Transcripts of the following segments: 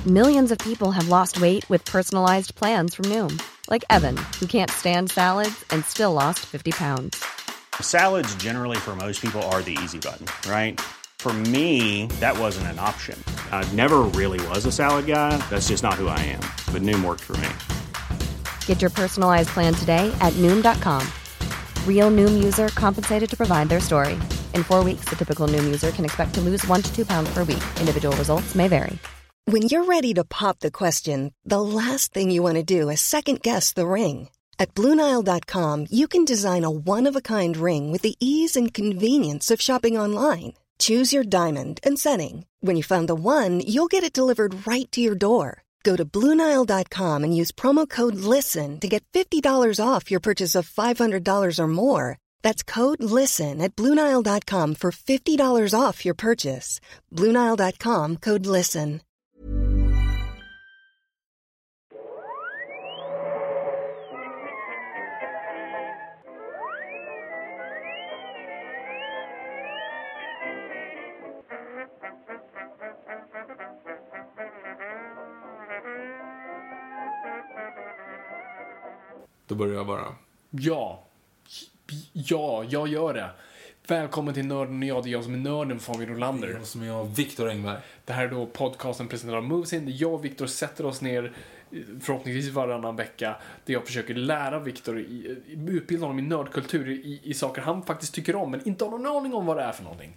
Millions of people have lost weight with personalized plans from Noom. Like Evan, who can't stand salads and still lost 50 pounds. Salads generally for most people are the easy button, right? For me, that wasn't an option. I never really was a salad guy. That's just not who I am. But Noom worked for me. Get your personalized plan today at Noom.com. Real Noom user compensated to provide their story. In 4 weeks, the typical Noom user can expect to lose 1 to 2 pounds per week. Individual results may vary. When you're ready to pop the question, the last thing you want to do is second-guess the ring. At BlueNile.com, you can design a one-of-a-kind ring with the ease and convenience of shopping online. Choose your diamond and setting. When you find the one, you'll get it delivered right to your door. Go to BlueNile.com and use promo code LISTEN to get $50 off your purchase of $500 or more. That's code LISTEN at BlueNile.com for $50 off your purchase. BlueNile.com, code LISTEN. Då börjar jag bara. Ja, jag gör det. Välkommen till Nörden och jag. Det är jag som är nörden, Fabian Rolander. Det är jag som är jag, Viktor Engberg. Det här är då podcasten presenterad av Movesin. Där jag och Viktor sätter oss ner förhoppningsvis varannan vecka. Där jag försöker lära Viktor, utbilda honom i nördkultur i saker han faktiskt tycker om. Men inte har någon aning om vad det är för någonting.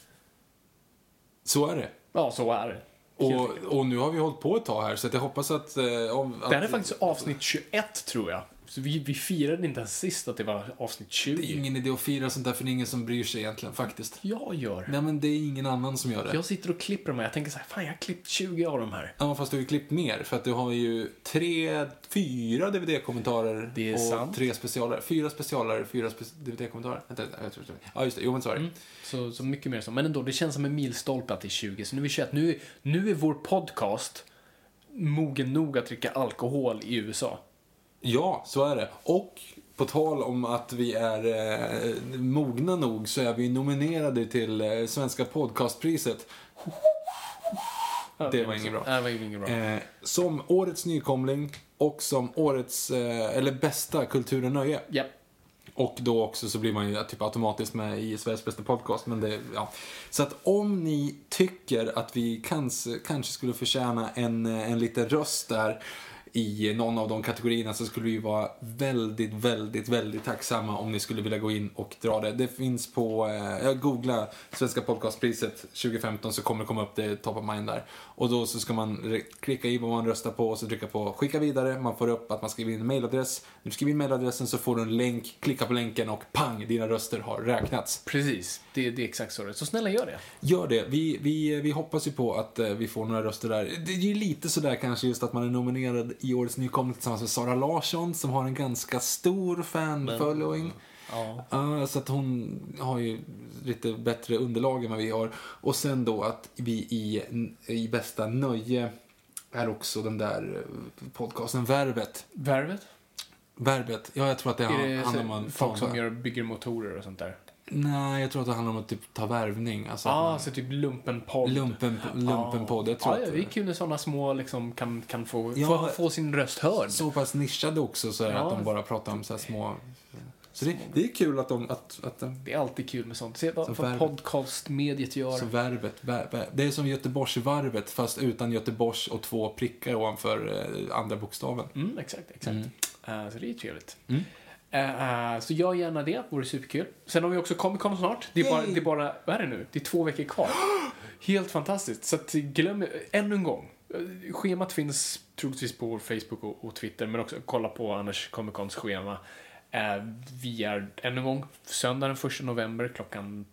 Så är det. Ja, så är det. Och nu har vi hållit på ett tag här, så att jag hoppas att... Det här är faktiskt avsnitt 21, tror jag. Så vi firade inte ens sist att det var avsnitt 20. Det är ingen idé att fira sånt där, för det är ingen som bryr sig egentligen, faktiskt. Jag gör. Nej, men det är ingen annan som gör det. Jag sitter och klipper dem här. Jag tänker så här, fan, jag har klippt 20 av dem här. Ja, fast du har ju klippt mer, för att du har ju 4 DVD-kommentarer. Det är och sant. 3 specialare. 4 specialare, 4 DVD-kommentarer. Ja, just det. Jo, men så är det. Så mycket mer så. Men ändå, det känns som en milstolpe att det är 20. Så nu är vi 21. Nu är vår podcast mogen nog att dricka alkohol i USA. Ja, så är det. Och på tal om att vi är mogna nog, så är vi nominerade till Svenska podcastpriset. Det var inget bra. Det var inget bra. Som årets nykomling och som årets eller bästa kultur och nöje. Yep. Och då också så blir man ju typ automatiskt med i Sveriges bästa podcast. Men det, ja. Så att om ni tycker att vi kanske skulle förtjäna en liten röst där i någon av de kategorierna, så skulle vi vara väldigt, väldigt, väldigt tacksamma om ni skulle vilja gå in och dra det. Det finns på, googla Svenska podcastpriset 2015, så kommer det komma upp det top of mind där. Och då så ska man klicka i vad man röstar på och så trycka på skicka vidare. Man får upp att man skriver in en mailadress. När du skriver in mailadressen så får du en länk, klicka på länken och pang, dina röster har räknats. Precis, det är exakt så. Så snälla gör det. Gör det. Vi hoppas ju på att vi får några röster där. Det är ju lite sådär kanske just att man är nominerad i årets nykomling tillsammans med Sara Larsson, som har en ganska stor fan-following. Ja. Så att hon har ju lite bättre underlag än vad vi har. Och sen då att vi i bästa nöje är också den där podcasten Värvet. Värvet? Ja, jag tror att det handlar om en folk som bygger motorer och sånt där. Nej, jag tror att det handlar om att typ ta värvning. Alltså så typ lumpenpodd. Lumpenpodd, jag tror att det är kul när sådana små liksom kan få sin röst hörd. Så pass nischade också, så att de bara pratar om så här små... Så det är kul att de... Det är alltid kul med sånt. Se vad podcastmediet gör. Så Värvet. Det är som Göteborgsvarvet, fast utan Göteborgs och 2 prickar ovanför andra bokstaven. Exakt. Så det är trevligt. Så gör gärna det, vore superkul. Sen har vi också Comic-Con snart. Det är bara, vad är det nu? Det är 2 veckor kvar. Helt fantastiskt. Så att glöm ännu en gång. Schemat finns troligtvis på vår Facebook och Twitter, men också kolla på Anders Comic-Cons schema. Vi är ännu en gång söndag den 1 november klockan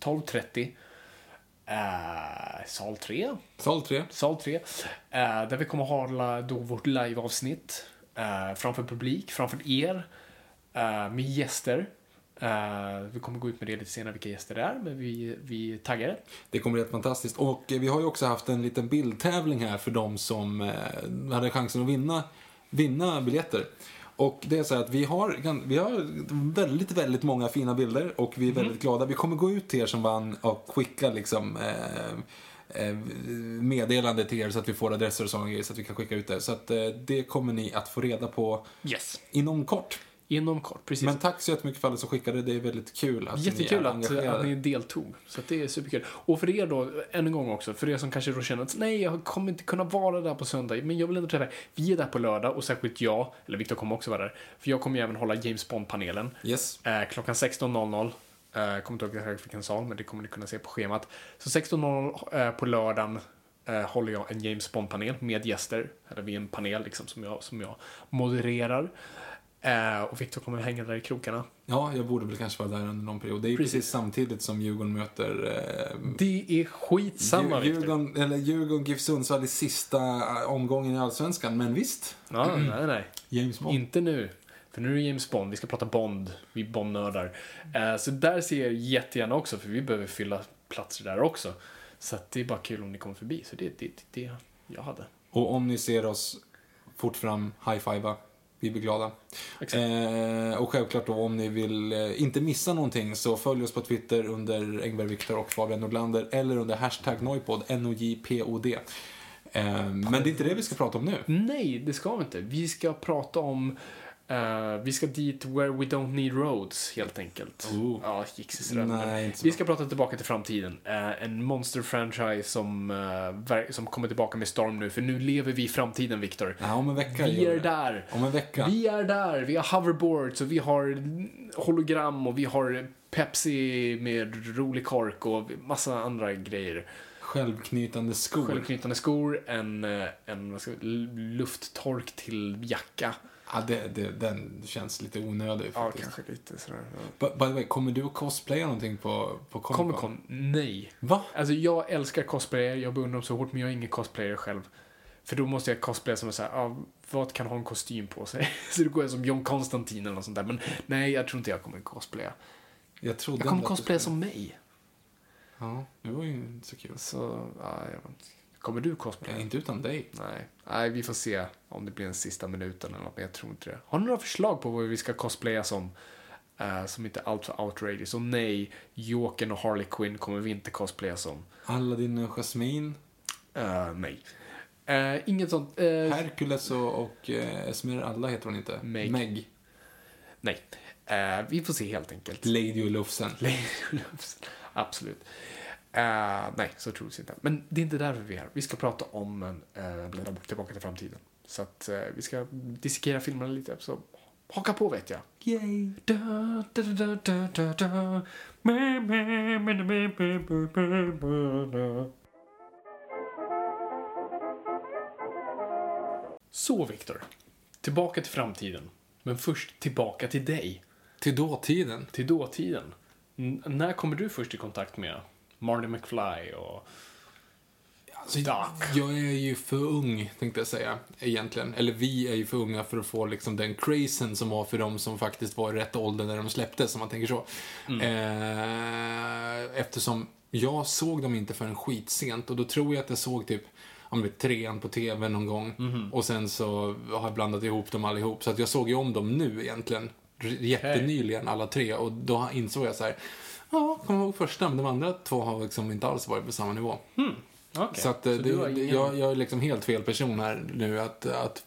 12:30. Sal 3. Där vi kommer hålla då vårt live-avsnitt framför publik, framför er. Med gäster. Vi kommer gå ut med det lite senare vilka gäster det är, men vi taggar det. Det kommer bli helt fantastiskt. Och vi har ju också haft en liten bildtävling här för de som hade chansen att vinna biljetter. Och det är så att vi har väldigt, väldigt många fina bilder och vi är väldigt glada. Vi kommer gå ut till er som vann och skicka liksom meddelande till er så att vi får adresser och sådana grejer så att vi kan skicka ut det. Så att det kommer ni att få reda på inom kort. Inom kort, precis. Men tack så jättemycket för alla som skickade. Det är väldigt kul att jättekul ni är engagerade. att ni deltog. Så att det är superkul. Och för er då, än en gång också, för er som kanske då känner att nej, jag kommer inte kunna vara där på söndag, men jag vill ändå träffa er. Vi är där på lördag och särskilt jag, eller Victor kommer också vara där, för jag kommer ju även hålla James Bond-panelen. Yes. Klockan 16.00. Kommer inte ihåg exakt vilken sal, men det kommer ni kunna se på schemat. Så 16.00 på lördagen håller jag en James Bond-panel med gäster. Eller vi är en panel liksom, som jag modererar. Och Victor kommer att hänga där i krokarna. Ja, jag borde väl kanske vara där under någon period. Det är ju precis samtidigt som Djurgården möter... det är skitsamma, Djurgården GIF Sundsvall i sista omgången i Allsvenskan. Men visst. Ja, nej. James Bond. Inte nu. För nu är det James Bond. Vi ska prata Bond. Vi är Bond-nördar. Så där ser jag jättegärna också. För vi behöver fylla platser där också. Så att det är bara kul om ni kommer förbi. Så det jag hade. Och om ni ser oss fort fram, high-fiva. Vi blir glada. Och självklart då, om ni vill inte missa någonting så följ oss på Twitter under Engberg Victor och Fabian Nordlander eller under hashtag Noipod, NOJPOD. Men det är inte det vi ska prata om nu. Nej, det ska vi inte. Vi ska prata om vi ska dit where we don't need roads, helt enkelt. Ja, vi ska prata tillbaka till framtiden. En monster-franchise som kommer tillbaka med storm nu. För nu lever vi i framtiden, Victor. Ja, om en vecka. Vi är där. Om en vecka. Vi är där. Vi har hoverboards och vi har hologram och vi har Pepsi med rolig kork och massa andra grejer. Självknytande skor. En lufttork till jacka. Ja, den känns lite onödig faktiskt. Ja, kanske lite sådär. By the way, kommer du att cosplaya någonting på Comic-Con? Nej. Va? Alltså, jag älskar cosplayer, jag beundrar dem så hårt, men jag är ingen cosplayer själv. För då måste jag cosplaya som är såhär, vad kan ha en kostym på sig? Så då går jag som John Constantine eller något sånt där. Men nej, jag tror inte jag kommer cosplaya. Jag kommer cosplaya som mig. Ja, det var ju inte så kul. Så, kommer du cosplaya? Inte utan dig. Nej, vi får se om det blir en sista minuten eller något, men jag tror inte det. Har du några förslag på vad vi ska cosplaya som inte är allt för outrageous? Och nej, Jokern och Harley Quinn kommer vi inte cosplaya som. Aladdin och Jasmine? Nej. Inget sånt. Hercules och Esmeralda heter hon inte. Meg. Nej. Vi får se helt enkelt. Lady och Lufsen. Absolut. Nej, så tror jag inte. Men det är inte därför vi är här. Vi ska prata om tillbaka till framtiden. Så att vi ska dissekera filmerna lite. Så haka på, vet jag. Yay! Så, Victor. Tillbaka till framtiden. Men först tillbaka till dig. Till dåtiden. När kommer du först i kontakt med Marty McFly och Doc? Jag är ju för ung, tänkte jag säga, egentligen. Eller vi är ju för unga för att få liksom den crazen som var för dem som faktiskt var i rätt ålder när de släpptes, som man tänker så. Eftersom jag såg dem inte förrän skitsent, och då tror jag att jag såg typ 3:an på tv någon gång. Och sen så har jag blandat ihop dem allihop. Så att jag såg ju om dem nu egentligen. Jättenyligen, alla tre. Och då insåg jag så här, kommer ihåg första, men de andra två har liksom inte alls varit på samma nivå. Okay. Så att jag är liksom helt fel person här nu att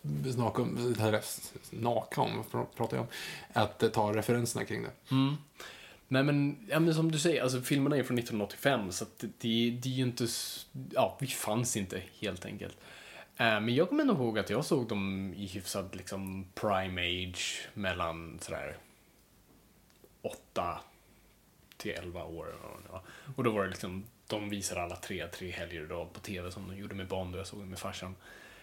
pratar jag om, att ta referenserna kring det. Nej, men som du säger, alltså filmerna är från 1985, så att det är ju inte, vi fanns inte helt enkelt. Men jag kommer ändå ihåg att jag såg dem i hyfsad liksom prime age mellan sådär 8 till 11 år. Och då var det liksom, de visade alla tre helger då på tv som de gjorde med Bond, och jag såg dem med farsan.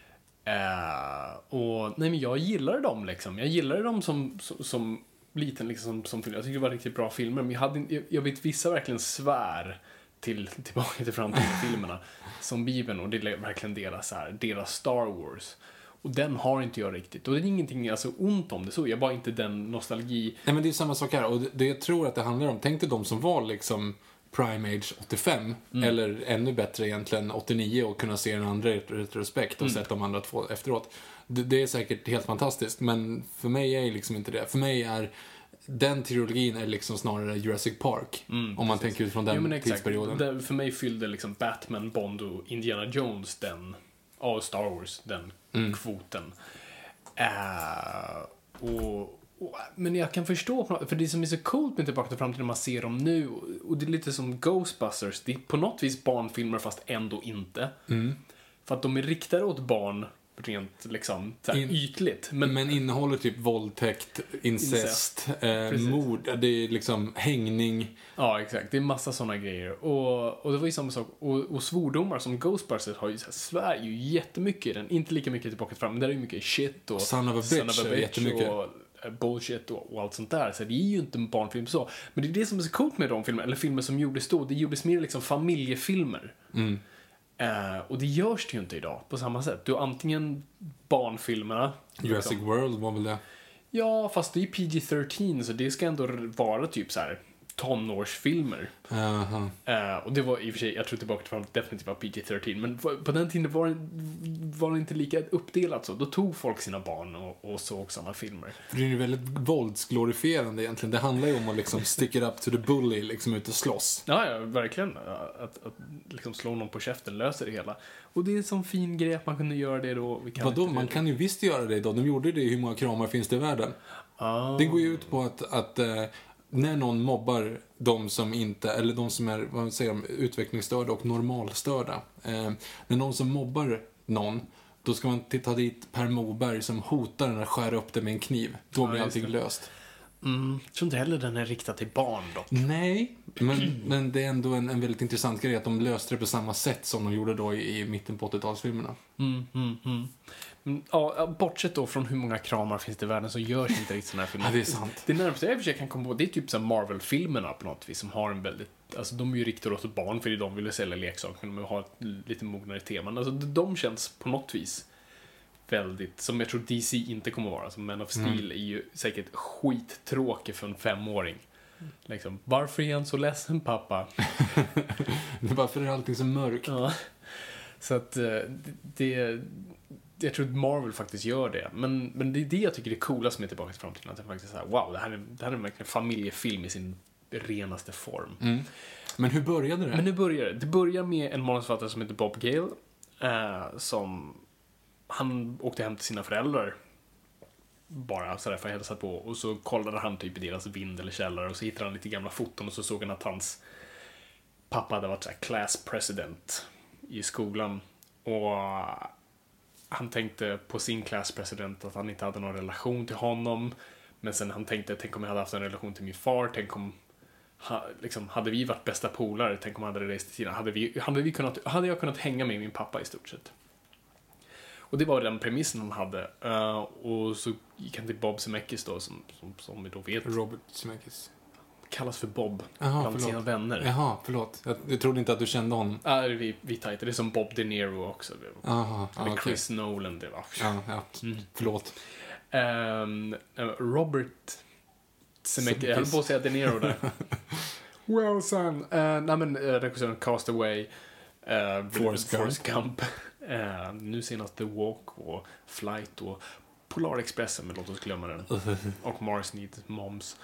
Och nej, men jag gillade dem liksom. Jag gillade dem som liten liksom, som film. Jag tyckte det var riktigt bra filmer, men jag vet vissa verkligen svär tillbaka till framtiden-filmerna som Bibeln, och det är verkligen deras Star Wars. Och den har inte jag riktigt. Och det är ingenting alltså ont om det så. Jag bara inte den nostalgi. Nej, men det är samma sak här. Och det jag tror att det handlar om, tänk dig de som var liksom prime age 85, eller ännu bättre egentligen 89, och kunna se den andra i retrospekt och sett de andra två efteråt. Det är säkert helt fantastiskt, men för mig är liksom inte det. För mig är den trilogin är liksom snarare Jurassic Park. Om man tänker ut från den tidsperioden. För mig fyllde liksom Batman, Bond och Indiana Jones och Star Wars den kvoten. Men jag kan förstå, för det som är så coolt med Tillbaka till framtiden man ser dem nu, och det är lite som Ghostbusters, det är på något vis barnfilmer fast ändå inte. För att de är riktade åt barn rent liksom ytligt. Men innehåller typ våldtäkt, incest. Mord, det är liksom hängning. Ja, exakt. Det är massa såna grejer. Och det var ju samma sak. Och svordomar som Ghostbusters har ju svär ju jättemycket i den. Inte lika mycket Tillbaka till framtiden. Där är ju mycket shit och son of a bitch jättemycket. Och bullshit och allt sånt där. Så det är ju inte en barnfilm så. Men det är det som är så coolt med de filmer, eller filmer som gjordes då. Det gjordes mer liksom familjefilmer. Och det görs det ju inte idag på samma sätt. Du har antingen barnfilmerna. Jurassic World var väl det? Ja, fast det är PG-13, så det ska ändå vara typ så här tonårsfilmer. Och det var i och för sig, jag tror tillbaka till definitivt var PG-13, men på den tiden var det inte lika uppdelat så. Då tog folk sina barn och såg såna filmer. För det är ju väldigt våldsglorifierande egentligen. Det handlar ju om att liksom stick it up to the bully, liksom ut och slåss. Ja, verkligen. Att liksom slå någon på käften löser det hela. Och det är en sån fin grej att man kunde göra det då. Vadå? Man kan ju visst göra det idag. De gjorde det i Hur många kramar finns det i världen? Det går ju ut på att när någon mobbar de som inte, eller de som är, vad säger de, utvecklingsstörda och normalstörda. När någon som mobbar någon, då ska man ta dit Per Moberg som hotar den att skära upp det med en kniv. Då blir allting löst. Jag tror inte heller den är riktad till barn dock. Nej, men det är ändå en väldigt intressant grej att de löste det på samma sätt som de gjorde då i mitten på 80-talsfilmerna. Ja, bortsett då från hur många kramar finns det i världen så görs inte riktigt såna här filmer. Ja, det är sant. Det närmaste jag i och för sig kan komma på, det är typ så Marvel-filmerna på något vis som har en väldigt, alltså de är ju riktade åt barn för de vill sälja leksaker, men de har ett lite mognare tema. Alltså de känns på något vis väldigt, som jag tror DC inte kommer att vara. Som Man of Steel är ju säkert skittråkig för en 5-åring. Liksom, varför är han så ledsen, pappa? Varför är allting så mörkt? Ja. Så att jag tror att Marvel faktiskt gör det. Men det är det jag tycker är coolast med Tillbaka till framtiden. Att det faktiskt är så här, wow, det här är verkligen en familjefilm i sin renaste form. Men hur började det? Det börjar med en manusförfattare som heter Bob Gale. Som han åkte hem till sina föräldrar bara sådär för att hälsa på, och så kollade han typ i deras vind eller källare, och så hittade han lite gamla foton, och så såg han att hans pappa hade varit såhär class president i skolan, och han tänkte på sin class president att han inte hade någon relation till honom, men sen han tänkte, tänk om jag hade haft en relation till min far, tänk om liksom, hade vi varit bästa polare, tänk om han hade rest till Kina, hade jag kunnat hänga med min pappa i stort sett. Och det var den premissen han hade. Och så gick han till Bob Zemeckis då, som vi då vet. Robert Zemeckis. Kallas för Bob bland sina vänner. Jaha, förlåt. Jag trodde inte att du kände honom. Ja, vi tajtar. Det är som Bob De Niro också. Med Chris Nolan. Det var. Förlåt. Robert Zemeckis. Jag höll på att säga De Niro där. Well, son. Regissören Castaway. Forrest Gump. Nu senast The Walk och Flight och Polarexpressen, men låt oss glömma den. Och Mars Needs Moms.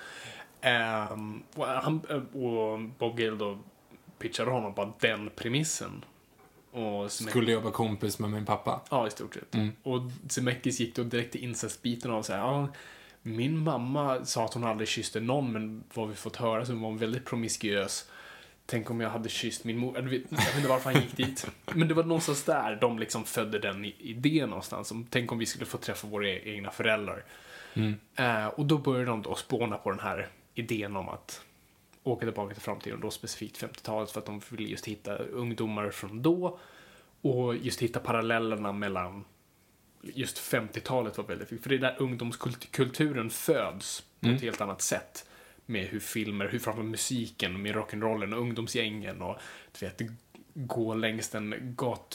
Och Bob Gale då pitchade honom på den premissen. Och skulle jobba kompis med min pappa. Ja, i stort sett. Och Zemeckis gick då direkt till incestbiten och sa min mamma sa att hon aldrig kysste någon, men vad vi fått höra så var hon väldigt promiskuös. Tänk om jag hade kysst min mor. Jag vet inte varför han gick dit. Men det var någonstans där de liksom födde den idén någonstans. Tänk om vi skulle få träffa våra egna föräldrar. Och då började de då spåna på den här idén om att åka tillbaka till framtiden. Och då specifikt 50-talet, för att de ville just hitta ungdomar från då. Och just hitta parallellerna mellan just 50-talet var väldigt viktigt. För det är där ungdomskulturen föds på ett helt annat sätt. Med hur filmer, hur framför musiken, med rock'n'rollen och ungdomsgängen och du vet, gå längs en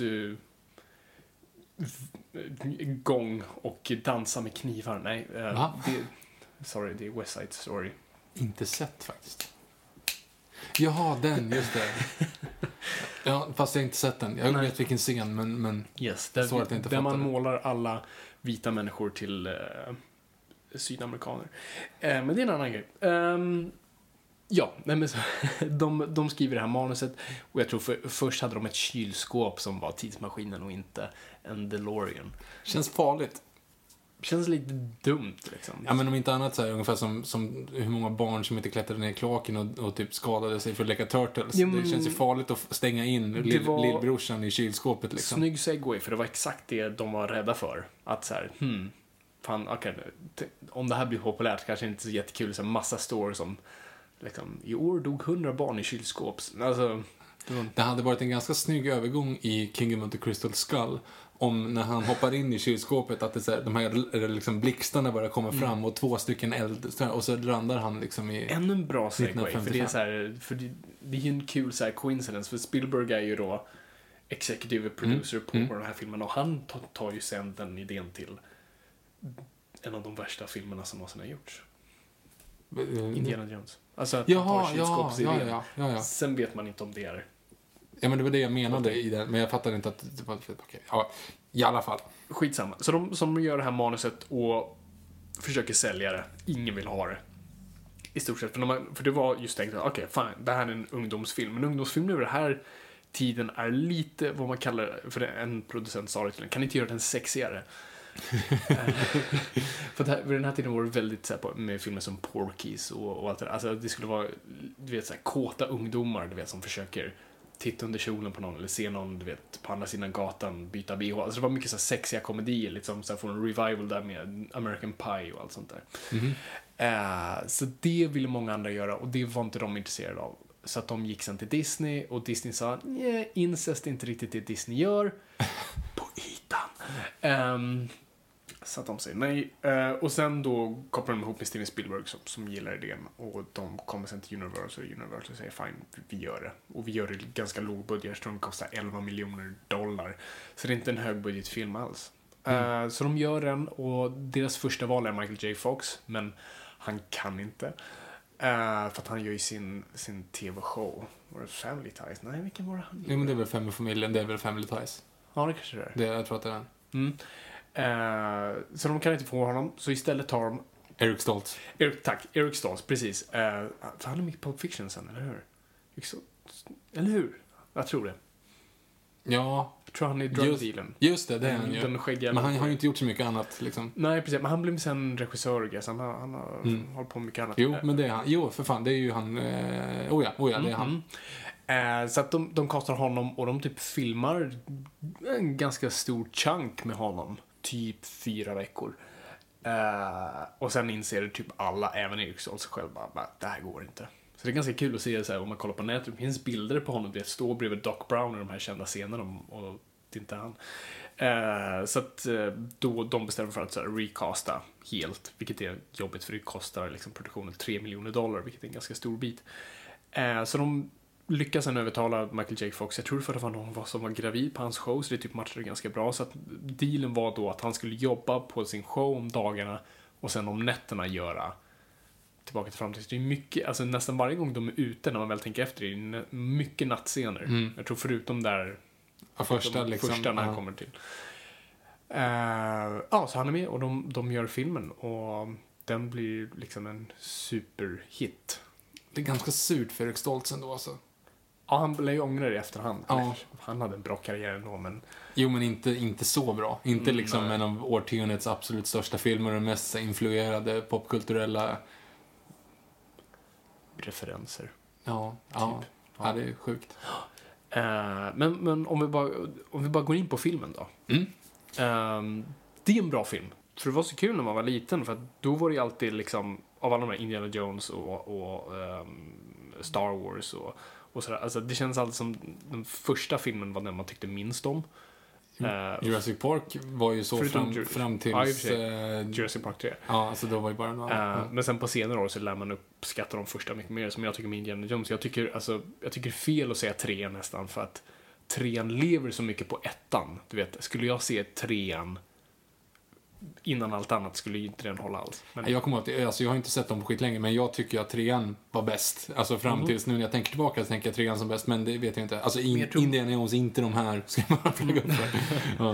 gång och dansa med knivar. Nej, det är West Side Story. Inte sett faktiskt. Jaha, den, just det. Ja, fast jag inte sett den. Jag vet vilken scen, men yes, där man målar alla vita människor till sydamerikaner. Men det är en annan grej. Ja, nej men så, de skriver det här manuset och jag tror först hade de ett kylskåp som var tidsmaskinen och inte en DeLorean. Känns farligt. Känns lite dumt liksom. Ja, men om inte annat så här, ungefär som hur många barn som inte klättrade ner i kloaken och typ skadade sig för att leka Turtles. Ja, det känns ju farligt att stänga in lillbrorsan i kylskåpet liksom. Snygg segway, för det var exakt det de var rädda för. Att så här, fan, okej, om det här blir populärt kanske inte så jättekul, så här, massa stories som liksom, i år dog 100 barn i kylskåp. Alltså, det hade varit en ganska snygg övergång i Kingdom of the Crystal Skull om när han hoppar in i kylskåpet att det så här, de här liksom blixtarna bara kommer fram och 2 stycken eld och så landar han liksom i ännu en bra segway, för det är så här, för det är ju en kul så här coincidence, för Spielberg är ju då executive producer på den här filmen och han tar ju sen den idén till en av de värsta filmerna som någonsin har gjorts. Indiana Jones. Alltså att han tar kylskåpsidén. Ja. Sen vet man inte om det är. Ja, men det var det jag menade i den, men jag fattade inte att det var okej. Ja, i alla fall. Skitsamma. Så de som gör det här manuset och försöker sälja det. Ingen vill ha det. I stort sett. För det var just tänkt, okej, fine, det här är en ungdomsfilm. Men ungdomsfilm över den här tiden är lite vad man kallar, för en producent sa det till den, kan inte göra den sexigare. För vid den här tiden var det väldigt så här, med filmer som Porky's och allt det där. Alltså det skulle vara, du vet, så här, kåta ungdomar, du vet, som försöker titta under kjolen på någon eller se någon, du vet, på andra sidan gatan byta BH. Alltså det var mycket så här sexiga komedier, liksom så här, från en revival där med American Pie och allt sånt där. Så det ville många andra göra och det var inte de intresserade av. Så att de gick sen till Disney och Disney sa, nej, incest är inte riktigt det Disney gör. På ytan. Så att de säger nej. Och sen då kopplar de ihop med Steven Spielberg som gillar idén. Och de kommer sen till Universal och Universal säger fine, vi gör det. Och vi gör det ganska låg budget. Jag tror de kostar $11 miljoner. Så det är inte en högbudgetfilm alls. Så de gör den och deras första val är Michael J. Fox. Men han kan inte. För att han gör ju sin TV-show. Var det Family Ties? Nej, vilken var det han? Jo, men det är väl Family-familjen, det är väl Family Ties. Ja, det kanske det är. Jag tror att det är den. Så de kan inte få honom. Så istället tar de Eric Stoltz. Eric Stoltz, precis. För han är mycket Pulp Fiction sen, eller hur? Eller hur? Jag tror det. Ja. Jag tror han är drug-dealen. Just det är han ju. Men han har ju inte gjort så mycket annat, liksom. Nej, precis. Men han blev sen regissör, så han har hållit på mycket annat. Jo, men det är han. Jo, för fan, det är ju han. Det är han. Så att de kastar honom och de typ filmar en ganska stor chunk med honom. Typ 4 veckor. Och sen inser typ alla, även Eric Stoltz själv, bara, det här går inte. Så det är ganska kul att se så här, om man kollar på nätet. Det finns bilder på honom, det står bredvid Doc Brown i de här kända scenerna och det är inte han. Så att då de bestämmer för att så här, recasta helt, vilket är jobbigt för det kostar liksom produktionen $3 miljoner, vilket är en ganska stor bit. Så de lyckas sen övertala Michael J. Fox. Jag tror för att det var någon som var gravid på hans show, så det typ matchade ganska bra. Så att dealen var då att han skulle jobba på sin show om dagarna och sen om nätterna göra Tillbaka till framtiden. Det är mycket, alltså nästan varje gång de är ute, när man väl tänker efter, det är mycket nattscener. Jag tror förutom där första när han kommer till. Så han är med och de gör filmen och den blir liksom en superhit. Det är ganska surt för Eric Stoltz ändå, alltså. Ja, han blev ju ångrar i efterhand. Ja. Han hade en bra karriär ändå, men... Jo, men inte så bra. Inte liksom en av årtiondets absolut största filmer och den mest influerade popkulturella... referenser. Ja, typ. Ja, det är sjukt. Men om vi bara går in på filmen då. Det är en bra film. För det var så kul när man var liten, för att då var det alltid liksom, av alla de här Indiana Jones och Star Wars och sådär. Alltså det känns alltid som den första filmen var den man tyckte minst om. Jurassic Park var ju så fram till Jurassic Park 3. Ja, alltså då var ju bara men sen på senare år så lär man uppskatta de första mycket mer, som jag tycker med Indiana Jones. Jag tycker fel att säga 3 nästan, för att 3 lever så mycket på 1:an. Du vet, skulle jag se 3:an innan allt annat skulle ju inte den hålla alls. Men... Jag kommer att, alltså jag har inte sett dem på skit länge, men jag tycker att 3:an var bäst. Alltså fram tills nu när jag tänker tillbaka så tänker jag 3:an som bäst, men det vet jag inte. Alltså Indiana Jones, inte de här ska man bara flagga upp för.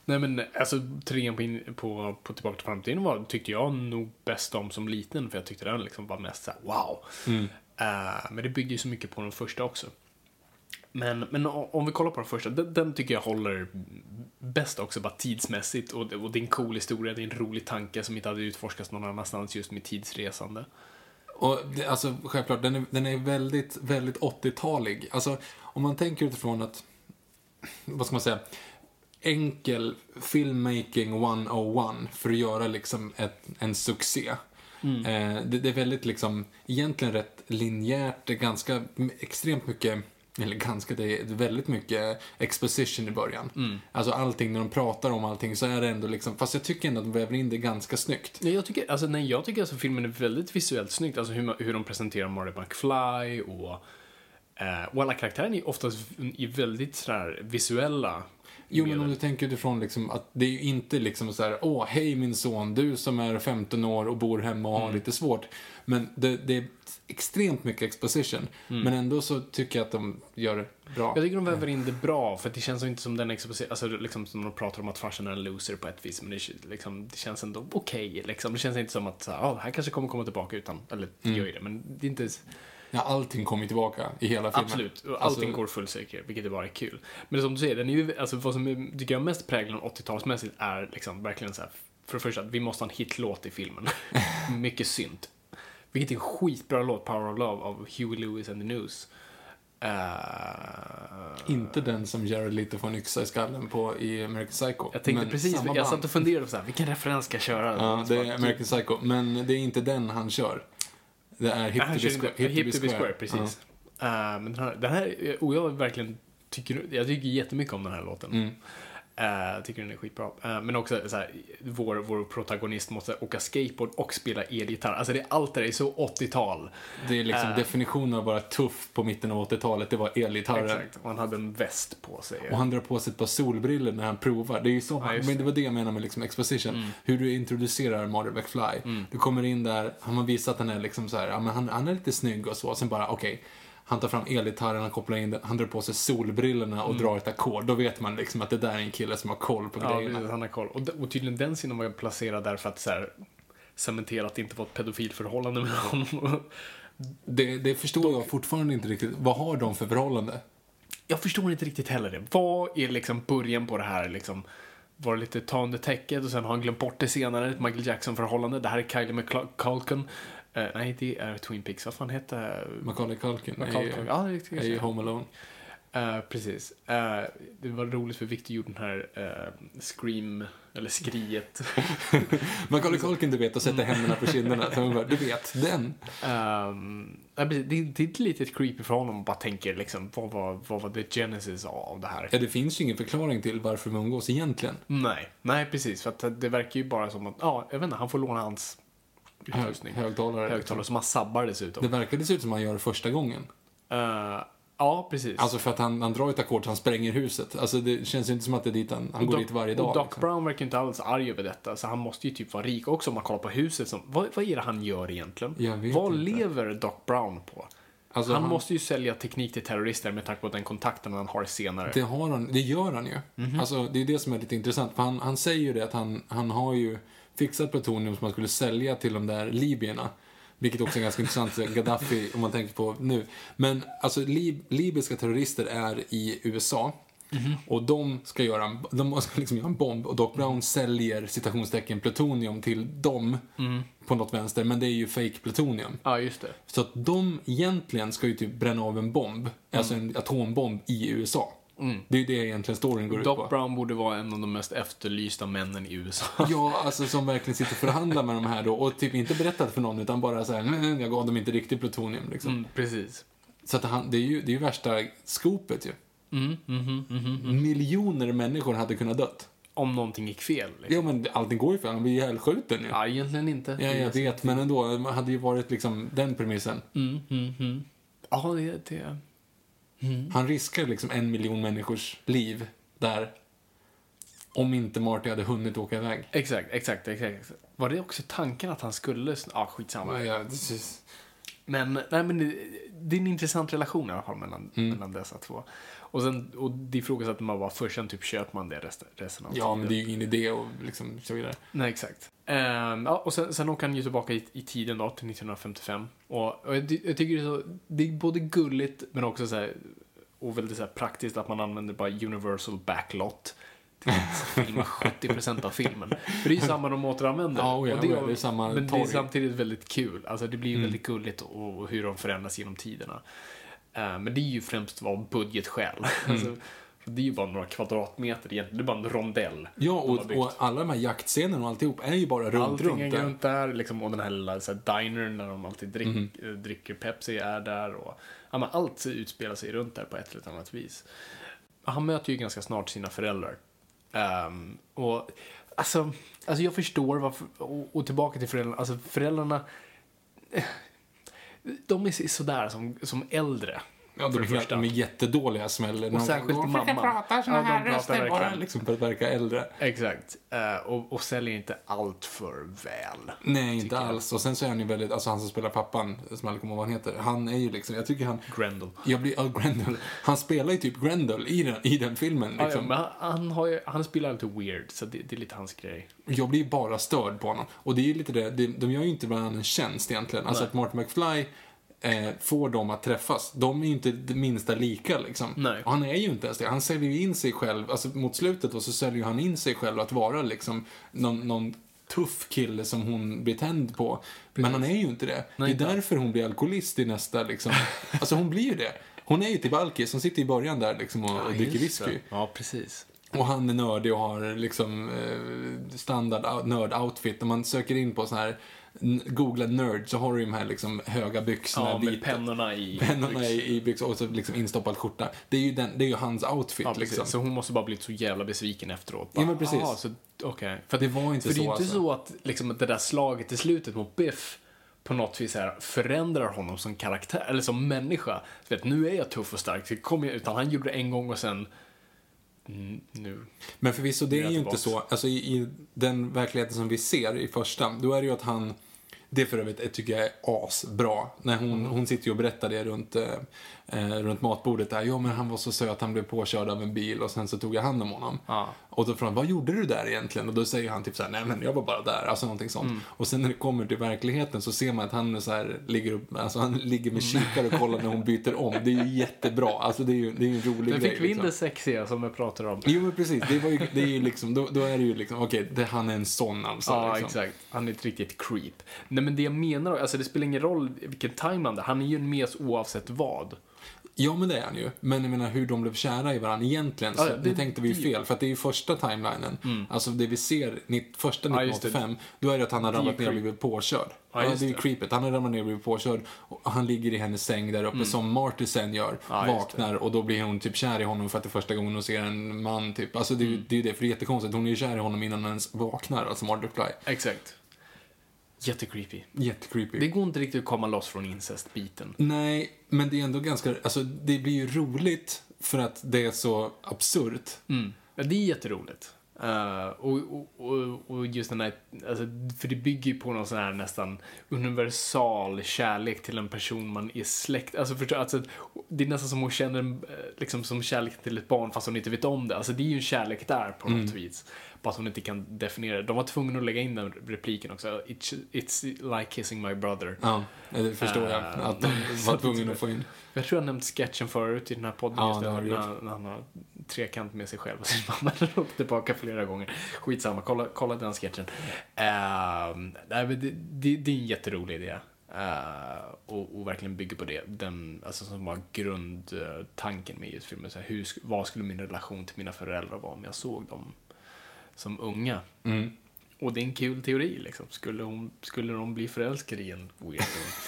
Nej men alltså trean på Tillbaka till framtiden tyckte jag nog bäst om som liten, för jag tyckte den liksom var mest såhär wow. Men det byggde ju så mycket på den första också. Men om vi kollar på den första, den tycker jag håller bäst också bara tidsmässigt, och det är en cool historia, det är en rolig tanke som inte hade utforskats någon annanstans just med tidsresande. Och det, alltså självklart, den är väldigt, väldigt 80-talig. Alltså om man tänker utifrån att, vad ska man säga, enkel filmmaking 101 för att göra liksom en succé. Det är väldigt liksom, egentligen rätt linjärt, det är ganska extremt mycket, eller ganska, det är väldigt mycket exposition i början. Alltså allting, när de pratar om allting så är det ändå liksom, fast jag tycker ändå att de väver in det ganska snyggt. Jag tycker alltså filmen är väldigt visuellt snyggt, alltså hur de presenterar Marty McFly och alla karaktärer är oftast i väldigt sådär visuella. Jo, men om du tänker utifrån liksom att det är ju inte liksom så här, hej min son, du som är 15 år och bor hemma och har lite svårt. Men det är extremt mycket exposition. Men ändå så tycker jag att de gör det bra. Jag tycker de väver in det bra, för det känns inte som den exposition, alltså liksom som de pratar om att farsan är en loser på ett vis, men det känns ändå okej, liksom. Det känns inte som att här kanske kommer komma tillbaka utan, eller gör ju det, men det är inte. Ja, allting kommer tillbaka i hela filmen. Absolut, allting går fullsäker, vilket är bara kul. Men som du säger, den är ju, alltså vad som tycker jag mest präglar 80-talsmässigt är liksom verkligen så här, för det första att vi måste ha en hitlåt i filmen. Mycket synt. Vilket är en skitbra låt, Power of Love av Huey Lewis and the News. Inte den som Jared Leto får en yxa i skallen på i American Psycho. Jag tänkte precis, jag satt och funderade på så här, vilken referens ska jag köra? Ja, det är American Psycho, men det är inte den han kör. Det är Hip to be Square. Precis. Men den här, och jag verkligen tycker jättemycket om den här låten. Jag tycker den är skitbra. Men också så här, vår protagonist måste åka skateboard och spela elgitarr. Alltså allt det är så 80-tal. Det är liksom definitionen av att vara tuff på mitten av 80-talet. Det var elgitarren. Exakt. Och han hade en väst på sig. Och han drar på sig ett par solbriller när han provar. Det är ju så, men det var det jag menar med liksom exposition. Hur du introducerar Marty McFly. Du kommer in där, han har visat att han är liksom så här, ja, men han är lite snygg och så. Och sen bara, okej. Han tar fram elgitarren, han kopplar in den, han drar på sig solbrillorna och drar ett ackord. Då vet man liksom att det där är en kille som har koll på grejerna. Ja, precis, han har koll. Och tydligen den scenen var placerad där för att så här, cementera att det inte var ett pedofilförhållande med honom. Det förstår jag fortfarande inte riktigt. Vad har de för förhållande? Jag förstår inte riktigt heller det. Vad är liksom början på det här liksom? Var det lite ta under täcket och sen har han glömt bort det senare, ett Michael Jackson-förhållande. Det här är Kylie MacLachlan. Nej, det är Twin Peaks. Vad fan heter Macaulay Culkin? Ja, det är ju Home Alone. Precis. Det var roligt för Victor gjorde den här scream, eller skriet. Macaulay Culkin, du vet, och sätter händerna på kinderna. Du vet, den. Det är inte lite ett creepy för honom. Man bara tänker liksom, vad var the genesis av det här? Ja, det finns ju ingen förklaring till varför de umgås egentligen. Nej, precis. För att det verkar ju bara som att, jag vet inte, han får låna hans högtalare som han sabbar dessutom. Det verkar dessutom som han gör första gången. Ja, precis. Alltså för att han drar ett ackord så han spränger huset. Alltså det känns ju inte som att det är dit han går dit varje dag. Och Doc liksom. Brown verkar inte alls arg över detta. Så han måste ju typ vara rik också om man kollar på huset. Vad är det han gör egentligen? Vad lever Doc Brown på? Alltså han måste ju sälja teknik till terrorister med tanke på den kontakten han har senare. Det gör han ju. Alltså det är det som är lite intressant. För han säger ju det att han har ju fixat plutonium som man skulle sälja till de där libyerna. Vilket också är ganska intressant, Gaddafi, om man tänker på nu. Men alltså libyska terrorister är i USA. Och de ska liksom göra en bomb. Och Doc Brown säljer citationstecken plutonium till dem på något vänster. Men det är ju fake plutonium. Ja, just det. Så att de egentligen ska ju typ bränna av en bomb. Alltså en atombomb i USA. Det är ju det egentligen storyn går ut på. Doc Brown borde vara en av de mest efterlysta männen i USA. Ja, alltså som verkligen sitter och förhandlar med de här då. Och typ inte berättat för någon, utan bara så här, jag gav dem inte riktigt plutonium liksom. Precis. Så att det är ju värsta skopet ju. Miljoner människor hade kunnat dött. Om någonting gick fel. Liksom. Ja, men allting går ju fel. Han blir ihjälskjuten ju. Ja, egentligen inte. Ja, jag vet. Men ändå, man hade ju varit liksom den premissen. Ja, det. Han riskar liksom 1 miljon människors liv där. Om inte Marty hade hunnit åka iväg. Exakt. Var det också tanken att han skulle... skitsamma. Ja, men det är en intressant relation i alla fall mellan dessa två. Och det ifrågasätter man bara först, sen typ köper man det resten av Ja, men det är ju ingen idé och liksom så vidare. Nej, exakt. Ja, och sen åker han ju tillbaka i tiden då, till 1955. Och jag tycker det är både gulligt men också så här, och väldigt så här praktiskt att man använder bara Universal Backlot till att filma 70% av filmen. För det är ju samma de återanvänder. Ja, och det är samma men torg. det är samtidigt väldigt kul. Alltså det blir ju väldigt gulligt och hur de förändras genom tiderna. Men det är ju främst av budgetskäl. Alltså, det är ju bara några kvadratmeter egentligen. Det är bara en rondell. Ja, och alla de här jaktscenerna och alltihop är ju bara runt runt där. Liksom, och den här lilla så här, dinern där de alltid dricker Pepsi är där. Och, ja, men allt utspelar sig runt där på ett eller annat vis. Han möter ju ganska snart sina föräldrar. Och alltså jag förstår varför, och tillbaka till föräldrarna. Alltså föräldrarna, de är sådär som äldre. Ja, de är jättedåliga smäller. Och särskilt mamma. De pratar såna här röster bara liksom för att verka äldre. Exakt. Och säljer inte allt för väl. Nej, inte alls. Och sen så är han ju väldigt, alltså han som spelar pappan, som jag kommer ihåg vad han heter. Han är ju liksom, jag tycker han... Grendel. Grendel. Han spelar ju typ Grendel i den filmen. Liksom. Ja, men han spelar lite weird, så det är lite hans grej. Jag blir bara störd på honom. Och det är ju lite det, de gör ju inte varandra en tjänst egentligen. Alltså att Martin McFly får dem att träffas. De är ju inte det minsta lika liksom. Nej. Och han är ju inte ens det. Han säljer ju in sig själv, alltså mot slutet och så säljer han in sig själv att vara liksom någon tuff kille som hon blir tänd på. Precis. Men han är ju inte det. Nej, det är därför hon blir alkoholist i nästa liksom. Alltså hon blir ju det. Hon är ju till alkis, hon sitter i början där liksom och dricker whisky. Ja, precis. Och han är nördig och har liksom standard nörd-outfit. Om man söker in på sån här googla nerd så har du de här liksom höga byxorna. Ja, med pennorna i byxor och så liksom instoppad skjorta. Det är ju hans outfit liksom. Så hon måste bara bli så jävla besviken efteråt. Ja, men precis. Okay. För det var inte för så. Det är inte så att liksom, det där slaget i slutet mot Biff på något vis här förändrar honom som karaktär eller som människa. Så vet, nu är jag tuff och stark. Utan han gjorde det en gång och sen nu. Men förvisso, det är ju inte så. Alltså i den verkligheten som vi ser i första, då är det ju att han, det för övrigt tycker jag är asbra. När hon sitter ju och berättar det runt matbordet där. Ja, men han var så söt, han blev påkörd av en bil och sen så tog jag hand om honom. Och då frågar vad gjorde du där egentligen? Och då säger han typ så här, nej men jag var bara där, alltså någonting sånt. Och sen när det kommer till verkligheten så ser man att han så här han ligger med kikare och kollar när hon byter om. Det är ju jättebra, alltså det är ju en rolig grej. Det fick vi in liksom. det sexiga som jag pratar om. Jo, men precis, det är ju liksom, då är det ju liksom, okej, han är en sån alltså. Ja, liksom. exakt. Han är ett riktigt creep. Nej, men det jag menar, alltså det spelar ingen roll vilken timeline det är. Han är ju en mes oavsett vad. Ja, men det är han ju. Men jag menar hur de blev kära i varandra egentligen. Så det tänkte vi ju fel. För att det är ju första timelinen. Alltså det vi ser första 1985. Då är det att han har ramlat ner och blivit påkörd. Det är ju creepet. Han har ramlat ner och blivit påkörd. Och han ligger i hennes säng där uppe som Marty sen gör. Vaknar och då blir hon typ kär i honom för att det är första gången hon ser en man typ. Alltså det är ju det. För det är jättekonstigt. Hon är ju kär i honom innan hon ens vaknar. Alltså Marty McFly. Exakt. Jättecreepy. Det går inte riktigt att komma loss från incest-biten. Nej, men det är ändå ganska... Alltså, det blir ju roligt för att det är så absurt. Ja, det är jätteroligt. Och just den här... Alltså, för det bygger ju på någon sån här nästan universal kärlek till en person man är släkt... Alltså, det är nästan som hon känner liksom, som kärlek till ett barn fast hon inte vet om det. Alltså, det är ju en kärlek där på något vis. Bara att hon inte kan definiera det. De var tvungna att lägga in den repliken också. It's like kissing my brother. Ja, det förstår jag. Att de var tvungna att få in. Jag tror jag nämnt sketchen förut i den här podden. Ja, när han har trekant med sig själv och sin mamma. Den åkte tillbaka flera gånger. Skitsamma, kolla den sketchen. Det är en jätterolig idé. Och verkligen bygger på det. Den, alltså, som var grundtanken med just filmen. Så här, vad skulle min relation till mina föräldrar vara om jag såg dem som unga? Och det är en kul teori liksom. Skulle de bli förälskade i en weird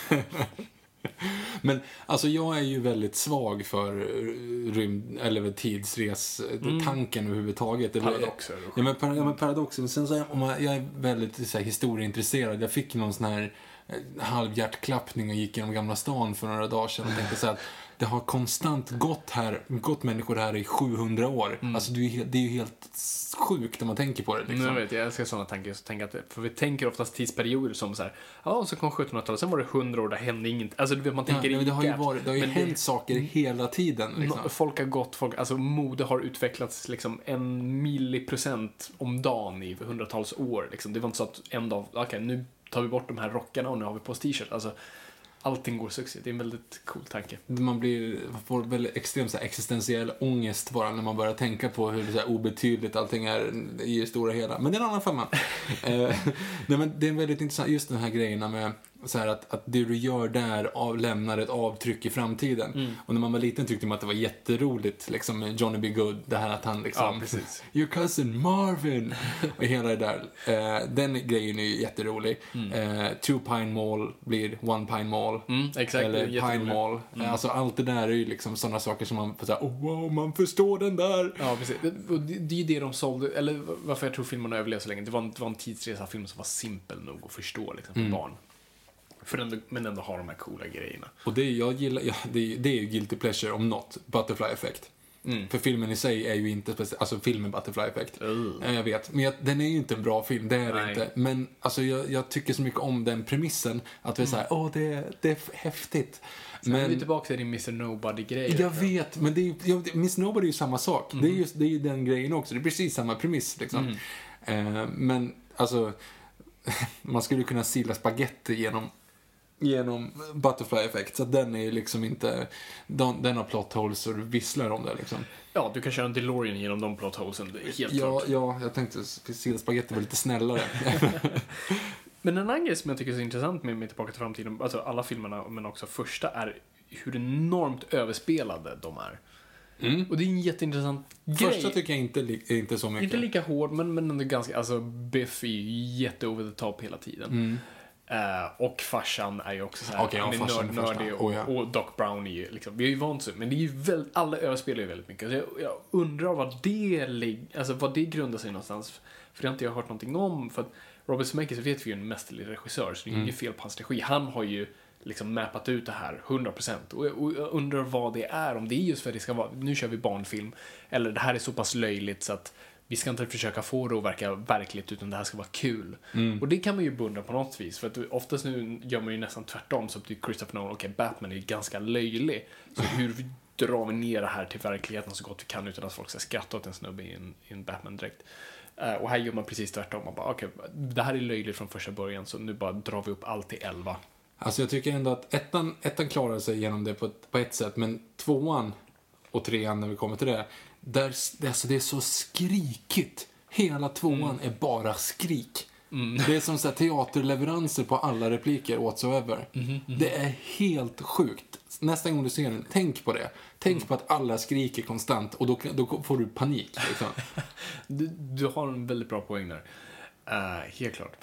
Men alltså jag är ju väldigt svag för rymd eller tidsres-tanken överhuvudtaget. Paradoxer. Ja, men paradoxer. Men sen så jag är väldigt så här, historieintresserad. Jag fick någon sån här halvhjärtklappning och gick genom Gamla stan för några dagar sedan och tänkte så här, det har konstant gått människor här i 700 år. Alltså det är ju helt sjukt när man tänker på det liksom. Jag älskar sådana tankar. För vi tänker oftast tidsperioder som så här, ja, så kom 1700-talet, sen var det 100 år, där hände inget. Alltså man tänker det har ju hänt saker hela tiden liksom. Folk har gått, alltså mode har utvecklats liksom 1 % om dagen i hundratals år liksom. Det var inte så att en dag, okej, nu tar vi bort de här rockarna och nu har vi på t-shirt. Alltså allting går successivt. Det är en väldigt cool tanke. Man får väldigt extremt så här, existentiell ångest bara när man börjar tänka på hur så här, obetydligt allting är i det stora hela. Men det är en annan femma. Nej, men det är väldigt intressant, just den här grejerna med så här, att det du gör där lämnar ett avtryck i framtiden. Och när man var liten tyckte man att det var jätteroligt liksom, med Johnny B. Good, det här att han liksom, your cousin Marvin och hela det där. Den grejen är ju jätterolig. Two Pine Mall blir One Pine Mall. Exakt, eller Pine Mall. Alltså allt det där är ju liksom sådana saker som man får säga, wow, man förstår den där. Ja, precis. Det är ju det de sålde, eller varför jag tror filmerna överlevde så länge. Det var en tidsresa-film som var simpel nog att förstå liksom, för barn. Men ändå har de här coola grejerna. Och det jag gillar, det är ju guilty pleasure om något, Butterfly Effect. För filmen i sig är ju inte alltså filmen Butterfly Effect. Jag vet, men den är ju inte en bra film, det är det inte. Men alltså jag tycker så mycket om den premissen att vi är såhär, det är häftigt. Men är vi tillbaka till din Mr. Nobody-grej. Jag vet, men Mr. Nobody är ju samma sak. Det är ju den grejen också. Det är precis samma premiss liksom. Men alltså man skulle kunna sila spaghetti genom Butterfly Effect, så den är ju liksom inte, den har plot holes och du visslar om det liksom. Ja, du kan köra en DeLorean genom de plot holesen, det är helt klart. Ja, jag tänkte sila spaghetti var lite snällare. Men en annan grej som jag tycker är så intressant med Tillbaka till framtiden, alltså alla filmerna men också första, är hur enormt överspelade de är. Och det är en jätteintressant grej. Första tycker jag inte så mycket. Inte lika hård, men ändå ganska, alltså Biff är ju jätte over the top hela tiden. Och farsan är ju också såhär, han är nördig och Doc Brown är ju liksom, vi är ju vant så, men det är ju alla överspelar ju väldigt mycket. Så jag undrar vad det grundar sig någonstans, för det har inte jag hört någonting om. För att Robert Zemeckis vet vi ju en mästerlig regissör, så det är inget fel på hans regi. Han har ju liksom mappat ut det här 100%, och jag undrar vad det är, om det är just för att det ska vara, nu kör vi barnfilm, eller det här är så pass löjligt så att vi ska inte försöka få det att verka verkligt, utan det här ska vara kul. Och det kan man ju beundra på något vis, för att oftast nu gör man ju nästan tvärtom, så att Christopher Nolan, Batman är ju ganska löjlig, så hur drar vi ner det här till verkligheten så gott vi kan utan att folk ska skratta åt en snubbe i en Batman-dräkt. Och här gör man precis tvärtom, man bara, det här är löjligt från första början, så nu bara drar vi upp allt till 11. Alltså jag tycker ändå att ettan klarar sig genom det på ett sätt, men 2:an och 3:an när vi kommer till det, det är så skrikigt. Hela 2:an är bara skrik. Det är som så här teaterleveranser på alla repliker whatsoever. Det är helt sjukt. Nästa gång du ser den, tänk på det. Tänk på att alla skriker konstant, och då får du panik liksom. Du har en väldigt bra poäng där. Helt klart.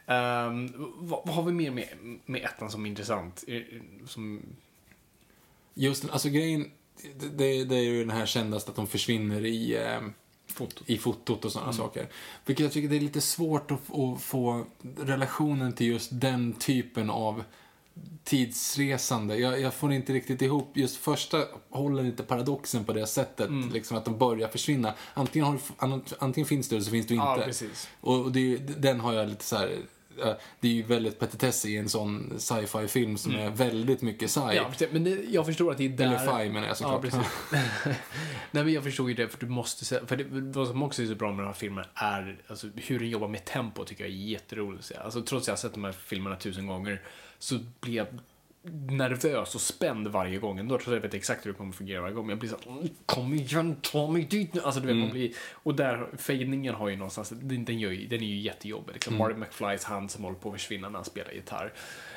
Vad har vi mer med ettan som är intressant? Just alltså grejen, det är ju den här kändaste att de försvinner i fotot och sådana saker. Vilket jag tycker det är lite svårt att få relationen till just den typen av tidsresande. Jag får inte riktigt ihop, just första håller inte paradoxen på det sättet, liksom att de börjar försvinna. Antingen finns du eller så finns du inte. Ja, precis. Och den har jag lite så här. Det är ju väldigt petitess i en sån sci-fi film som är väldigt mycket sci. Ja, men jag förstår att det är där... Eller fi menar jag såklart. Ja, precis. Nej, men jag förstår ju det, för du måste säga... För vad som också är så bra med den här filmen är alltså, hur den jobbar med tempo, tycker jag är jätteroligt. Alltså, trots att jag har sett de här filmerna 1000 gånger så blir jag nervös och spänd varje gång. Ändå tror jag vet exakt hur det kommer att fungera varje gång. Men jag blir så kom igen, ta mig dit nu. Alltså du vet, man blir... Och där, fejdningen har ju någonstans... Den är ju jättejobbig. Liksom. Marty McFlys hand som håller på att försvinna när han spelar gitarr.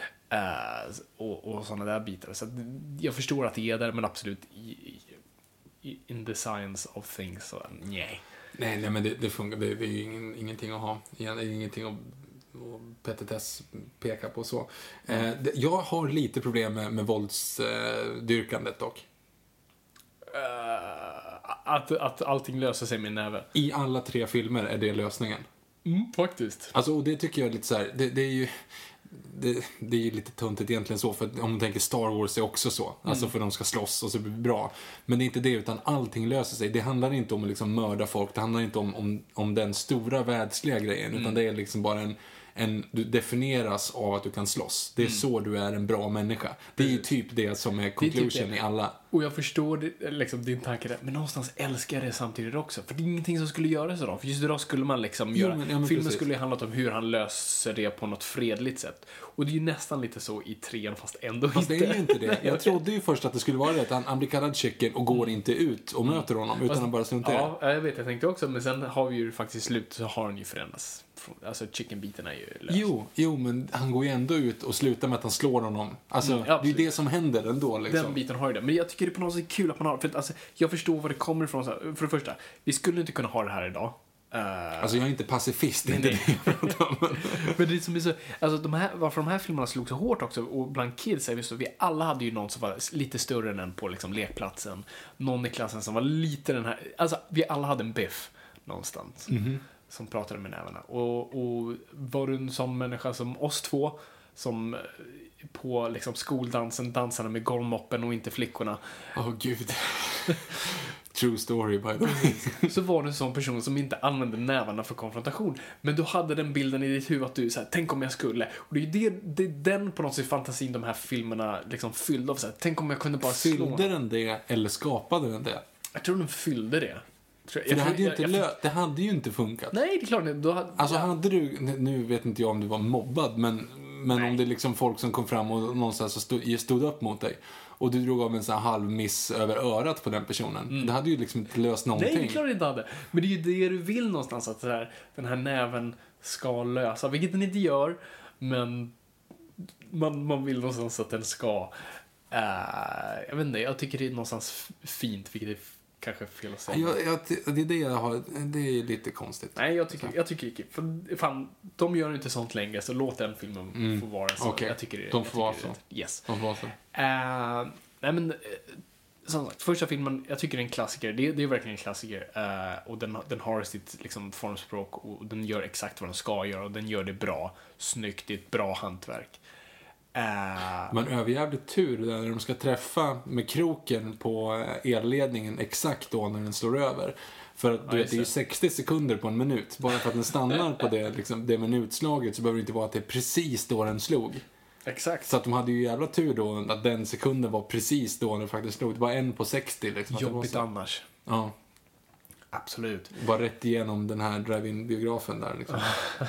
Och sådana där bitar. Så jag förstår att det är där, men absolut in the science of things så nej. Nej, men det funkar. Det är ju ingenting att ha. Det är ingenting att petitess peka på så. Jag har lite problem med våldsdyrkandet dock. Att allting löser sig med näve. I alla 3 filmer är det lösningen. Faktiskt. Alltså, och det tycker jag är lite så här, det är ju det är ju lite töntigt egentligen så, för att om man tänker Star Wars är också så. Alltså för de ska slåss och så blir det bra. Men det är inte det, utan allting löser sig. Det handlar inte om att liksom mörda folk, det handlar inte om den stora världsliga grejen, utan det är liksom bara du definieras av att du kan slåss. Det är så du är en bra människa. Det är ju typ det som är conclusion typ i alla. Och jag förstår liksom din tanke där, men någonstans älskar jag det samtidigt också. För det är ingenting som skulle göras idag. För just idag skulle man liksom göra... filmen precis. skulle ju handlat om hur han löser det på något fredligt sätt. Och det är ju nästan lite så i 3, fast ändå fast inte. det är ju inte det. Jag trodde ju först att det skulle vara det. Att han blir kallad chicken och går inte ut och möter honom, utan han bara struntar. Ja, jag vet, jag tänkte också. Men sen har vi ju faktiskt slut, så har han ju förändrats. Alltså chicken-biten är ju löst. Jo, men han går ju ändå ut och slutar med att han slår honom. Alltså, det är ju det som händer ändå liksom. Den biten har ju det. Men jag tycker det är på något sätt kul att man har, för att, alltså, jag förstår var det kommer ifrån. Så här, för det första, vi skulle inte kunna ha det här idag. Alltså jag är inte pacifist, det är inte det jag pratar om. Men det som är så, alltså varför de här filmerna slog så hårt också, och bland kids är vi så, vi alla hade ju någon som var lite större än den på liksom lekplatsen. Någon i klassen som var lite den här, alltså vi alla hade en biff någonstans. Som pratade med nävarna. Och var du en sån människa som oss två, som på liksom skoldansen dansade med golvmoppen och inte flickorna. Gud. True story, by the way. Så var du en sån person som inte använde nävarna för konfrontation. Men du hade den bilden i ditt huvud att du så här, tänk om jag skulle. Och det är den på något sätt fantasin de här filmerna liksom fyllde av. Så här, tänk om jag kunde bara slå. Fyllde den det eller skapade den det? Jag tror den fyllde det. Det hade ju inte funkat. Nej, det är klart. Alltså hade du, nu vet inte jag om du var mobbad, men om det är liksom folk som kom fram och någonstans stod upp mot dig och du drog av en sån här halv miss över örat på den personen. Det hade ju liksom inte löst någonting. Nej, det är klart det inte hade. Men det är ju det du vill någonstans, att den här näven ska lösa, vilket den inte gör, men man vill någonstans att den ska jag vet inte, jag tycker det är någonstans fint, vilket är kanske fel att säga. Det är det jag har. Det är lite konstigt. Nej, jag tycker inte. För fan, de gör inte sånt längre, så låt den filmen få vara så. Okay. Jag tycker det. De får vara så. Yes. De får vara så. Nej, men som sagt, första filmen, jag tycker det är en klassiker. Det är verkligen en klassiker. Och den har sitt liksom formspråk, och den gör exakt vad den ska göra, och den gör det bra, snyggt, det är ett bra hantverk. Man överjävligt tur när de ska träffa med kroken på elledningen exakt då när den slår över. För att det är ju 60 sekunder på en minut. Bara för att den stannar på det minutslaget, så behöver det inte vara att det är precis då den slog. Exakt. Så att de hade ju jävla tur då att den sekunden var precis då den faktiskt slog. Det var 1 på 60 liksom. Jobbigt annars. Ja. Absolut. Bara rätt igenom den här drive-in-biografen där liksom.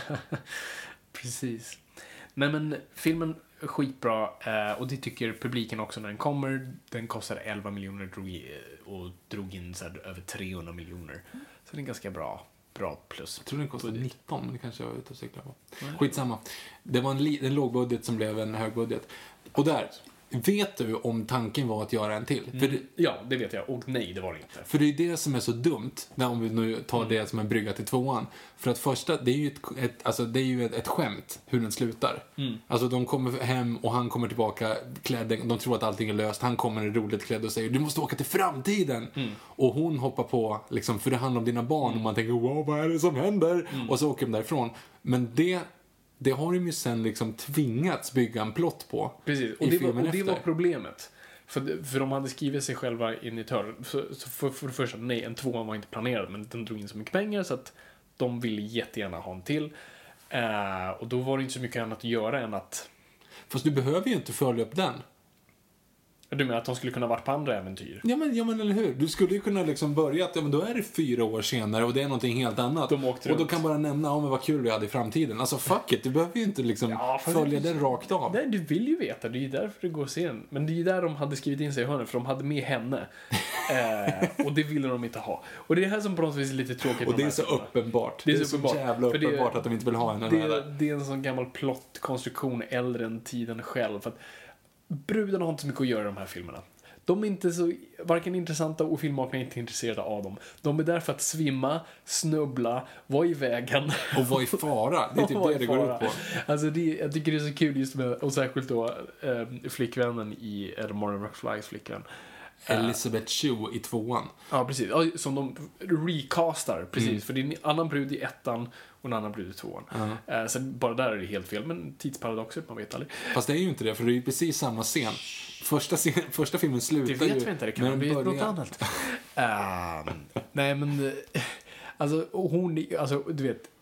Precis. Nej, men filmen är skitbra, och det tycker publiken också när den kommer. Den kostade 11 miljoner och drog in så här över 300 miljoner. Så det är en ganska bra plus. Jag tror den kostade 19, men det kanske jag var ute och cykla på. Skitsamma. Det var en lågbudget som blev en högbudget. Och där, vet du om tanken var att göra en till? För ja, det vet jag. Och nej, det var det inte. För det är det som är så dumt, om vi nu tar det som en brygga till 2:an. För att första, det är ju ett skämt hur den slutar. Alltså de kommer hem och han kommer tillbaka klädd, de tror att allting är löst. Han kommer roligt klädd och säger, du måste åka till framtiden. Och hon hoppar på, liksom, för det handlar om dina barn. Och man tänker, wow, vad är det som händer? Och så åker de därifrån. Men det har de ju sen liksom tvingats bygga en plott på. Precis, och det var problemet. För de hade skrivit sig själva in i törn. Så för det första, nej, en 2 var inte planerad, men den drog in så mycket pengar så att de ville jättegärna ha en till. Och då var det inte så mycket annat att göra än att... Fast du behöver ju inte följa upp den. Du menar att de skulle kunna varit på andra äventyr? Ja men eller hur? Du skulle ju kunna liksom börja att, men då är det 4 år senare och det är någonting helt annat. De åkte och då runt. kan bara nämna, men vad kul vi hade i framtiden. Alltså fuck it, du behöver ju inte liksom följa den rakt av. Nej, du vill ju veta, det är ju därför det går sen. Men det är ju där de hade skrivit in sig i hörnet, för de hade med henne. Och det ville de inte ha. Och det är det här som på något vis är lite tråkigt. Och det är så uppenbart. Det är så jävla uppenbart att de inte vill ha henne där. Det är en sån gammal plottkonstruktion äldre än tiden själv. För att brudarna har inte så mycket att göra i de här filmerna. De är inte så, varken intressanta, och filmmakarna är inte intresserade av dem. De är där för att svimma, snubbla, vara i vägen. Och vara i fara. Det är typ det går ut på. Alltså jag tycker det är så kul just med, och särskilt då flickvännen eller Martin McFlys flickvän. Elizabeth Shue i 2:an. Ja, precis. Ja, som de recastar, precis. För det är en annan brud i 1:an och en annan brud i 2:an. Så bara där är det helt fel, men tidsparadoxer, man vet aldrig. Fast det är ju inte det, för det är ju precis samma scen. Första filmen slutar ju... Det vet vi inte, det kan bli något annat. Nej, men... Alltså, hon... Alltså, du vet...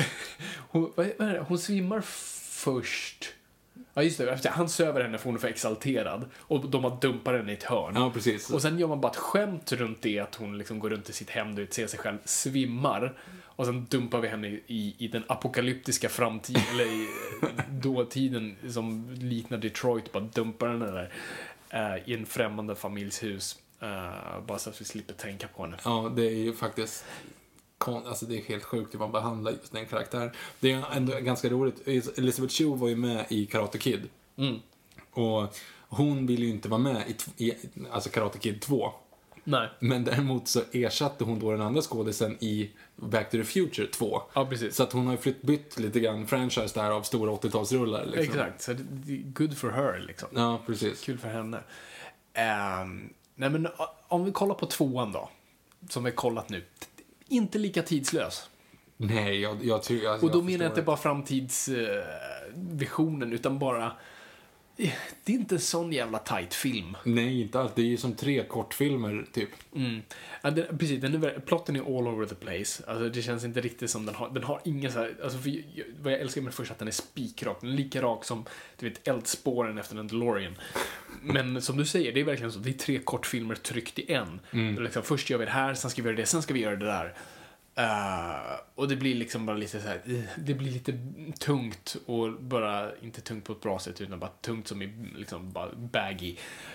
Hon svimmar först... Ja, just det. Han söver henne för hon är för exalterad. Och de har dumpat henne i ett hörn. Ja, precis. Och sen gör man bara ett skämt runt det, att hon liksom går runt i sitt hem, ser sig själv, svimmar. Och sen dumpar vi henne i den apokalyptiska framtiden, eller i dåtiden som liknar Detroit, bara dumpar henne där i en främmande familjs hus. Bara så att vi slipper tänka på henne. Ja, det är ju faktiskt... Alltså det är helt sjukt hur man behandlar just den karaktären. Det är ändå ganska roligt. Elizabeth Shue var ju med i Karate Kid. Och hon ville ju inte vara med i alltså Karate Kid 2. Nej. Men däremot så ersatte hon då den andra skådisen i Back to the Future 2. Ja, precis. Så att hon har ju bytt lite grann franchise där av stora 80-talsrullar. Liksom. Exakt, så det är good for her liksom. Ja, precis. Kul för henne. Nej, men om vi kollar på 2:an då, som vi kollat nu. Inte lika tidslös. Nej, jag tror... Och då menar jag inte bara framtidsvisionen, utan bara... Det är inte en sån jävla tight film. Nej, inte allt. Det är ju som 3 kortfilmer, typ. Ja, precis, plotten är all over the place. Alltså, det känns inte riktigt som den har ingen så här... Alltså, vad jag älskar med först att den är spikrak. Den är lika rak som, du vet, eldspåren efter en DeLorean. Men som du säger, det är verkligen så. Det är 3 kortfilmer tryckt i en. Liksom, först gör vi det här, sen ska vi göra det, sen ska vi göra det där. Och det blir liksom bara lite så här, det blir lite tungt, och bara inte tungt på ett bra sätt, utan bara tungt som i liksom bara baggy.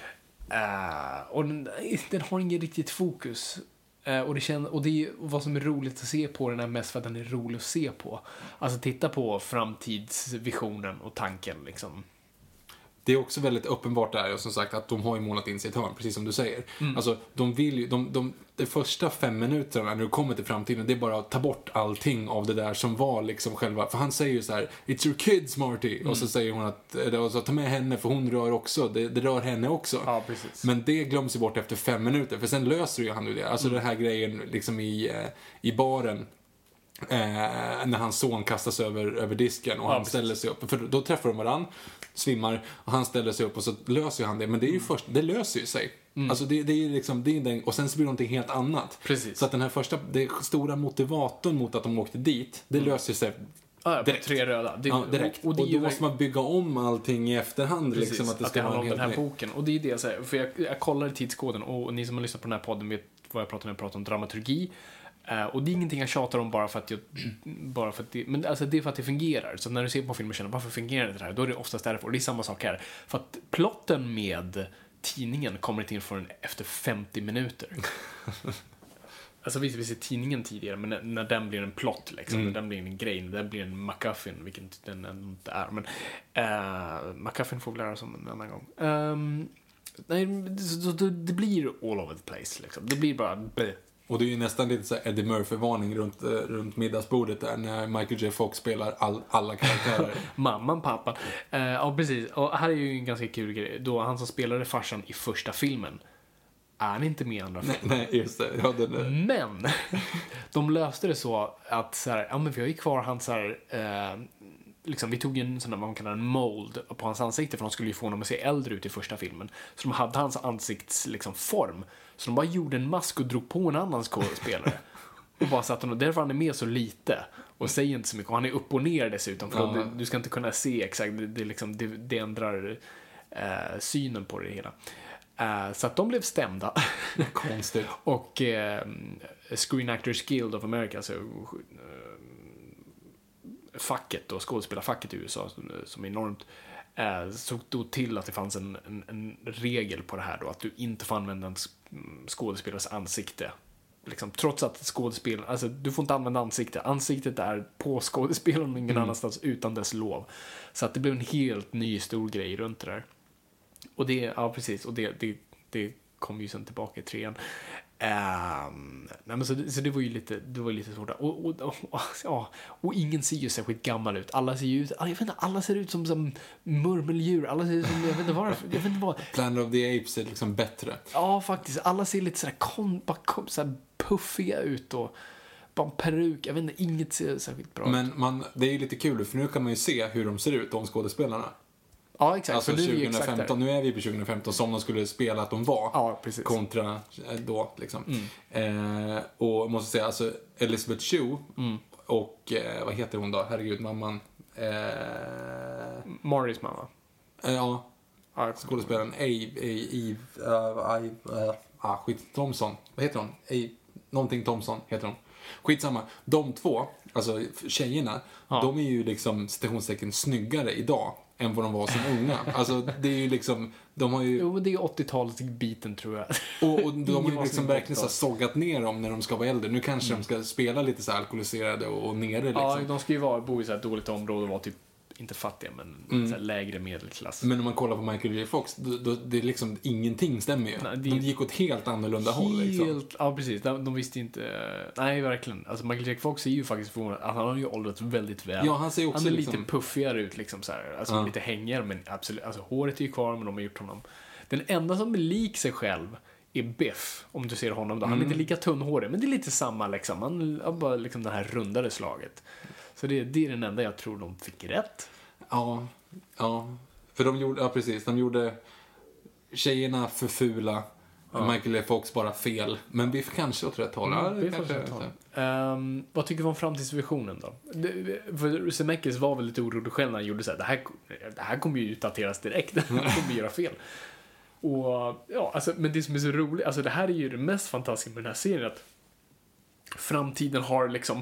Och den har ingen riktigt fokus. Och det är vad som är roligt att se på den är mest för att den är rolig att se på. Alltså titta på framtidsvisionen och tanken liksom. Det är också väldigt uppenbart där, och som sagt, att de har ju målat in sitt hörn, precis som du säger. Alltså, de vill ju, de första 5 minuterna när du kommer till framtiden, det är bara att ta bort allting av det där som var liksom själva, för han säger ju så här: "It's your kids, Marty", och så säger hon att, och så, ta med henne, för hon rör också, det rör henne också. Ja, precis. Men det glöms ju bort efter 5 minuter, för sen löser ju han ju det. Alltså den här grejen liksom i baren. När hans son kastas över disken och han ställer sig upp, för då träffar de varann, svimmar, och han ställer sig upp och så löser han det, men det är ju först, det löser ju sig. Alltså det är liksom, det är den, och sen så blir det någonting helt annat. Precis. Så att den här första, det stora motivatorn mot att de åkte dit, det löser sig direkt. 3 röda. Direkt. Och då måste man bygga om allting i efterhand. Precis, liksom, att det ska handlar vara om den här boken. Och det är det jag säger, för jag kollar i tidskoden, och ni som har lyssnat på den här podden vet vad jag pratar om. Jag pratar om dramaturgi. Och det är ingenting jag tjatar om bara för att det, men alltså det är för att det fungerar. Så när du ser på filmen och känner, varför fungerar det här? Då är det oftast därför. Och det är samma sak här. För att plotten med tidningen kommer inte in förrän efter 50 minuter. Alltså visst, vi ser tidningen tidigare, men när den blir en plott liksom, när den blir en grej, när den blir en MacGuffin, vilket den inte är. Men MacGuffin får vi lära oss om en annan gång. Nej, det blir all over the place liksom. Det blir bara... Och det är ju nästan lite så Eddie Murphy-varning runt middagsbordet där, när Michael J. Fox spelar alla karaktärer. Mamman, pappa. Ja, precis. Och här är ju en ganska kul grej. Då han som spelade farsan i första filmen är han inte med i andra filmen. Nej, just det. Ja, men de löste det så att så här, ja, men vi har ju kvar hans så här, liksom, vi tog en sån där, vad man kallar en mold på hans ansikte, för de skulle ju få honom att se äldre ut i första filmen. Så de hade hans ansikts liksom form. Så de bara gjorde en mask och drog på en annan skådespelare. Och bara satt honom, därför han är med så lite och säger inte så mycket. Och han är upp och ner dessutom, för då, du ska inte kunna se exakt, det ändrar synen på det hela. Så att de blev stämda. Konstigt. Och Screen Actors Guild of America, alltså facket och skådespelarfacket i USA, som är enormt, såg då till att det fanns en regel på det här då, att du inte får använda en skådespelares ansikte. Liksom, trots att skådespelaren, alltså du får inte använda ansiktet är på skådespelaren och ingen annanstans utan dess lov. Så att det blev en helt ny stor grej runt det där. Och det, ja precis, och det kom ju sen tillbaka i 3:an. Nej, men så det var ju lite svårt. Och ingen ser ju särskilt gammal ut. Alla ser ju ut, jag vet inte, alla ser ut som murmeldjur. Alla ser ut som, jag vet inte vad. Planet of the Apes är liksom bättre. Ja, faktiskt. Alla ser lite sådär puffiga ut och bara en peruk. Jag vet inte, inget ser särskilt bra ut. Men det är ju lite kul, för nu kan man ju se hur de ser ut, de skådespelarna. Ja, exakt. Alltså för nu 2015, nu är vi på 2015 som de skulle spela att de var. Ja, precis. Kontra då, liksom. Och måste säga, alltså Elizabeth Shue och, vad heter hon då? Herregud, mamman. Morris mamma. Ja, skådespelaren Thompson. Vad heter hon? Någonting Thompson heter hon. Skitsamma. De två, alltså tjejerna, de är ju liksom citationstecken snyggare idag än vad de var som unga. Alltså det är ju liksom, de har ju... Jo, men det är 80-talsbiten tror jag. Och de har ju liksom verkligen så sågat ner dem när de ska vara äldre. Nu kanske de ska spela lite så alkoholiserade och nere liksom. Ja, de ska ju bo i så här dåligt område och vara typ inte fattiga, men så här lägre medelklass. Men om man kollar på Michael J. Fox, då det är liksom ingenting stämmer ju. Nej, de gick åt helt annorlunda håll liksom. Ja, precis. De visste inte... Nej, verkligen. Alltså Michael J. Fox är ju faktiskt förvånad. Han har ju åldrats väldigt väl. Ja, han ser också han är liksom... lite puffigare ut liksom så här. Alltså lite hängigare, men absolut. Alltså håret är ju kvar, men de har gjort honom. Den enda som är lik sig själv är Biff, om du ser honom då. Han är inte lika tunnhårig, men det är lite samma liksom. Han har bara liksom det här rundare slaget. Så det är den enda jag tror de fick rätt. Ja. För de gjorde, ja precis, de gjorde tjejerna för fula, Michael J. Fox bara fel. Men Biff kanske åt rätt håll. Vad tycker vi om framtidsvisionen då? För Zemeckis var väl lite orolig själv när han gjorde så här, det här kommer ju utdateras direkt. Han kommer göra fel. Och ja, alltså, men det som är så roligt, alltså det här är ju det mest fantastiska med den här serien, att framtiden har liksom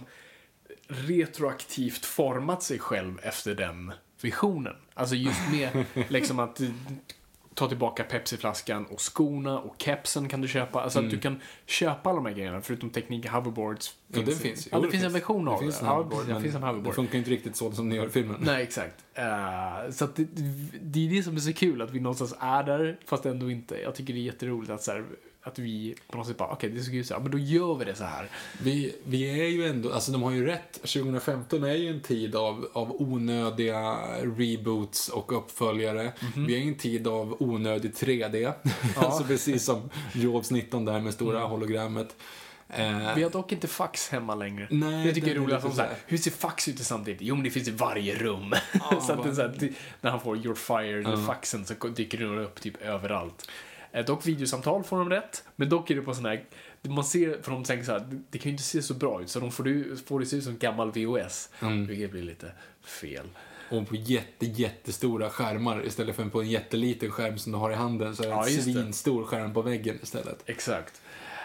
retroaktivt format sig själv efter den visionen. Alltså just med liksom att ta tillbaka Pepsi-flaskan och skorna och kepsen kan du köpa. Alltså att du kan köpa alla de här grejerna, förutom teknik hoverboards. Det finns. Ja, det finns en version av det. Det finns en hoverboard. Det funkar inte riktigt så som ni gör i filmen. Nej, exakt. Så att det är det som är så kul, att vi någonstans är där, fast ändå inte. Jag tycker det är jätteroligt att så här, att vi på något sätt bara, okej, det är så kul så här, men då gör vi det så här. Vi är ju ändå, alltså de har ju rätt, 2015 är ju en tid av onödiga reboots och uppföljare. Vi är ju en tid av onödig 3D. Alltså precis som Jobs 19 där med stora hologrammet. Vi har dock inte fax hemma längre. Nej, jag tycker det är roligt att de säger, hur ser fax ut samtidigt? Jo, men det finns i varje rum. Så att det är så här, när han får You're fired eller faxen, så dyker det upp typ överallt. Dock videosamtal får de rätt, men dock är det på sån här, man ser, för de tänker så här, det kan ju inte se så bra ut, så de får det se ut som gammal VHS, vilket blir lite fel. Och på jättestora skärmar istället för på en jätteliten skärm som du har i handen, så är det en svinstor skärm på väggen istället. Exakt.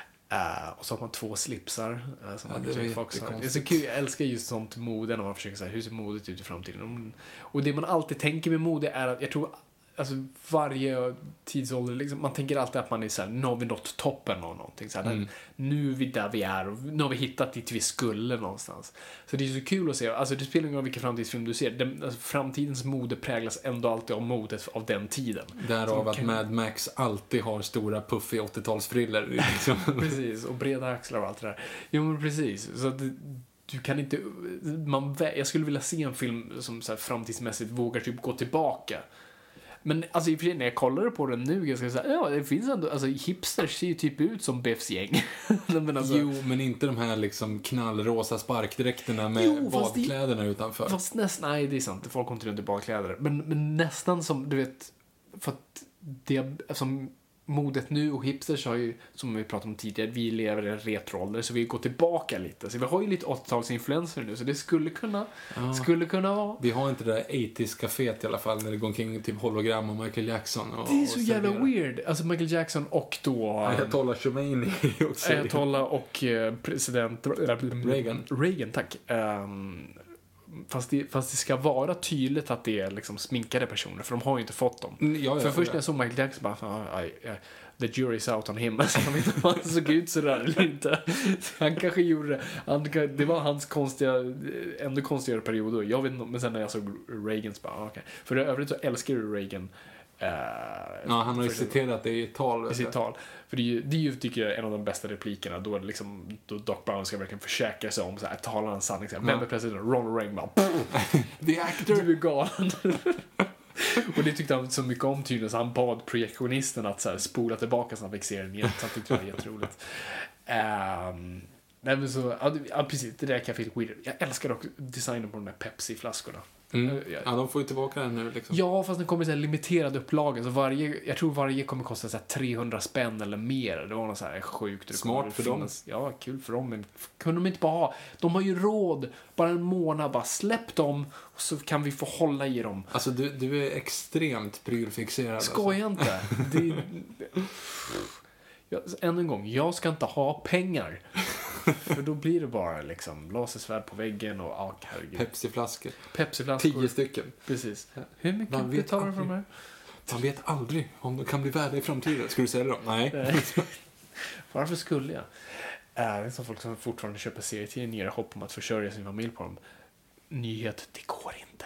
Och så har man 2 slipsar som det är så kul, jag älskar just sånt mode när man försöker säga hur ser modet ut i framtiden. Och det man alltid tänker med mode är att, jag tror, alltså varje tidsålder liksom, man tänker alltid att man är så här, nu har vi nått toppen av någonting så här, nu är vi där vi är och nu har vi hittat dit vi skulle någonstans. Så det är så kul att se, alltså det spelar ingen roll vilken framtidsfilm du ser, alltså, framtidens mode präglas ändå alltid av modet av den tiden. Därav att Mad Max alltid har stora puffiga 80-talsfriller liksom. Precis, och breda axlar och allt det där. Jo, men precis, så att du kan inte, jag skulle vilja se en film som så här, framtidsmässigt vågar typ gå tillbaka. Men alltså i och för sig, när jag kollar på den nu, jag ska säga, ja, det finns ändå, alltså hipsters ser ju typ ut som Biffs gäng. Men alltså, jo, men inte de här liksom knallrosa sparkdräkterna med badkläderna utanför. Fast nej, det är sant, folk kommer inte runt i badkläder. Men nästan som, du vet, för att det, som modet nu och hipsters har ju, som vi pratade om tidigare, vi lever i en retroålder, så vi går tillbaka lite. Så vi har ju lite 80-talsinfluenser nu, så det skulle kunna vara. Vi har inte det där 80s-caféet i alla fall, när det går omkring typ hologram och Michael Jackson. Det är så jävla weird. Alltså Michael Jackson och då Ayatollah Khomeini också. Ayatollah och president Reagan, tack. Fast det ska vara tydligt att det är liksom sminkade personer, för de har ju inte fått dem. För först när jag såg Michael Jackson bara, the jury's out on him. Alltså, jag vet inte om han såg ut sådär eller inte. Han kanske gjorde det. Det var hans ännu konstigare perioder. Jag vet inte, men sen när jag såg Reagan så bara, okej. För övrigt så älskar du Reagan. han har ju citerat det i ett tal. I sitt tal. För det är ju tycker jag, en av de bästa replikerna. Då, då Doc Brown ska verkligen försäkra sig om så här, talar han sanning. Vem är president? Ronald Reagan bara, The actor. du är galen. Och det tyckte han så mycket om tydligen, så han bad projektionisten att så här, spola tillbaka så han fick se den igen. Så han tyckte det var jätteroligt. Nej, men så, ja, precis, det där kan jag feel weird. Jag älskar också designen på de där Pepsi-flaskorna. Ja, de får ju tillbaka den nu liksom. Ja, fast den kommer i så här limiterad upplagen. Så jag tror varje kommer kosta så här 300 spänn eller mer. Det var något så här sjukt. Smart för dem. Ja, kul för dem. Men kunde de inte bara ha... De har ju råd. Bara en månad. Bara släpp dem. Och så kan vi få hålla i dem. Alltså, du är extremt prylfixerad. Skoja inte. Än en gång. Jag ska inte ha pengar. För då blir det bara liksom lasersvärd på väggen och herregud. Pepsi-flaskor. 10 stycken. Precis. Hur mycket betalar du för de här? Man vet aldrig om de kan bli värda i framtiden. Ska du sälja dem? Nej. Varför skulle jag? Det är som folk som fortfarande köper serietidningar hopp om att försörja sin familj på dem. Nyhet, det går inte.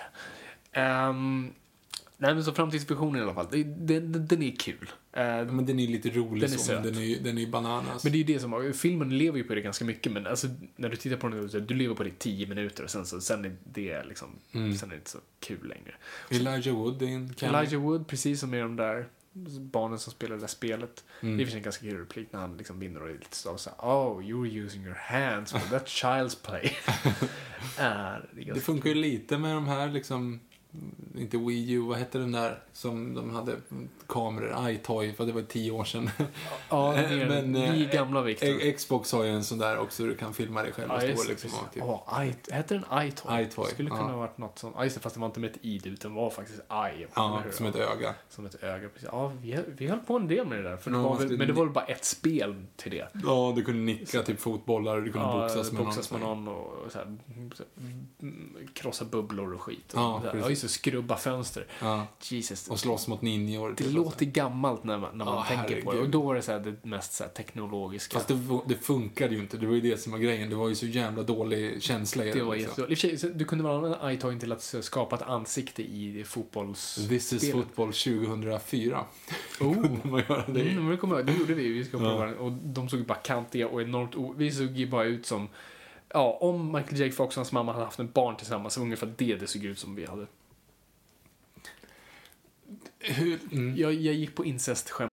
Nej, men så framtidsvisionen i alla fall. Den är kul. Men den är lite rolig. Den är söt. Den är bananas. Men det är ju det som... Filmen lever ju på det ganska mycket. Men alltså, när du tittar på den, du lever på det i 10 minuter. Och sen är det liksom... Sen är det inte så kul längre. Elijah Wood är en Elijah Wood, precis som är de där barnen som spelar det där spelet. Det är för en ganska kul replik när han liksom vinner och är lite så här, oh, you're using your hands for that child's play. Det funkar ju lite med de här liksom... Inte Wii U, vad hette den där som de hade kameror, iToy, för det var 10 år sedan. Ja, men vi är gamla, Victor. Xbox har ju en sån där också, du kan filma dig själv och stå liksom. Hette den iToy? iToy. Skulle kunna ha varit något sånt. Just det, fast det var inte med ett i, utan var faktiskt i. Ja, som ett öga. Som ett öga, precis. Ja, vi höll på en del med det där. För men det var väl bara ett spel till det. Ja, du kunde nicka typ fotbollar och du kunde boxas med någon och så här, krossa bubblor och skit. Ja, just det, skrubba fönster. Ja. Jesus. Och slåss mot ninjor. Det låter gammalt när man tänker på det. Och då var det så här, det mest så här teknologiska. Fast det funkade ju inte. Det var ju det som var grejen. Det var ju så jävla dålig känsla. Det var jättedåligt. Du kunde väl använda iToy till att skapa ett ansikte i fotbollsspelet. This is football 2004. Kunde man göra det? Det gjorde vi. Och de såg bara kantiga och enormt... Vi såg ju bara ut som... Ja, om Michael J. Fox och hans mamma hade haft en barn tillsammans, så ungefär det såg ut som vi hade. Jag gick på incestskämt.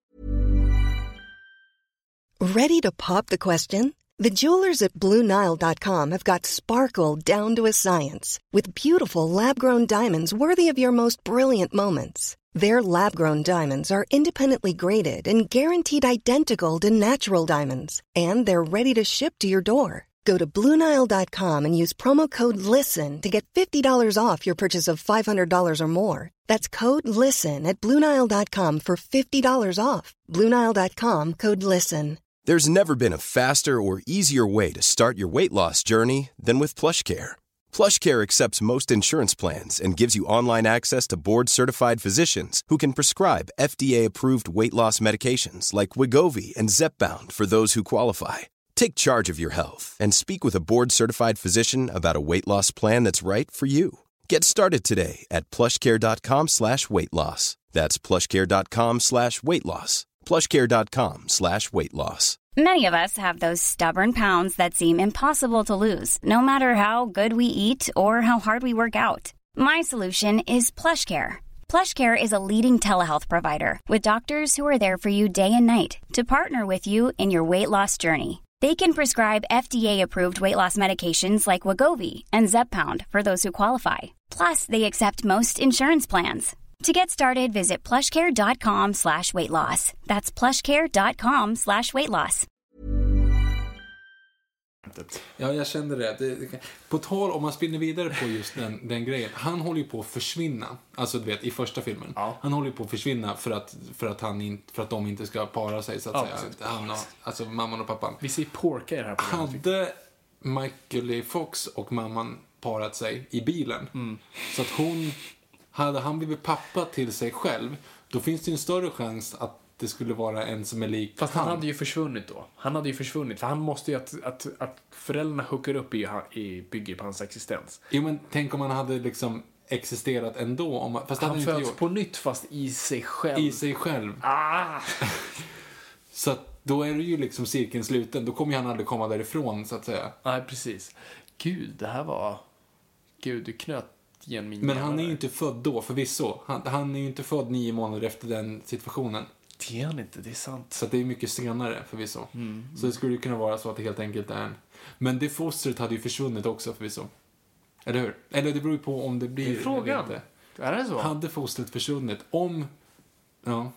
Ready to pop the question? The jewelers at BlueNile.com have got sparkle down to a science with beautiful lab-grown diamonds worthy of your most brilliant moments. Their lab-grown diamonds are independently graded and guaranteed identical to natural diamonds, and they're ready to ship to your door. Go to BlueNile.com and use promo code LISTEN to get $50 off your purchase of $500 or more. That's code LISTEN at BlueNile.com for $50 off. BlueNile.com, code LISTEN. There's never been a faster or easier way to start your weight loss journey than with PlushCare. PlushCare accepts most insurance plans and gives you online access to board-certified physicians who can prescribe FDA-approved weight loss medications like Wegovy and Zepbound for those who qualify. Take charge of your health and speak with a board-certified physician about a weight loss plan that's right for you. Get started today at plushcare.com/weightloss. That's plushcare.com/weightloss. plushcare.com/weightloss. Many of us have those stubborn pounds that seem impossible to lose, no matter how good we eat or how hard we work out. My solution is PlushCare. PlushCare is a leading telehealth provider with doctors who are there for you day and night to partner with you in your weight loss journey. They can prescribe FDA-approved weight loss medications like Wegovy and Zepbound for those who qualify. Plus, they accept most insurance plans. To get started, visit plushcare.com/weightloss. That's plushcare.com/weightloss. Ja, jag kände det. På tal om man spinner vidare på just den grejen. Han håller ju på att försvinna. Alltså du vet, i första filmen. Ja. Han håller ju på att försvinna för att de inte ska para sig så att säga. Han och, alltså mamman och pappan. Vi ser Porka i det här programmet. Hade Michael J. Fox och mamman parat sig i bilen. Så att hade han blivit pappa till sig själv, då finns det ju en större chans att det skulle vara en som är lik. Fast han hade ju försvunnit då. För han måste ju att föräldrarna hookar upp bygger på hans existens. Jo, men tänk om han hade liksom existerat ändå. Fast han inte föds gjort. på nytt fast i sig själv. I sig själv. Så att då är det ju liksom cirkeln sluten. Då kommer han aldrig komma därifrån, så att säga. Nej, precis. Gud, det här var... Gud, du knöt igen min Men hjärna han är ju där. inte född då, förvisso. Han är ju inte född 9 månader efter den situationen. Det är han inte, det är sant. Så att det är mycket senare, förvisso. Så det skulle ju kunna vara så att det helt enkelt är en... Men det fostret hade ju försvunnit också, förvisso. Eller hur? Eller det beror ju på om det blir... Det är frågan. eller inte. Är det så? Hade fostret försvunnit? Om... Ja.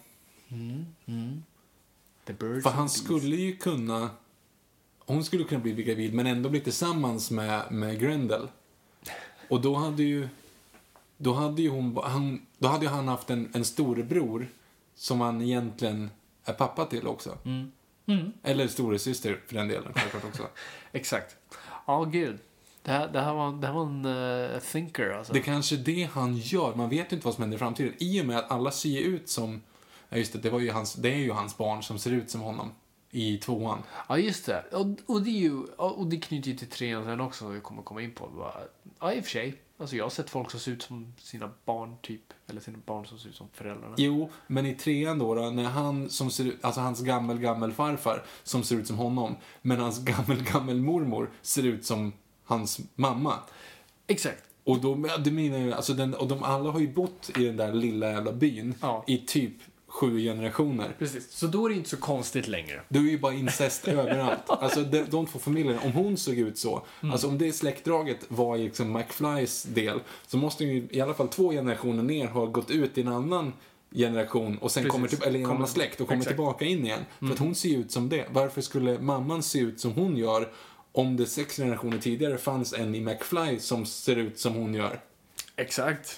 The birds För and han bees. skulle ju kunna... Hon skulle kunna bli gravid, men ändå bli tillsammans med Grendel. Och då hade ju... Då hade ju han haft en storebror som han egentligen är pappa till också. Eller storesyster för den delen, självklart också. Exakt. Ja, gud. Det här var en thinker, alltså. Det är kanske det han gör. Man vet ju inte vad som händer i framtiden. I och med att alla ser ut som... Ja, just det. Det är ju hans barn som ser ut som honom i 2:an. Ja, just det. Och det är ju... Och det knyter ju till 3:an sen också, vi kommer komma in på. Ja, i och för sig. Alltså, jag har sett folk som ser ut som sina barn, typ. Eller sina barn som ser ut som föräldrarna. Jo, men i 3:an då, när han som ser ut... Alltså hans gammel farfar som ser ut som honom. Men hans gammel mormor ser ut som hans mamma. Exakt. Och då, det menar jag, alltså och de alla har ju bott i den där lilla jävla byn i typ 7 generationer. Precis. Så då är det inte så konstigt längre. Det är ju bara incest överallt. Alltså de två familjerna, om hon såg ut så, alltså om det släktdraget var liksom McFlys del, så måste ju i alla fall 2 generationer ner ha gått ut i en annan generation och sen kommer eller i en annan släkt och kommer tillbaka in igen. För att hon ser ju ut som det. Varför skulle mamman se ut som hon gör om det 6 generationer tidigare fanns en i McFly som ser ut som hon gör? Exakt.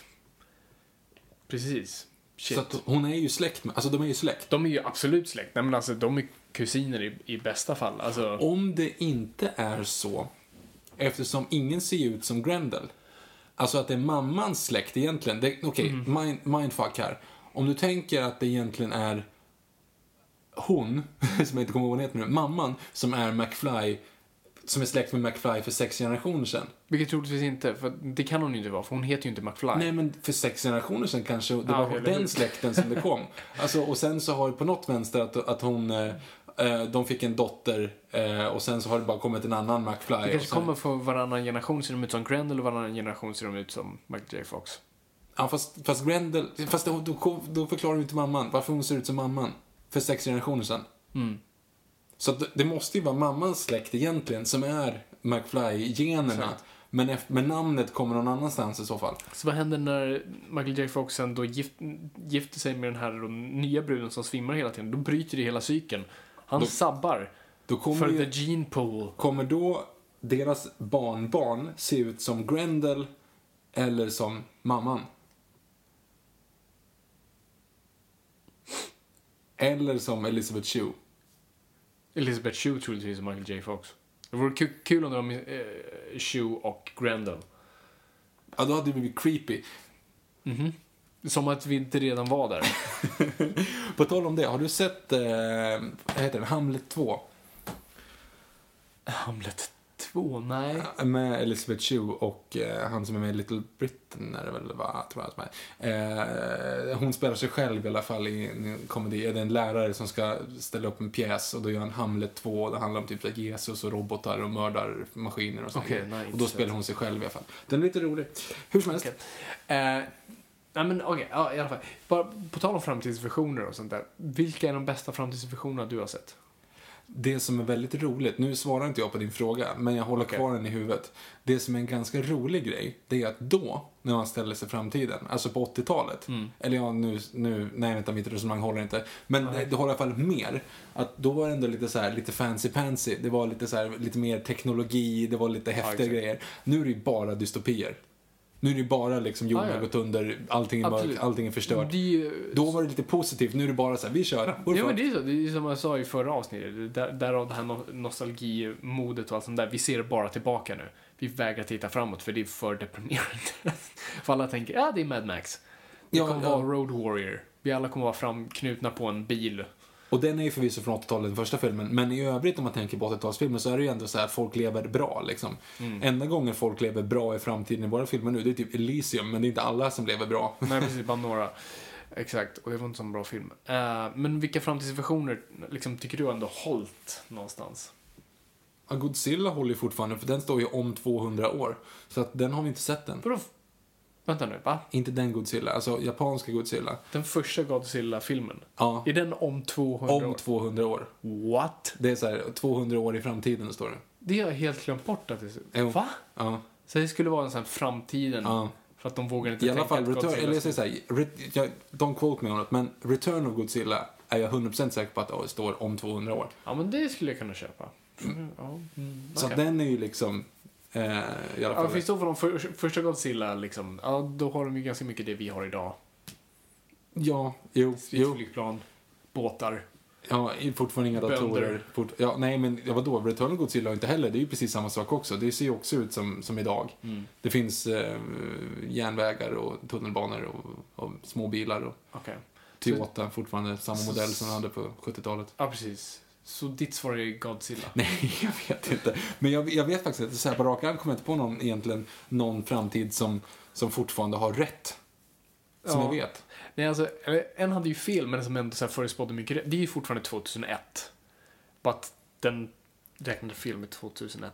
Precis. Shit. Så att hon är ju släkt med, alltså de är ju släkt. De är ju absolut släkt. Nej, men alltså, de är kusiner i bästa fall. Alltså... Om det inte är så, eftersom ingen ser ut som Grendel, alltså att det är mammans släkt egentligen. Okej, mindfuck här. Om du tänker att det egentligen är hon, som jag inte kommer ihåg vad hon heter nu, mamman som är McFly, som är släkt med McFly för 6 generationer sedan. Vilket troligtvis inte, för det kan hon ju inte vara, för hon heter ju inte McFly. Nej, men för 6 generationer sedan kanske det var den släkten som det kom. Alltså, och sen så har det på något vänster att hon... de fick en dotter och sen så har det bara kommit en annan McFly. Det kanske kommer för varannan generation ser de ut som Grendel och varannan generation ser de ut som Michael J. Fox. Ja, fast Grendel... Fast då förklarar du inte mamman varför hon ser ut som mamman för 6 generationer sedan. Så det måste ju vara mammans släkt egentligen som är McFly-generna. Men namnet kommer någon annanstans i så fall. Så vad händer när Michael J. Fox sen då gifter sig med den här nya bruden som svimmar hela tiden? Då bryter det hela cykeln. Han sabbar för the gene pool. Kommer då deras barnbarn se ut som Grendel eller som mamman? Eller som Elizabeth Shue? Elizabeth Shue troligtvis som Michael J. Fox. Det vore kul om det var Shue och Grendel. Ja, då hade det blivit creepy. Som att vi inte redan var där. På tal om det, har du sett vad heter det? Hamlet 2? Hamlet 2? Nej. Med Elizabeth Shue och han som är med i Little Britain är det väl, tror jag som är. Hon spelar sig själv i alla fall i en komedi. Det är en lärare som ska ställa upp en pjäs och då gör han Hamlet 2. Det handlar om typ så Jesus och robotar och mördarmaskiner och sånt. Okay, och då spelar hon sig själv i alla fall. Den är lite rolig. Hur som helst. Nej, men okej, ja, i alla fall. Bara på tal om framtidsvisioner och sånt där. Vilka är de bästa framtidsvisionerna du har sett? Det som är väldigt roligt, nu svarar inte jag på din fråga, men jag håller kvar den i huvudet. Det som är en ganska rolig grej, det är att då, när man ställer sig framtiden, alltså på 80-talet, eller ja, nu nej, vänta, mitt resonemang håller inte, men det håller i alla fall mer, att då var det ändå lite så här, lite fancy-pansy, det var lite så här, lite mer teknologi, det var lite häftiga grejer. Nu är det ju bara dystopier. Nu är det bara liksom jorden har gått under, allting är förstört. Då var det lite positivt, nu är det bara så här, vi kör. Ja, men det är så. Det är som jag sa i förra avsnittet. Därav det här nostalgimodet och allt sånt där. Vi ser bara tillbaka nu. Vi vägrar titta framåt för det är för deprimerande. För alla tänker, det är Mad Max. Vi kommer vara Road Warrior. Vi alla kommer vara framknutna på en bil. Och den är ju förvisso från 80-talet, den första filmen. Men i övrigt, om man tänker på 80-talsfilmer, så är det ju ändå så här att folk lever bra, liksom. Enda gången folk lever bra i framtiden i våra filmer nu, det är typ Elysium, men det är inte alla som lever bra. Nej, precis, bara några. Exakt, och det var inte så bra film. Men vilka framtidsversioner liksom, tycker du ändå hållt någonstans? Ja, Godzilla håller ju fortfarande, för den står ju om 200 år. Så att den har vi inte sett än. Vadå? Vänta nu, va? Inte den Godzilla, alltså japanska Godzilla. Den första Godzilla-filmen? Ja. Är den om 200 år? Om 200 år. What? Det är så här, 200 år i framtiden står det. Det har jag helt glömt bort att det Jo. Va? Ja. Så det skulle vara en sån här framtiden. Ja. För att de vågar inte I alla tänka fall, att Return, Godzilla eller jag säger så här, don't quote me on it, men Return of Godzilla är jag 100% säker på att det står om 200 år. Ja, men det skulle jag kunna köpa. Så okej. den är ju liksom, i alla Ja, fall. finns det för de första Godzilla, liksom, ja, då har de ju ganska mycket det vi har idag. Ja, jo. Flygplan, båtar. Ja, fortfarande inga datorer. Ja, nej, men vadå? Return of Godzilla inte heller. Det är ju precis samma sak också. Det ser ju också ut som idag. Det finns järnvägar och tunnelbanor och små bilar och Okej. Toyota, fortfarande samma modell som de hade på 70-talet. Ja, precis. Så ditt svar är Godzilla? Nej, jag vet inte. Men jag vet faktiskt att så här på rak arm kommer jag inte på någon framtid som fortfarande har rätt. Som jag vet. Nej, alltså, en hade ju fel, men som ändå så här förespådde mycket rätt. Det är ju fortfarande 2001. But den räknade fel med 2001.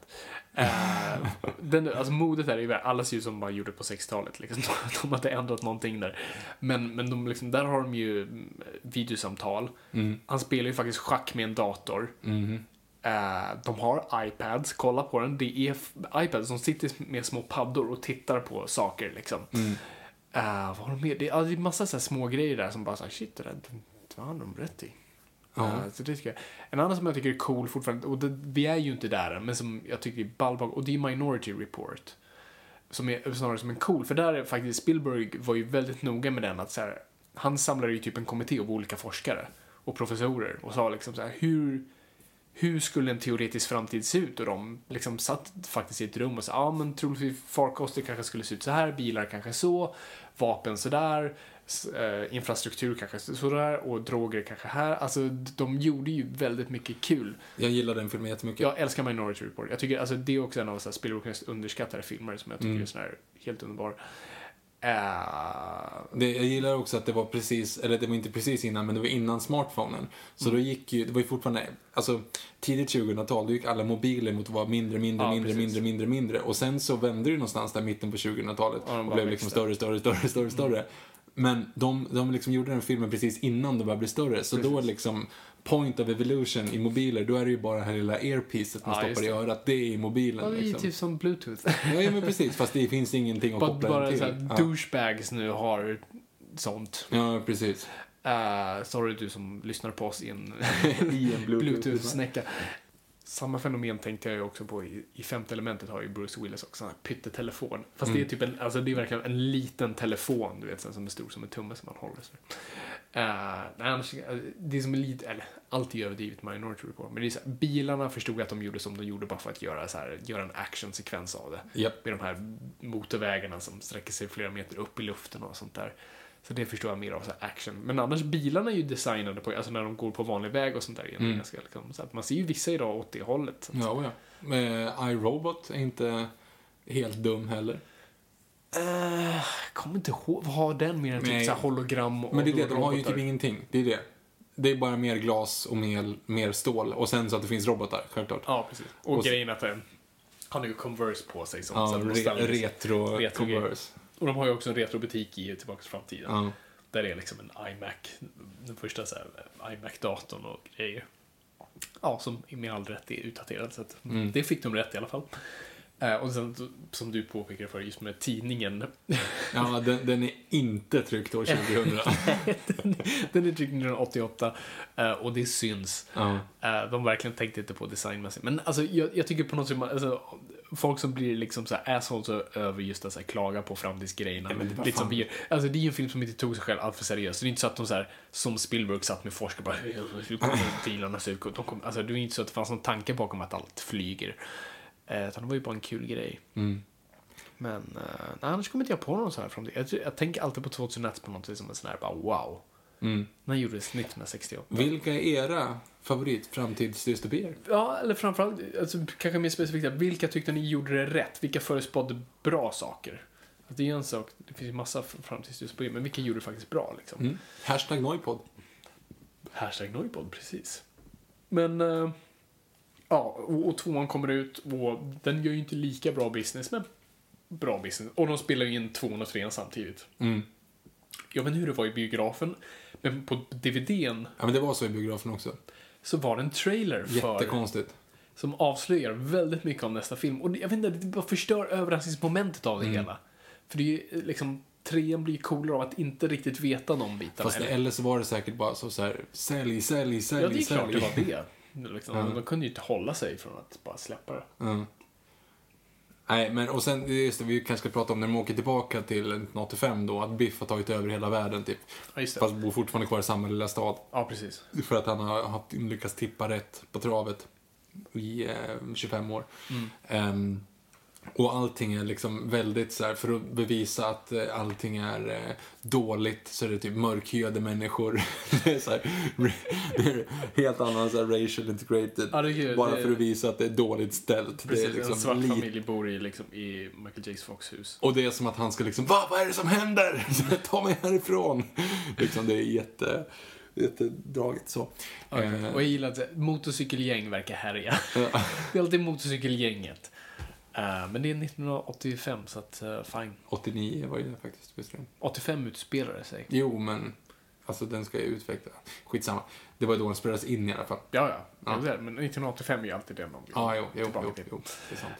Alltså modet är ju alla ser ju som bara gjorde på 60-talet. Liksom. De har inte ändrat någonting där. Men de, liksom, där har de ju videosamtal. Han spelar ju faktiskt schack med en dator. De har iPads, kolla på den. Det är iPads som sitter med små paddor och tittar på saker liksom. Vad har de med? Det är massa så här små grejer där som bara så här, shit, det har de rätt i. Så det tycker jag. En annan som jag tycker är cool fortfarande, och vi är ju inte där än, men som jag tycker är ballbag, och det är Minority Report. Som är snarare som en cool, för där är faktiskt Spielberg var ju väldigt noga med den, att så här, han samlade ju typ en kommitté av olika forskare och professorer och sa liksom så här, hur skulle en teoretisk framtid se ut? Och de liksom satt faktiskt i ett rum och sa, ja men troligtvis farkoster kanske skulle se ut så här, bilar kanske så, vapen så där, infrastruktur kanske så där, och droger kanske här. Alltså de gjorde ju väldigt mycket kul. Jag gillar den filmen jättemycket. Jag älskar Minority Report. Jag tycker alltså det är också en av Spielbergs mest underskattade filmer som jag tycker är sån här helt underbar. Jag gillar också att det var precis, eller det var inte precis innan, men det var innan smartphonen. Så då gick ju, det var ju fortfarande, alltså tidigt 2000-tal, då gick alla mobiler mot att vara mindre. Och sen så vände det någonstans där mitten på 2000-talet och blev liksom större. Men de liksom gjorde den filmen precis innan de började bli större. Så då liksom point of evolution i mobiler, då är det ju bara det här lilla earpiecet man stoppar i örat. Det är i mobilen. Ja, det är liksom. typ som Bluetooth. Ja, men precis. Fast det finns ingenting att koppla bara den till. Bara douchebags nu har sånt. Ja, precis. Sorry du som lyssnar på oss i en Bluetooth-snäcka. Samma fenomen tänkte jag ju också på i Femte elementet har ju Bruce Willis också en pyttetelefon. Fast det är typ alltså det är verkligen en liten telefon, du vet, som är stor som en tumme som man håller så. Det som är lite, eller alltid överdrivet Minority Report, men det är så här, bilarna förstod att de gjorde som de gjorde bara för att göra en actionsekvens av det. Yep. Med de här motorvägarna som sträcker sig flera meter upp i luften och sånt där. Så det förstår jag mer av så här action. Men annars, bilarna är ju designade på, alltså när de går på vanlig väg och sånt där. Ganska, så att man ser ju vissa idag åt det hållet. Ja. iRobot är inte helt dum heller. Kommer inte ihåg, vad har den mer än typ så här hologram och men det är det, de har ju robotar? typ ingenting. Det är det. Det är bara mer glas och mer stål. Och sen så att det finns robotar, självklart. Ja, precis. Och grejen att han har ju Converse på sig. Som retro Converse. Och de har ju också en retrobutik i Tillbaka till framtiden. Ja. Där det är liksom en iMac. Den första så här, iMac-datorn och grejer. Ja, som med all rätt är utdaterad. Så att det fick de rätt i alla fall. Och sen, som du påpekar för just med tidningen. Ja, den är inte tryckt år 2000. Den är tryckt 1988 och det syns. De verkligen tänkte inte på designmässigt. Men alltså, jag tycker på något sätt, alltså, folk som blir liksom så här assholes över just att så här, klaga på framtidsgrejerna. Liksom, alltså, det är ju en film som inte tog sig själv allt för seriöst. Det är inte så att de så här, som Spielberg satt med forskare bara, hur kommer bilarna se ut? Alltså, det är inte så att det fanns någon tanke bakom att allt flyger. Utan det var ju bara en kul grej. Men annars kommer inte jag på någon sån här framtid. Jag tänker alltid på 2001 på något som är sån här bara wow. Den gjordes 1968. Vilka är era favoritframtidsdystopier? Ja, eller framförallt, alltså, kanske mer specifikt, vilka tyckte ni gjorde det rätt? Vilka förespådde bra saker? Alltså, det är en sak, det finns ju massa framtidsdystopier, men vilka gjorde det faktiskt bra liksom? #Noipod. #Noipod, precis. Men, ja, och 2:an kommer ut och den gör ju inte lika bra business, men bra business. Och de spelar ju in 2:an och 3:an samtidigt. Jag vet inte hur det var i biografen, men på DVD:n... Ja, men det var så i biografen också. Så var det en trailer Jättekonstigt. som avslöjar väldigt mycket om nästa film. Och jag vet inte, det bara förstör överraskningsmomentet av det hela. För det är ju liksom... 3:an blir coolare av att inte riktigt veta de bitarna. Fast eller så var det säkert bara så här: sälj. Ja, det är klart det var det. Liksom, de kunde ju inte hålla sig från att bara släppa det. Nej, men och sen, just det, vi kanske ska prata om när de åker tillbaka till 1985 då, att Biff har tagit över hela världen typ. Ja, just det. Fast bor fortfarande kvar i samma lilla stad. Ja, precis. För att han har lyckats tippa rätt på travet i 25 år. Och allting är liksom väldigt så här, för att bevisa att allting är dåligt, så är det typ mörkhyade människor. Det är så här, det är helt annan så här racial integrated. Ja, bara för att visa att det är dåligt ställt. Precis, det är liksom en svart familj bor i Michael J. Fox hus. Och det är som att han ska liksom, vad är det som händer? Ta mig härifrån. Liksom, det är jättedraget så. Okay. Och jag gillar att motorcykelgäng verkar härja. Det är alltid motorcykelgänget. Men det är 1985, så att fine. 89 var ju det faktiskt. 85 utspelade sig. Jo, men alltså den ska ju utveckla. Skitsamma. Det var då den spelades in i alla fall. Ja. Men 1985 är ju alltid den. Jo, det är sant.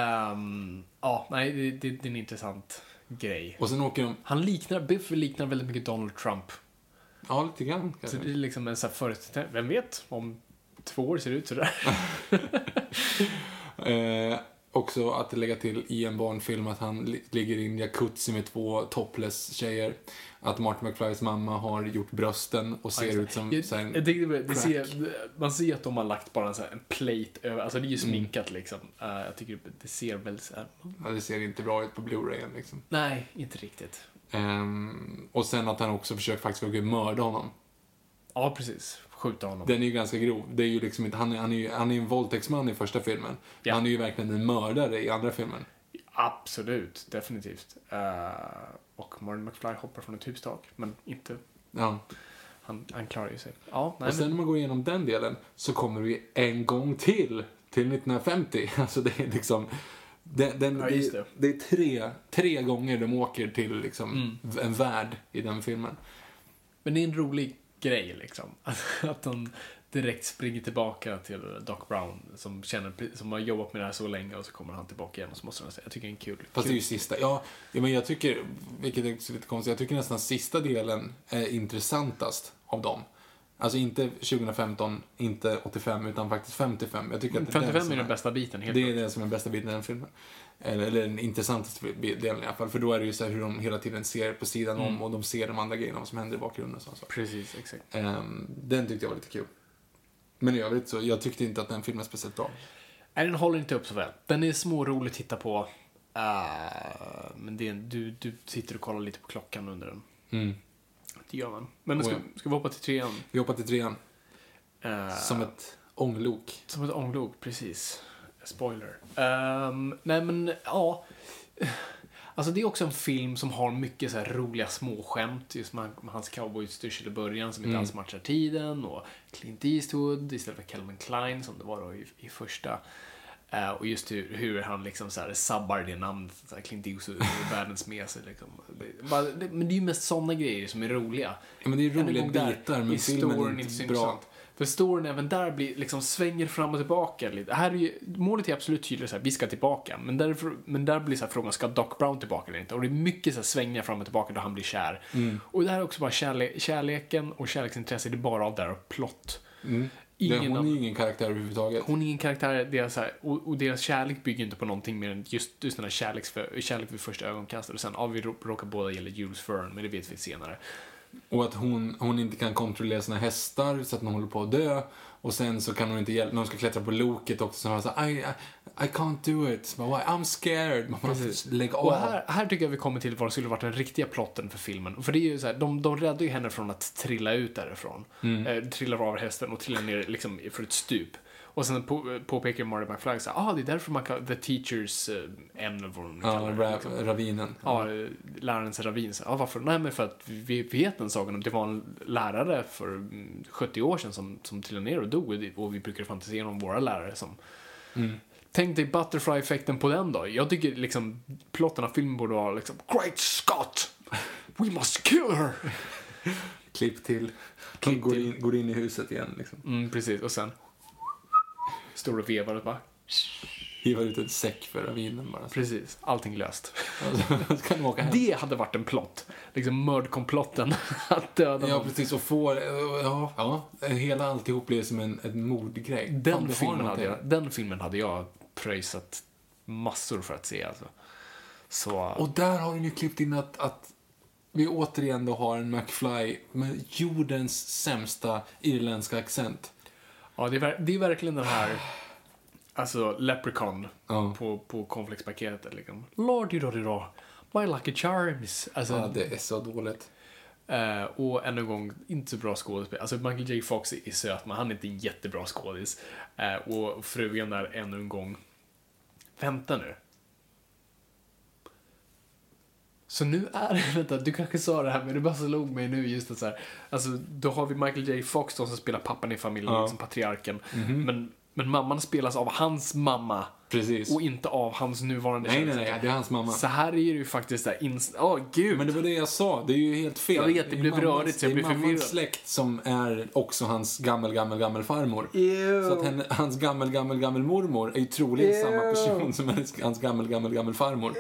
Ja, nej, det är en intressant grej. Och sen åker de... Biff liknar väldigt mycket Donald Trump. Ja, lite grann. Så det är liksom en sån här föreställning. Vem vet, om 2 år ser det ut sådär. Också att lägga till i en barnfilm att han ligger i en jacuzzi med 2 topless tjejer. Att Martin McFlys mamma har gjort brösten och ser ut som man ser att de har lagt bara en plate över. Alltså det är ju sminkat liksom. Jag tycker det ser väldigt så här. Ja, det ser inte bra ut på Blu-rayen liksom. Nej, inte riktigt. Och sen att han också försöker mörda honom. Ja, precis. Skjuta honom. Den är ju ganska grov. Det är ju liksom inte, han är en våldtäktsman i första filmen. Ja. Han är ju verkligen en mördare i andra filmen. Absolut, definitivt. Och Martin McFly hoppar från ett hustak, men inte... Ja. Han klarar ju sig. Ja, nej, och sen när man går igenom den delen så kommer vi en gång till 1950. Alltså det är liksom... Det är 3 gånger de åker till liksom en värld i den filmen. Men det är en rolig grej liksom. Att de direkt springer tillbaka till Doc Brown som har jobbat med det här så länge, och så kommer han tillbaka igen och så måste han säga, jag tycker det är en kul. Fast det är ju sista. Ja, men jag tycker, vilket är lite konstigt, jag tycker nästan sista delen är intressantast av dem. Alltså inte 2015, inte 85, utan faktiskt 55. Jag tycker att 55 är den bästa biten. Helt det är den som är den bästa biten i den filmen. Eller den intressantaste delen i alla fall. För då är det ju så här hur de hela tiden ser på sidan om och de ser de andra grejerna som händer i bakgrunden. Så. Precis, exakt. Den tyckte jag var lite kul. Men i övrigt så, jag tyckte inte att den filmen är speciellt bra. Nej, den håller inte upp så väl. Den är smårolig att titta på. Men du sitter och kollar lite på klockan under den. Det gör man. Men ska vi hoppa till 3:an? Vi hoppar till 3:an. Som ett ånglok. Som ett ånglok, precis. Spoiler. Nej, men ja. Alltså det är också en film som har mycket så här roliga småskämt. Just med hans cowboystyrsel i början som inte alls matchar tiden. Och Clint Eastwood istället för Calvin Klein som det var då i första. Och just hur han liksom så här sabbar det namnet. Så här, Clint Eastwood är världens med sig liksom. Men det är ju mest sådana grejer som är roliga. Ja, men det är roliga bitar, men filmen är inte bra. För storyn även där blir liksom svänger fram och tillbaka lite. Här är ju, målet är absolut tydligt så här, vi ska tillbaka. Men där blir så här frågan, ska Doc Brown tillbaka eller inte? Och det är mycket så här svängningar fram och tillbaka då han blir kär. Och det här är också bara kärleken och kärleksintresse, det är bara av där och plott. Hon är ju ingen karaktär överhuvudtaget. Hon är ingen karaktär, det är så här, och deras kärlek bygger inte på någonting mer än just den här kärlek vid första ögonkastet. Och sen, vi råkar båda gälla Jules Verne, men det vet vi senare. Och att hon inte kan kontrollera sina hästar så att de håller på att dö. Och sen så kan hon inte hjälpa, när hon ska klättra på loket också, så hon så I can't do it. But why? I'm scared. Man måste lägga av. Och här tycker jag vi kommer till vad det skulle varit den riktiga plotten för filmen. För det är ju så här, de räddar ju henne från att trilla ut därifrån. Trillar av hästen och trillar ner liksom för ett stup. Och sen påpekar Marty McFly så det är därför man kallar the teachers eller vad de kallar det. Liksom. Ravinen. Ja, lärarens ravin. Så, varför? Nej, men för att vi vet den sagan. Det var en lärare för 70 år sedan som trillade ner och dog. Och vi brukar fantisera om våra lärare som... Tänk dig butterfly-effekten på den då. Jag tycker liksom plotten av filmen borde vara liksom Great Scott! We must kill her! Klipp till. Hon går in i huset igen liksom. Precis, och sen står och vevar och bara hivar ut en säck för ravinen bara. Precis, allting löst. Så kan de åka hem. Det hade varit en plott. Liksom mördkomplotten att döda Ja, någon. precis. Och få... Ja. Hela alltihop blir som en mordgrej. Den filmen hade jag pröjsat massor för att se alltså. Så... Och där har de ju klippt in att vi återigen då har en McFly med jordens sämsta irländska accent. Ja, det är verkligen den här alltså Leprechaun på cornflakespaketet liksom. Lordy då. My lucky charms. Alltså, ja, det är så dåligt. Och ännu en gång inte så bra skådespel. Alltså Michael J. Fox är söt, men han är inte en jättebra skådis. Och frugan där ännu en gång. Vänta nu. Så nu är det, vänta, du kanske sa det här, men det bara slog mig nu just att så här, alltså då har vi Michael J. Fox då, som spelar pappan i familjen, liksom patriarken. Men mamman spelas av hans mamma. Precis. Och inte av hans nuvarande Nej, det är hans mamma. Så här är det ju faktiskt där gud. Men det var det jag sa, det är ju helt fel. Jag vet, det blev rörigt så jag blev förvirrad. Det är mammans släkt som är också hans gammel farmor. Så att hans gammel mormor är ju troligen samma person som är hans gammel farmor.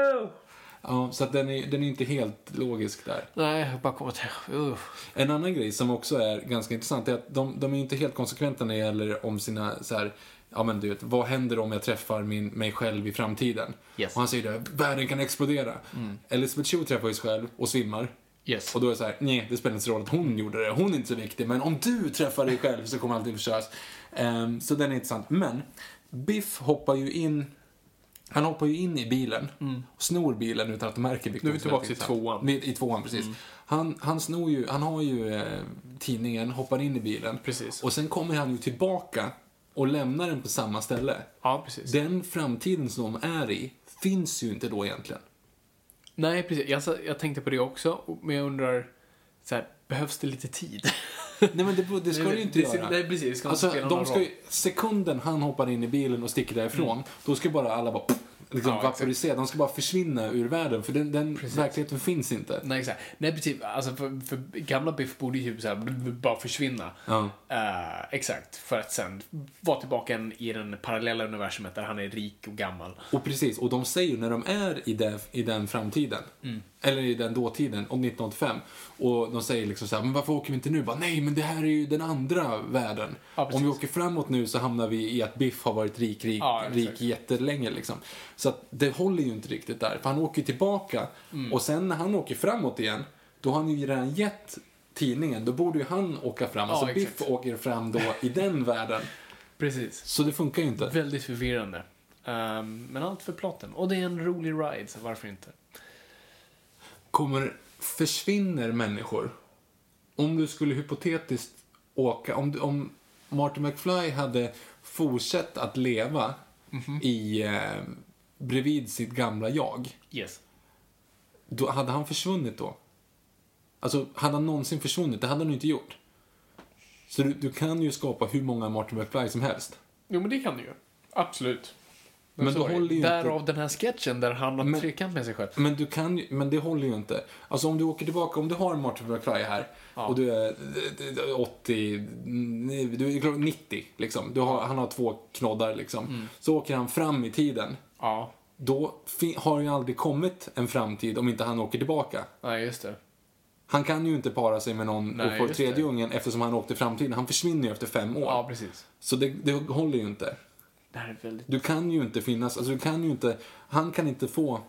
Ja, så att den är inte helt logisk där. Nej, jag bara kommer till. En annan grej som också är ganska intressant är att de är inte helt konsekventa när det gäller om sina så här, ja men du vet, vad händer om jag träffar mig själv i framtiden? Yes. Och han säger det, världen kan explodera. Elizabeth Shue träffar ju sig själv och svimmar. Yes. Och då är det så här, nej, det spelar inte så roll att hon gjorde det. Hon är inte så viktig, men om du träffar dig själv så kommer allting förstöras. Så den är intressant. Men Biff hoppar ju in. Han hoppar ju in i bilen och snor bilen utan att de märker. Nu är vi tillbaka i tvåan. I tvåan, precis. Han snor ju, han har ju tidningen, hoppar in i bilen. Precis. Och sen kommer han ju tillbaka och lämnar den på samma ställe. Ja, precis. Den framtiden som de är i finns ju inte då egentligen. Nej, precis. Jag tänkte på det också, men jag undrar så här, behövs det lite tid? Nej, men det ska du inte göra. Nej, precis. Det ska alltså, inte spela någon roll. Sekunden han hoppar in i bilen och sticker därifrån, då ska bara alla bara liksom vaporisera. De ska bara försvinna ur världen, för den verkligheten finns inte. Nej, exakt. Nej, precis. Alltså, för gamla Biff borde ju typ så här, bara försvinna. Exakt. För att sen vara tillbaka i den parallella universumet där han är rik och gammal. Och precis. Och de säger när de är i den framtiden, eller i den dåtiden, om 1985, och de säger liksom så här, men varför åker vi inte nu? Bara, nej, men det här är ju den andra världen. Ja, om vi åker framåt nu så hamnar vi i att Biff har varit rik jättelänge liksom. Så att det håller ju inte riktigt där. För han åker tillbaka och sen när han åker framåt igen, då har han ju redan gett tidningen. Då borde ju han åka fram. Alltså Biff åker fram då i den världen. Precis. Så det funkar ju inte. Väldigt förvirrande. Men allt för plotten. Och det är en rolig ride, så varför inte? Försvinner människor? Om du skulle hypotetiskt åka, om Marty McFly hade fortsatt att leva bredvid sitt gamla jag. Yes. Då hade han försvunnit då. Alltså, hade han någonsin försvunnit? Det hade han inte gjort. Så du kan ju skapa hur många Marty McFly som helst. Jo, men det kan du ju. Absolut. Men då håller ju därav inte... den här sketchen där han har trekant med sig själv. Men det håller ju inte. Alltså om du åker tillbaka, om du har Marty McFly här och du är 80, du är 90 liksom. Han har 2 knoddar liksom. Så åker han fram i tiden. Ja. Då har ju aldrig kommit en framtid om inte han åker tillbaka. Nej, just det. Han kan ju inte para sig med någon och få tredje ungen eftersom han åkte i framtiden. Han försvinner ju efter 5 år. Ja, precis. Så det håller ju inte. Det här är väldigt... Du kan ju inte finnas, alltså han kan inte få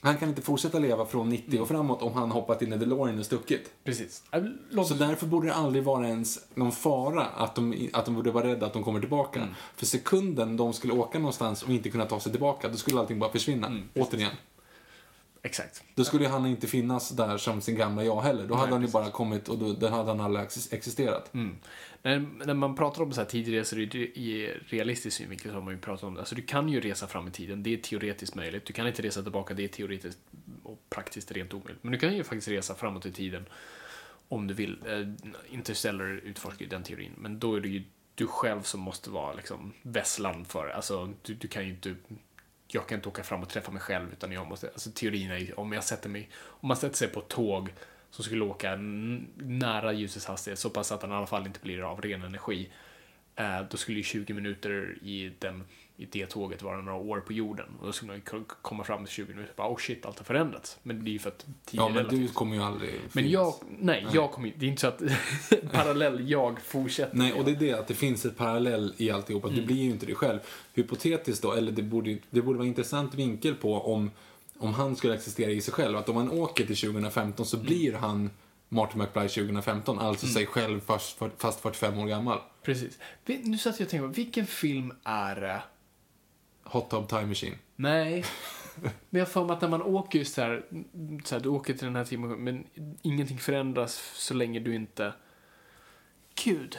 Han kan inte fortsätta leva från 90 och framåt om han hoppat in i DeLorean och stuckit. Precis. Så därför borde det aldrig vara ens någon fara att de borde vara rädda att de kommer tillbaka. För sekunden de skulle åka någonstans och inte kunna ta sig tillbaka, då skulle allting bara försvinna. Återigen. Exakt. Då skulle han inte finnas där som sin gamla jag heller. Då hade han ju bara kommit och då hade han aldrig existerat. När man pratar om så här tidsresor i realistisk synvinkel så har man ju pratat om det. Alltså du kan ju resa fram i tiden, det är teoretiskt möjligt. Du kan inte resa tillbaka, det är teoretiskt och praktiskt rent omöjligt. Men du kan ju faktiskt resa framåt i tiden om du vill. Interstellar utforskar ju den teorin. Men då är det ju du själv som måste vara liksom vässlan för. Alltså du kan ju inte... Jag kan inte åka fram och träffa mig själv utan jag måste... Alltså teorin är ju, om man sätter sig på ett tåg som skulle åka nära ljusets hastighet så pass att den i alla fall inte blir av ren energi, då skulle ju 20 minuter i det tåget vara några år på jorden. Och då skulle man ju komma fram till 20 minuter och bara, oh shit, allt har förändrats. Men det är ju för att tiden men du kommer ju aldrig finnas. Men jag kommer det är inte så att parallell jag fortsätter. Nej, och det är det att det finns ett parallell i alltihop. Att du blir ju inte det själv. Hypotetiskt då, eller det borde vara intressant vinkel på om han skulle existera i sig själv. Att om han åker till 2015 så blir han Marty McFly 2015, alltså sig själv fast 45 år gammal. Precis. Nu satt jag och tänkte, vilken film är det? Hot Tub Time Machine. Nej. Men jag får mig att när man åker just så här, du åker till den här timmen, men ingenting förändras så länge du inte... Gud.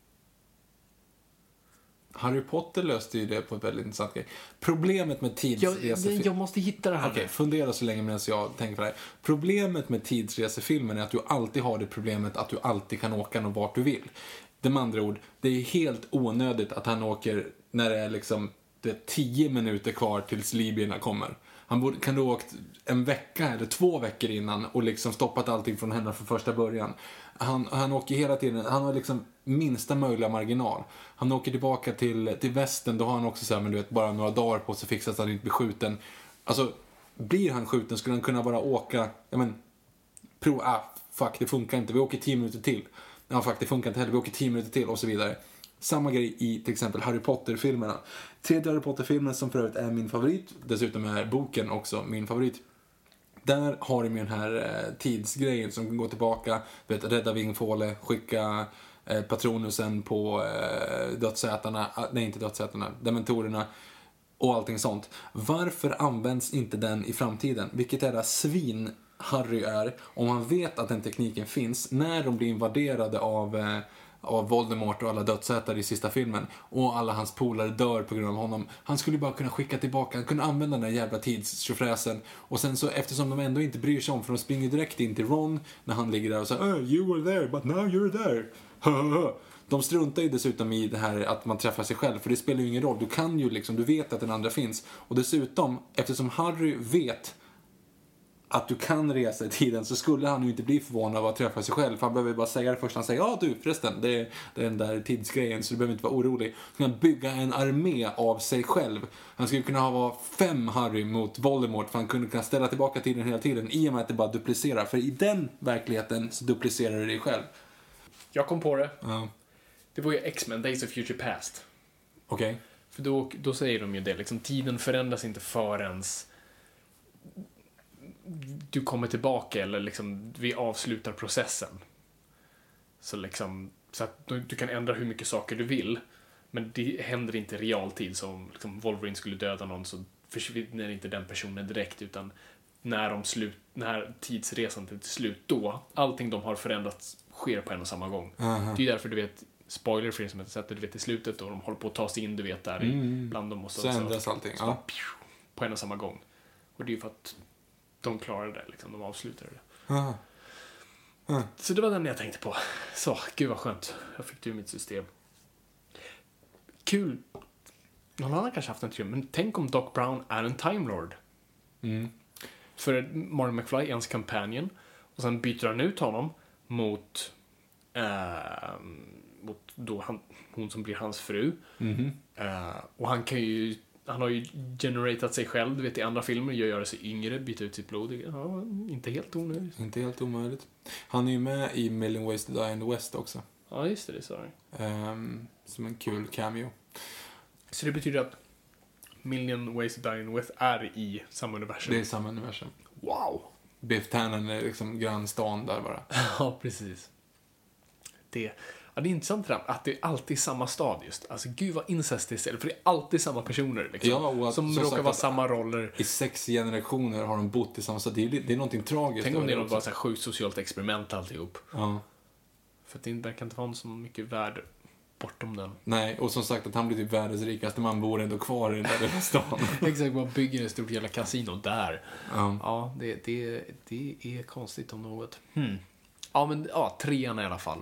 Harry Potter löste ju det på ett väldigt intressant grej. Problemet med tidsresefilm... Jag måste hitta det här. Okej, fundera så länge medan jag tänker på det här. Problemet med tidsresefilmen är att du alltid har det problemet att du alltid kan åka någon vart du vill. Det med andra ord, det är helt onödigt att han åker när det är liksom 10 minuter kvar tills libyerna kommer. Han kan då åkt en vecka eller 2 veckor innan och liksom stoppat allting från henne från första början. Han åker hela tiden, han har liksom minsta möjliga marginal. Han åker tillbaka till västen, då har han också så här, men du vet, bara några dagar på sig fixat så att han inte blir skjuten. Alltså, blir han skjuten skulle han kunna bara åka, fuck, det funkar inte, vi åker 10 minuter till. Ja, fuck, det funkar inte heller, vi åker 10 minuter till och så vidare. Samma grej i till exempel Harry Potter-filmerna. 3:e Harry Potter-filmen som för övrigt är min favorit, dessutom är boken också min favorit. Där har de ju den här tidsgrejen som kan gå tillbaka, rädda Vingfåle, skicka Patronusen på dödsätarna, nej inte dödsätarna, dementorerna och allting sånt. Varför används inte den i framtiden? Vilket är det svin Harry är, om man vet att den tekniken finns när de blir invaderade av Voldemort och alla dödsätare i sista filmen och alla hans polare dör på grund av honom. Han skulle bara kunna skicka tillbaka, han kunde använda den där jävla tidstjofräsen och sen så, eftersom de ändå inte bryr sig om, för de springer direkt in till Ron när han ligger där och säger you were there but now you're there. De struntar ju dessutom i det här att man träffar sig själv, för det spelar ju ingen roll. Du kan ju liksom, du vet att den andra finns. Och dessutom, eftersom Harry vet att du kan resa i tiden, så skulle han ju inte bli förvånad av att träffa sig själv. För han behöver bara säga det först. Han säger, ja du förresten, det är den där tidsgrejen, så du behöver inte vara orolig. Han kan bygga en armé av sig själv. Han skulle kunna ha 5 Harry mot Voldemort, för han kunde kunna ställa tillbaka tiden hela tiden, i och med att det bara duplicerar. För i den verkligheten så duplicerar du dig själv. Jag kom på det. Ja. Det var ju X-Men, Days of Future Past. Okej. För då säger de ju det, liksom, tiden förändras inte förrän du kommer tillbaka, eller liksom vi avslutar processen. Så liksom, så att du kan ändra hur mycket saker du vill, men det händer inte i realtid. Så om liksom Wolverine skulle döda någon, så försvinner inte den personen direkt, utan när tidsresan till slut, då allting de har förändrats sker på en och samma gång. Uh-huh. Det är därför, du vet, spoiler för er som inte sett det, du vet, i slutet då de håller på att ta sig in, du vet, där bland dem, och så ändras allting. Så bara, på en och samma gång. Och det är ju för att de klarade det, liksom, de avslutade det. Uh-huh. Så det var den jag tänkte på. Så, gud vad skönt. Jag fick det ur mitt system. Kul. Någon annan kanske haft en teori, men tänk om Doc Brown är en Time Lord. För Marty McFly är hans companion, och sen byter han ut honom mot då hon som blir hans fru. Och han har ju generatat sig själv, du vet, i andra filmer, göra sig yngre, byta ut sitt blod. Ja, inte helt onödigt. Inte helt omöjligt. Han är ju med i Million Ways to Die in the West också. Ja, just det, sorry. Som en kul cameo. Så det betyder att Million Ways to Die in the West är i samma universum. Det är samma universum. Wow! Biff Tannen är liksom grannstan där bara. Ja, precis. Det är intressant att det är alltid samma stad just. Alltså gud vad incest är, för det är alltid samma personer liksom, Ja, och som råkar vara samma roller. I 6 generationer har de bott i samma stad. Det är någonting tragiskt. Tänk om det är något bara så här sjukt socialt experiment alltihop. Ja. För att det verkar inte vara så mycket värde bortom den. Nej, och som sagt att han blir typ världens rikaste man, bor ändå kvar i den där lilla stan. Exakt, man bygger ett stort jävla kasino där. Ja. Ja, det är konstigt om något. Ja, men 3:an i alla fall.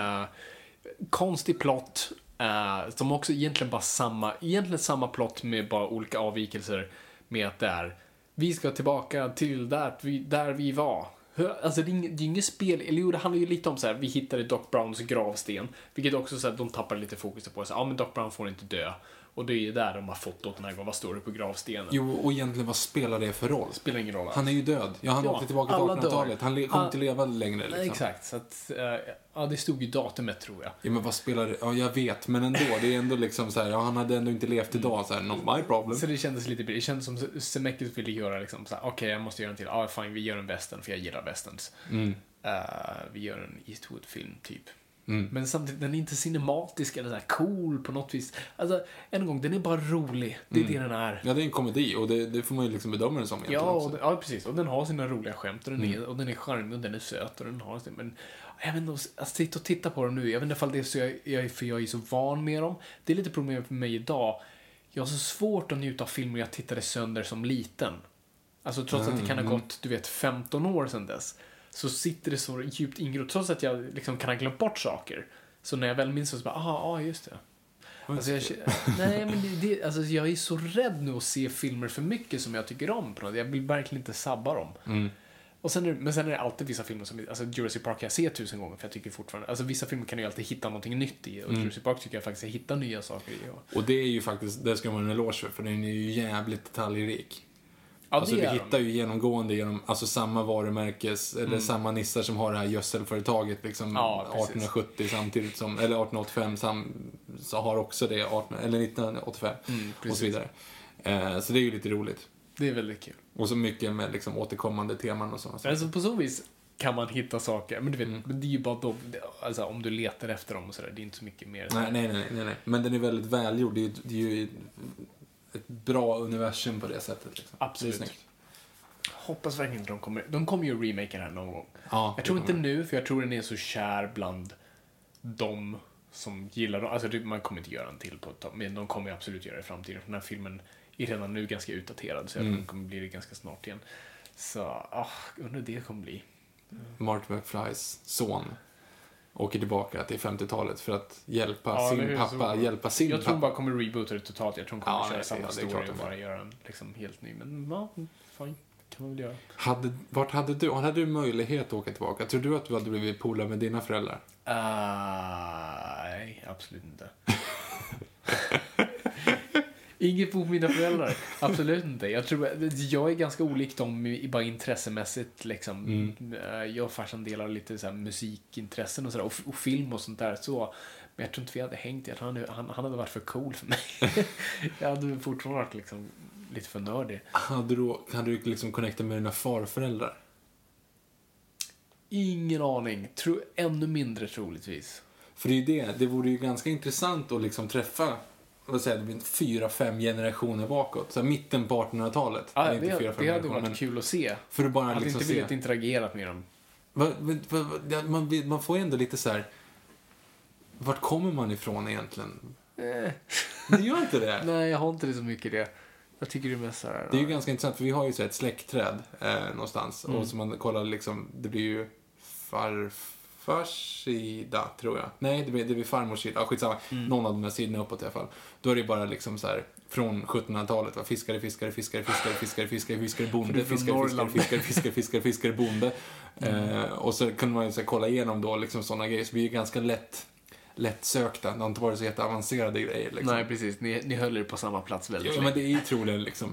Konstig plott. Som också egentligen bara samma plott med bara olika avvikelser. Med att vi ska tillbaka till där vi var. Alltså det är inget spel, eller jo, det handlar ju lite om så här, vi hittade Doc Browns gravsten, vilket också så här, de tappar lite fokus på. Så ja, men Doc Brown får inte dö. Och det är ju där de har fått då den här gången, vad står det på gravstenen? Jo, och egentligen vad spelar det för roll? Spelar ingen roll. Han är ju död. Ja, han åkte tillbaka till 1800-talet. Han kommer inte leva längre liksom. Exakt, så att det stod ju datumet tror jag. Ja, men vad spelar det? Ja, jag vet, men ändå, det är ändå liksom så här, ja, han hade ändå inte levt idag så här, not my problem. Så det kändes lite, det kändes som Zemeckis ville göra liksom så här, okej, jag måste göra en till. Ja, fine, vi gör en western för jag gillar westerns. Vi gör en Eastwood-film typ. Men samtidigt, den är inte cinematisk eller så här cool på något vis. Alltså, en gång, den är bara rolig. Det är det den är. Ja, det är en komedi och det får man ju liksom bedöma det som egentligen. Ja, precis. Och den har sina roliga skämt och den är charmig och den är söt och den har sin, men jag vet inte, alltså, sitta och titta på dem nu. Jag vet inte ifall det är så jag är så van med dem. Det är lite problem för mig idag. Jag har så svårt att njuta av filmer jag tittade sönder som liten. Alltså trots att det kan ha gått, 15 år sedan dess. Så sitter det så djupt ingrott, trots att jag liksom kan ha glömt bort saker. Så när jag väl minns så bara, just det. Alltså nej, men alltså jag är så rädd nu att se filmer för mycket som jag tycker om. Jag vill verkligen inte sabba dem. Och sen är det alltid vissa filmer som, alltså Jurassic Park kan jag se 1000 gånger, för jag tycker fortfarande, alltså vissa filmer kan jag alltid hitta någonting nytt i, och Jurassic Park tycker jag faktiskt jag hittar nya saker i. Och det är ju faktiskt, det ska man en eloge för den är ju jävligt detaljrik. Ja, alltså du hittar ju genomgående genom alltså samma varumärkes eller samma nissar som har det här gödselföretaget liksom 1870 samtidigt som, eller 1885 så har också det eller 1985 och så vidare. Så det är ju lite roligt. Det är väldigt kul. Och så mycket med liksom återkommande teman och sånt. Alltså på så vis kan man hitta saker, men du vet, men det är ju bara då, alltså om du letar efter dem och sådär, det är inte så mycket mer. Nej. Men den är väldigt välgjord. Det är ju ett bra universum på det sättet. Liksom. Absolut. Hoppas verkligen inte de kommer ju remake här någon gång. Ja, jag tror inte nu, för jag tror den är så kär bland de som gillar dem. Alltså man kommer inte göra en till på ett tag, men de kommer ju absolut göra det i framtiden. För den här filmen är redan nu ganska utdaterad, så den kommer bli det ganska snart igen. Så, undrar det kommer bli. Marty McFlys son åker tillbaka till 50-talet för att hjälpa sin pappa. Jag tror bara kommer reboota det totalt. Jag tror de kommer köra samma story och bara det. göra en liksom helt ny. Men fine, kan man väl göra. Hade du möjlighet att åka tillbaka? Tror du att du hade blivit polare med dina föräldrar? Nej, absolut inte. Inget på mina föräldrar. Absolut inte. Jag är ganska olik dem bara intressemässigt liksom. Jag och farsan delar lite så här musikintressen och sådär, och film och sånt där så. Men jag tror inte vi hade hängt. Han hade varit för cool för mig. Jag hade fortfarande varit liksom lite för nördig. Hade du liksom connectat med dina farföräldrar? Ingen aning. Ännu mindre troligtvis. För det vore ju ganska intressant att liksom träffa 4-5 generationer bakåt. Så här, mitten på 1800-talet. Ja, det hade varit kul att se. För att bara hade liksom inte velat interagera med dem. Man får ändå lite så här. Vart kommer man ifrån egentligen? Det gör inte det. Nej, jag har inte det så mycket det. Jag tycker det är mest så här. Det är ju ganska intressant, för vi har ju så ett släktträd någonstans. Och så man kollar liksom, det blir ju farfars sida, tror jag. Nej, det blir farmors sida. Skitsamma. Någon av de här sidorna uppåt i alla fall. Då är det bara liksom så här från 1700-talet. Va? Fiskare, bonde. Fiskare, bonde. Och så kunde man ju så här, kolla igenom då liksom sådana grejer. Så vi är ganska lättsökta. Det har inte varit så jätteavancerade grejer. Liksom. Nej, precis. Ni höll er på samma plats väldigt länge. Men det är ju troligen liksom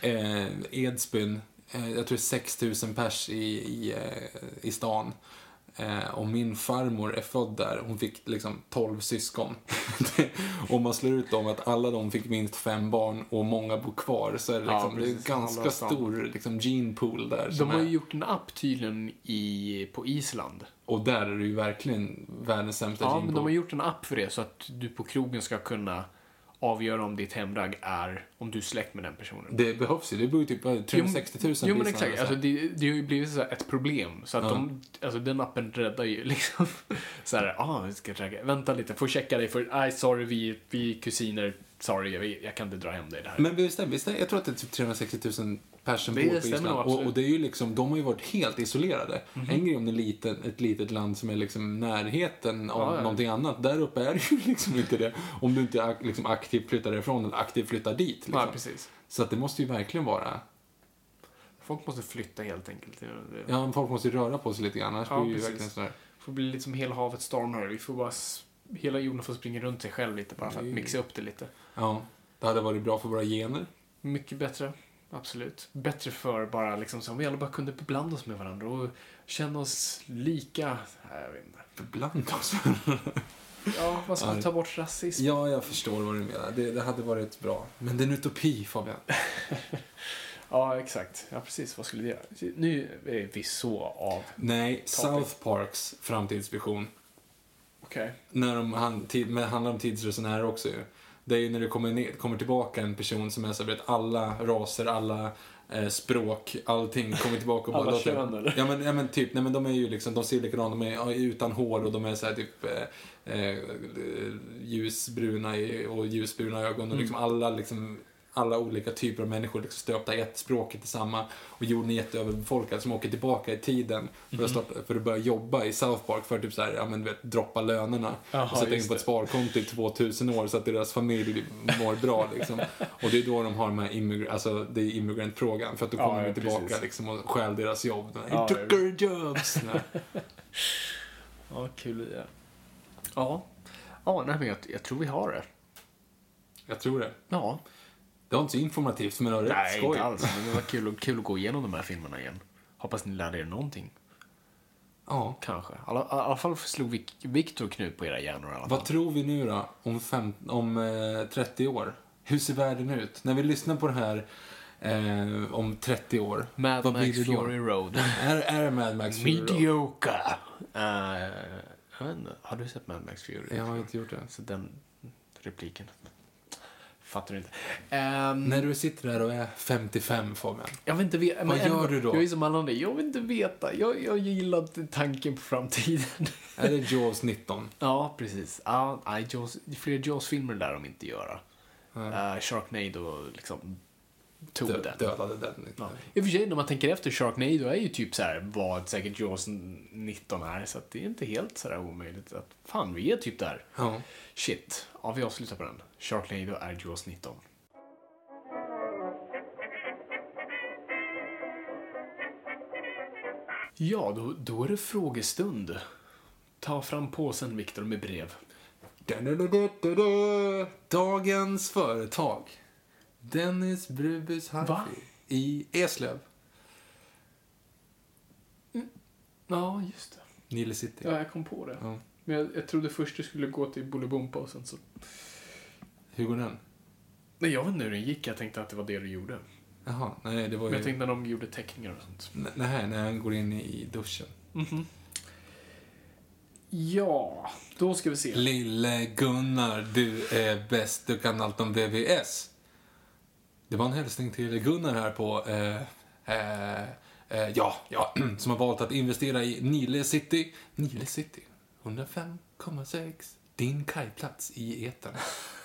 Edsbyn. Jag tror 6 000 pers i stan. Och min farmor är född där. Hon fick liksom 12 syskon. Om man slår ut dem att alla de fick minst 5 barn och många bor kvar, så är det, liksom, det är ganska stor liksom, gene pool där. De har ju gjort en app tydligen på Island. Och där är det ju verkligen världens sämsta gene pool. Men de har gjort en app för det så att du på krogen ska kunna avgöra om ditt hemragg är om du är släkt med den personen. Det behövs ju. Det bor ju typ 360 000. Jo, men exakt. Alltså, det har ju blivit så här ett problem. Så att den appen räddar ju liksom så här, vi ska checka. Vänta lite, får checka dig för, sorry, vi är kusiner. Sorry, jag kan inte dra hem dig det här. Men visst, jag tror att det är typ 360 000 personer på Island. Och det är ju liksom, de har ju varit helt isolerade. En grej om ett litet land som är liksom närheten av någonting annat. Där uppe är det ju liksom inte det. Om du inte liksom aktivt flyttar därifrån eller aktivt flyttar dit. Liksom. Ja, precis. Så att det måste ju verkligen vara... Folk måste flytta helt enkelt. Ja, men folk måste ju röra på sig lite grann. Annars blir ju verkligen sådär. Det får bli lite som hela havet storm här. Vi får bara... Hela jorden får springa runt sig själv lite bara för att mixa upp det lite. Ja, det hade varit bra för våra gener. Mycket bättre, absolut. Bättre för bara liksom så om vi alla bara kunde beblanda oss med varandra och känna oss lika, jag vet inte. Beblanda oss? Ja, man ska ta bort rasism. Ja, jag förstår vad du menar. Det hade varit bra. Men det är en utopi, Fabian. Ja, exakt. Ja, precis. Vad skulle det göra? Nu är vi så av... Nej, South Parks framtidsvision. Okej. När de handlar om tidsresenärer också ju. Det är ju när det kommer tillbaka en person som är så vet alla raser, alla språk, allting kommer tillbaka och alla kön eller? Ja men typ, nej men de är ju liksom, de ser likadana, de är utan hår och de är så här typ ljusbruna och ljusbruna ögon och liksom alla olika typer av människor liksom stöpta i ett, språket är samma och jorden är jätteöverbefolkad som åker tillbaka i tiden för att börja jobba i South Park för typ så här, ja men vet, droppa lönerna och sätta in på ett sparkonto i 2000 år så att deras familj mår bra liksom. Och det är då de har de här det är immigrantfrågan för att då kommer de tillbaka liksom och stjäl deras jobb. He took our jobs. Ja, kul idé. Ja, nej men jag tror vi har det. Jag tror det. Ja. Det var inte så informativt, men det var rätt skoj. Nej, inte alls. Men det var kul att gå igenom de här filmerna igen. Hoppas ni lärde er någonting. Ja. Kanske. I alla fall slog Victor knut på era hjärnor i alla fall. Vad tror vi nu då om 30 år? Hur ser världen ut? När vi lyssnar på det här om 30 år. Mad Max Fury Road. är det Mad Max Fury Road? Mediocre. Jag vet inte. Har du sett Mad Max Fury? Jag har inte gjort det. Så den repliken... Fattar du inte. När du sitter där och är 55, Fabian. Jag vet inte veta. Vad gör du då? Jag är som alla andra. Jag vill inte veta. Jag gillar tanken på framtiden. Är det Jaws 19? Ja, precis. Fler Jaws-filmer där de inte göra. Sharknado liksom tog den. Dödade den. Ja. I och för sig, när man tänker efter, Sharknado är ju typ så här vad säkert Jaws 19 är. Så att det är inte helt så här omöjligt att fan, vi är typ där. Ja. Shit. Ja, vi avslutar på den. Sharknado är Jaws 19. Ja, då är det frågestund. Ta fram påsen, Victor, med brev. Dagens företag. Dennis Brubus Harfi i Eslöv. Ja, just det. Nile City. Ja, jag kom på det. Ja. Men jag trodde först du skulle gå till Bolibompa och sen så... Hur går den? Nej, jag vet inte hur den gick. Jag tänkte att det var det du gjorde. Jaha, nej det var ju... Men jag tänkte när de gjorde teckningar och sånt. Nej, när han går in i duschen. Mhm. Ja, då ska vi se. Lille Gunnar, du är bäst. Du kan allt om VVS. Det var en hälsning till Gunnar här på... som har valt att investera i Nile City. Nile City, 105,6. Din kajplats i etern.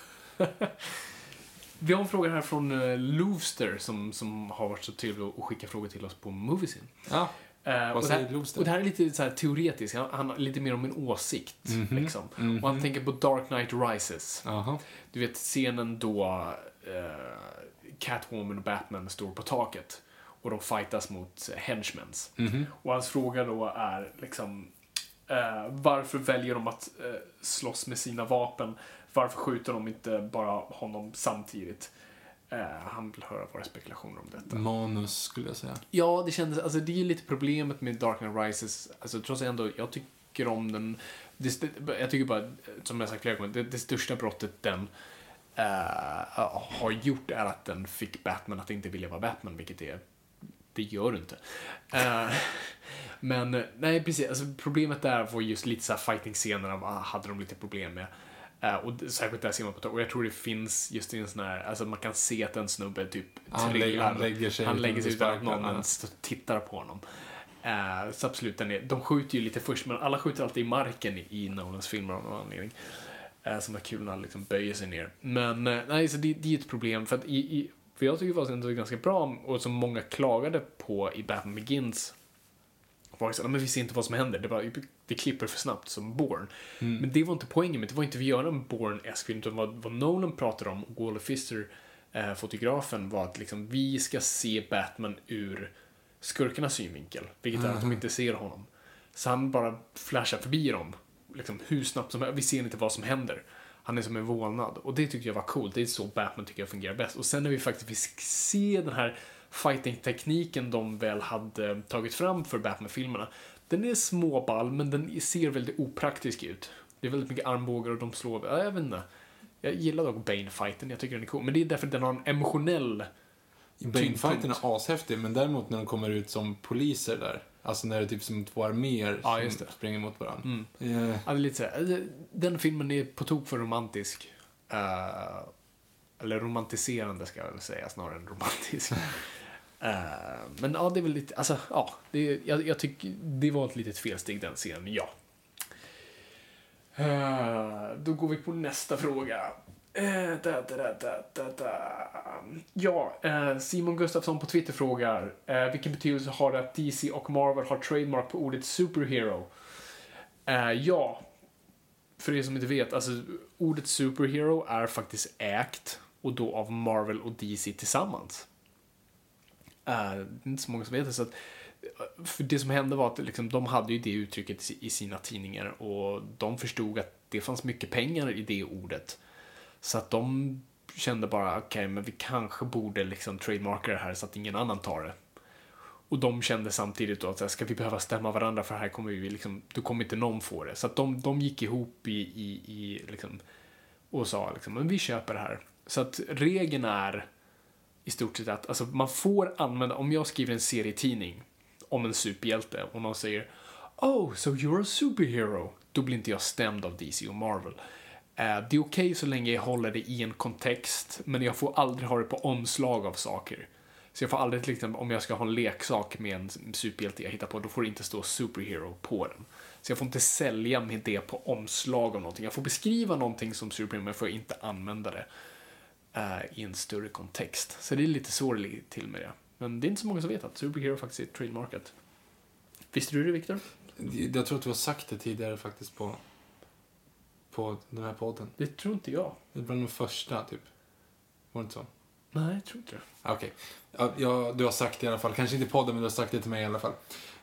Vi har en fråga här från Loofster som har varit så trevlig att skicka frågor till oss på Moviesin. Ja, och det här är lite så här teoretiskt. Han har lite mer om en åsikt. Liksom. Och han tänker på Dark Knight Rises. Du vet scenen då Catwoman och Batman står på taket och de fightas mot henchmens. Och hans fråga då är liksom varför väljer de att slåss med sina vapen? Varför skjuter de inte bara honom samtidigt? Han vill höra våra spekulationer om detta. Manus skulle jag säga. Ja, det kändes, alltså det är ju lite problemet med Dark Knight Rises, alltså trots ändå, jag tycker om den, jag tycker bara, som jag sagt flera gånger, det största brottet den har gjort är att den fick Batman att inte vilja vara Batman, vilket det gör du inte. Men nej, precis, alltså problemet där var just lite så här fighting-scenerna hade de lite problem med. Och särskilt där ser man på, och jag tror det finns just en sån här, alltså man kan se att en snubbe typ trillar, han lägger sig utan att någon ens tittar på honom. Så absolut, de skjuter ju lite först, men alla skjuter alltid i marken i Nolans filmer av någon anledning. Som är kul när han liksom böjer sig ner. Men nej, så det är ett problem, för att för jag tycker faktiskt ändå det är ganska bra, och som många klagade på i Batman Begins var så, men vi ser inte vad som händer, det klipper för snabbt som Bourne. Men det var inte poängen, men det var inte vi gör en Bourne-esk, utan vad Nolan pratade om, och Wally Pfister, fotografen, var att liksom, vi ska se Batman ur skurkarnas synvinkel, vilket är att de inte ser honom. Så han bara flashar förbi dem liksom, hur snabbt som helst. Vi ser inte vad som händer. Han är som en vålnad, och det tyckte jag var coolt. Det är så Batman tycker jag fungerar bäst. Och sen när vi faktiskt fick se den här fighting-tekniken de väl hade tagit fram för Batman-filmerna, den är småball, men den ser väldigt opraktisk ut. Det är väldigt mycket armbågar och de slår, jag vet inte. Jag gillar dock Bane-fighten, jag tycker den är cool, men det är därför att den har en emotionell Bane-fighten är ashäftig, men däremot när de kommer ut som poliser där, alltså när det är typ som två arméer som springer mot varandra. Ja, lite så här. Den filmen är på tok för romantisk. Eller romantiserande ska jag väl säga, snarare än romantisk. Men ja, det är väl lite, alltså, ja, jag tycker det var ett litet felsteg den scenen, ja. Då går vi på nästa fråga. Ja, Simon Gustafsson på Twitter frågar, vilken betydelse har det att DC och Marvel har trademark på ordet superhero? Ja, för er som inte vet, alltså ordet superhero är faktiskt ägt, och då av Marvel och DC tillsammans. Det är inte så många som vet det, så att, för det som hände var att liksom, de hade ju det uttrycket i sina tidningar, och de förstod att det fanns mycket pengar i det ordet. Så att de kände bara, okej, men vi kanske borde liksom trademarka det här så att ingen annan tar det. Och de kände samtidigt då att ska vi behöva stämma varandra, för här kommer vi liksom, då kommer inte någon få det. Så att de gick ihop i liksom, och sa liksom, men vi köper det här. Så att regeln är i stort sett att alltså, man får använda, om jag skriver en serietidning om en superhjälte och någon säger, oh, so you're a superhero, då blir inte jag stämd av DC och Marvel. Det är okej så länge jag håller det i en kontext, men jag får aldrig ha det på omslag av saker. Så jag får aldrig, liksom, om jag ska ha en leksak med en superhjälte jag hittar på, då får det inte stå superhero på den. Så jag får inte sälja med det på omslag av någonting. Jag får beskriva någonting som superhero, men jag får inte använda det i en större kontext. Så det är lite så det ligger till med det. Men det är inte så många som vet att superhero faktiskt är trademarket. Visste du det, Victor? Jag tror att du har sagt det tidigare faktiskt på den här podden. Det tror inte jag. Det var den första, typ. Var det inte så? Nej, jag tror inte det. Okej. Ja, du har sagt det i alla fall. Kanske inte i podden, men du har sagt det till mig i alla fall.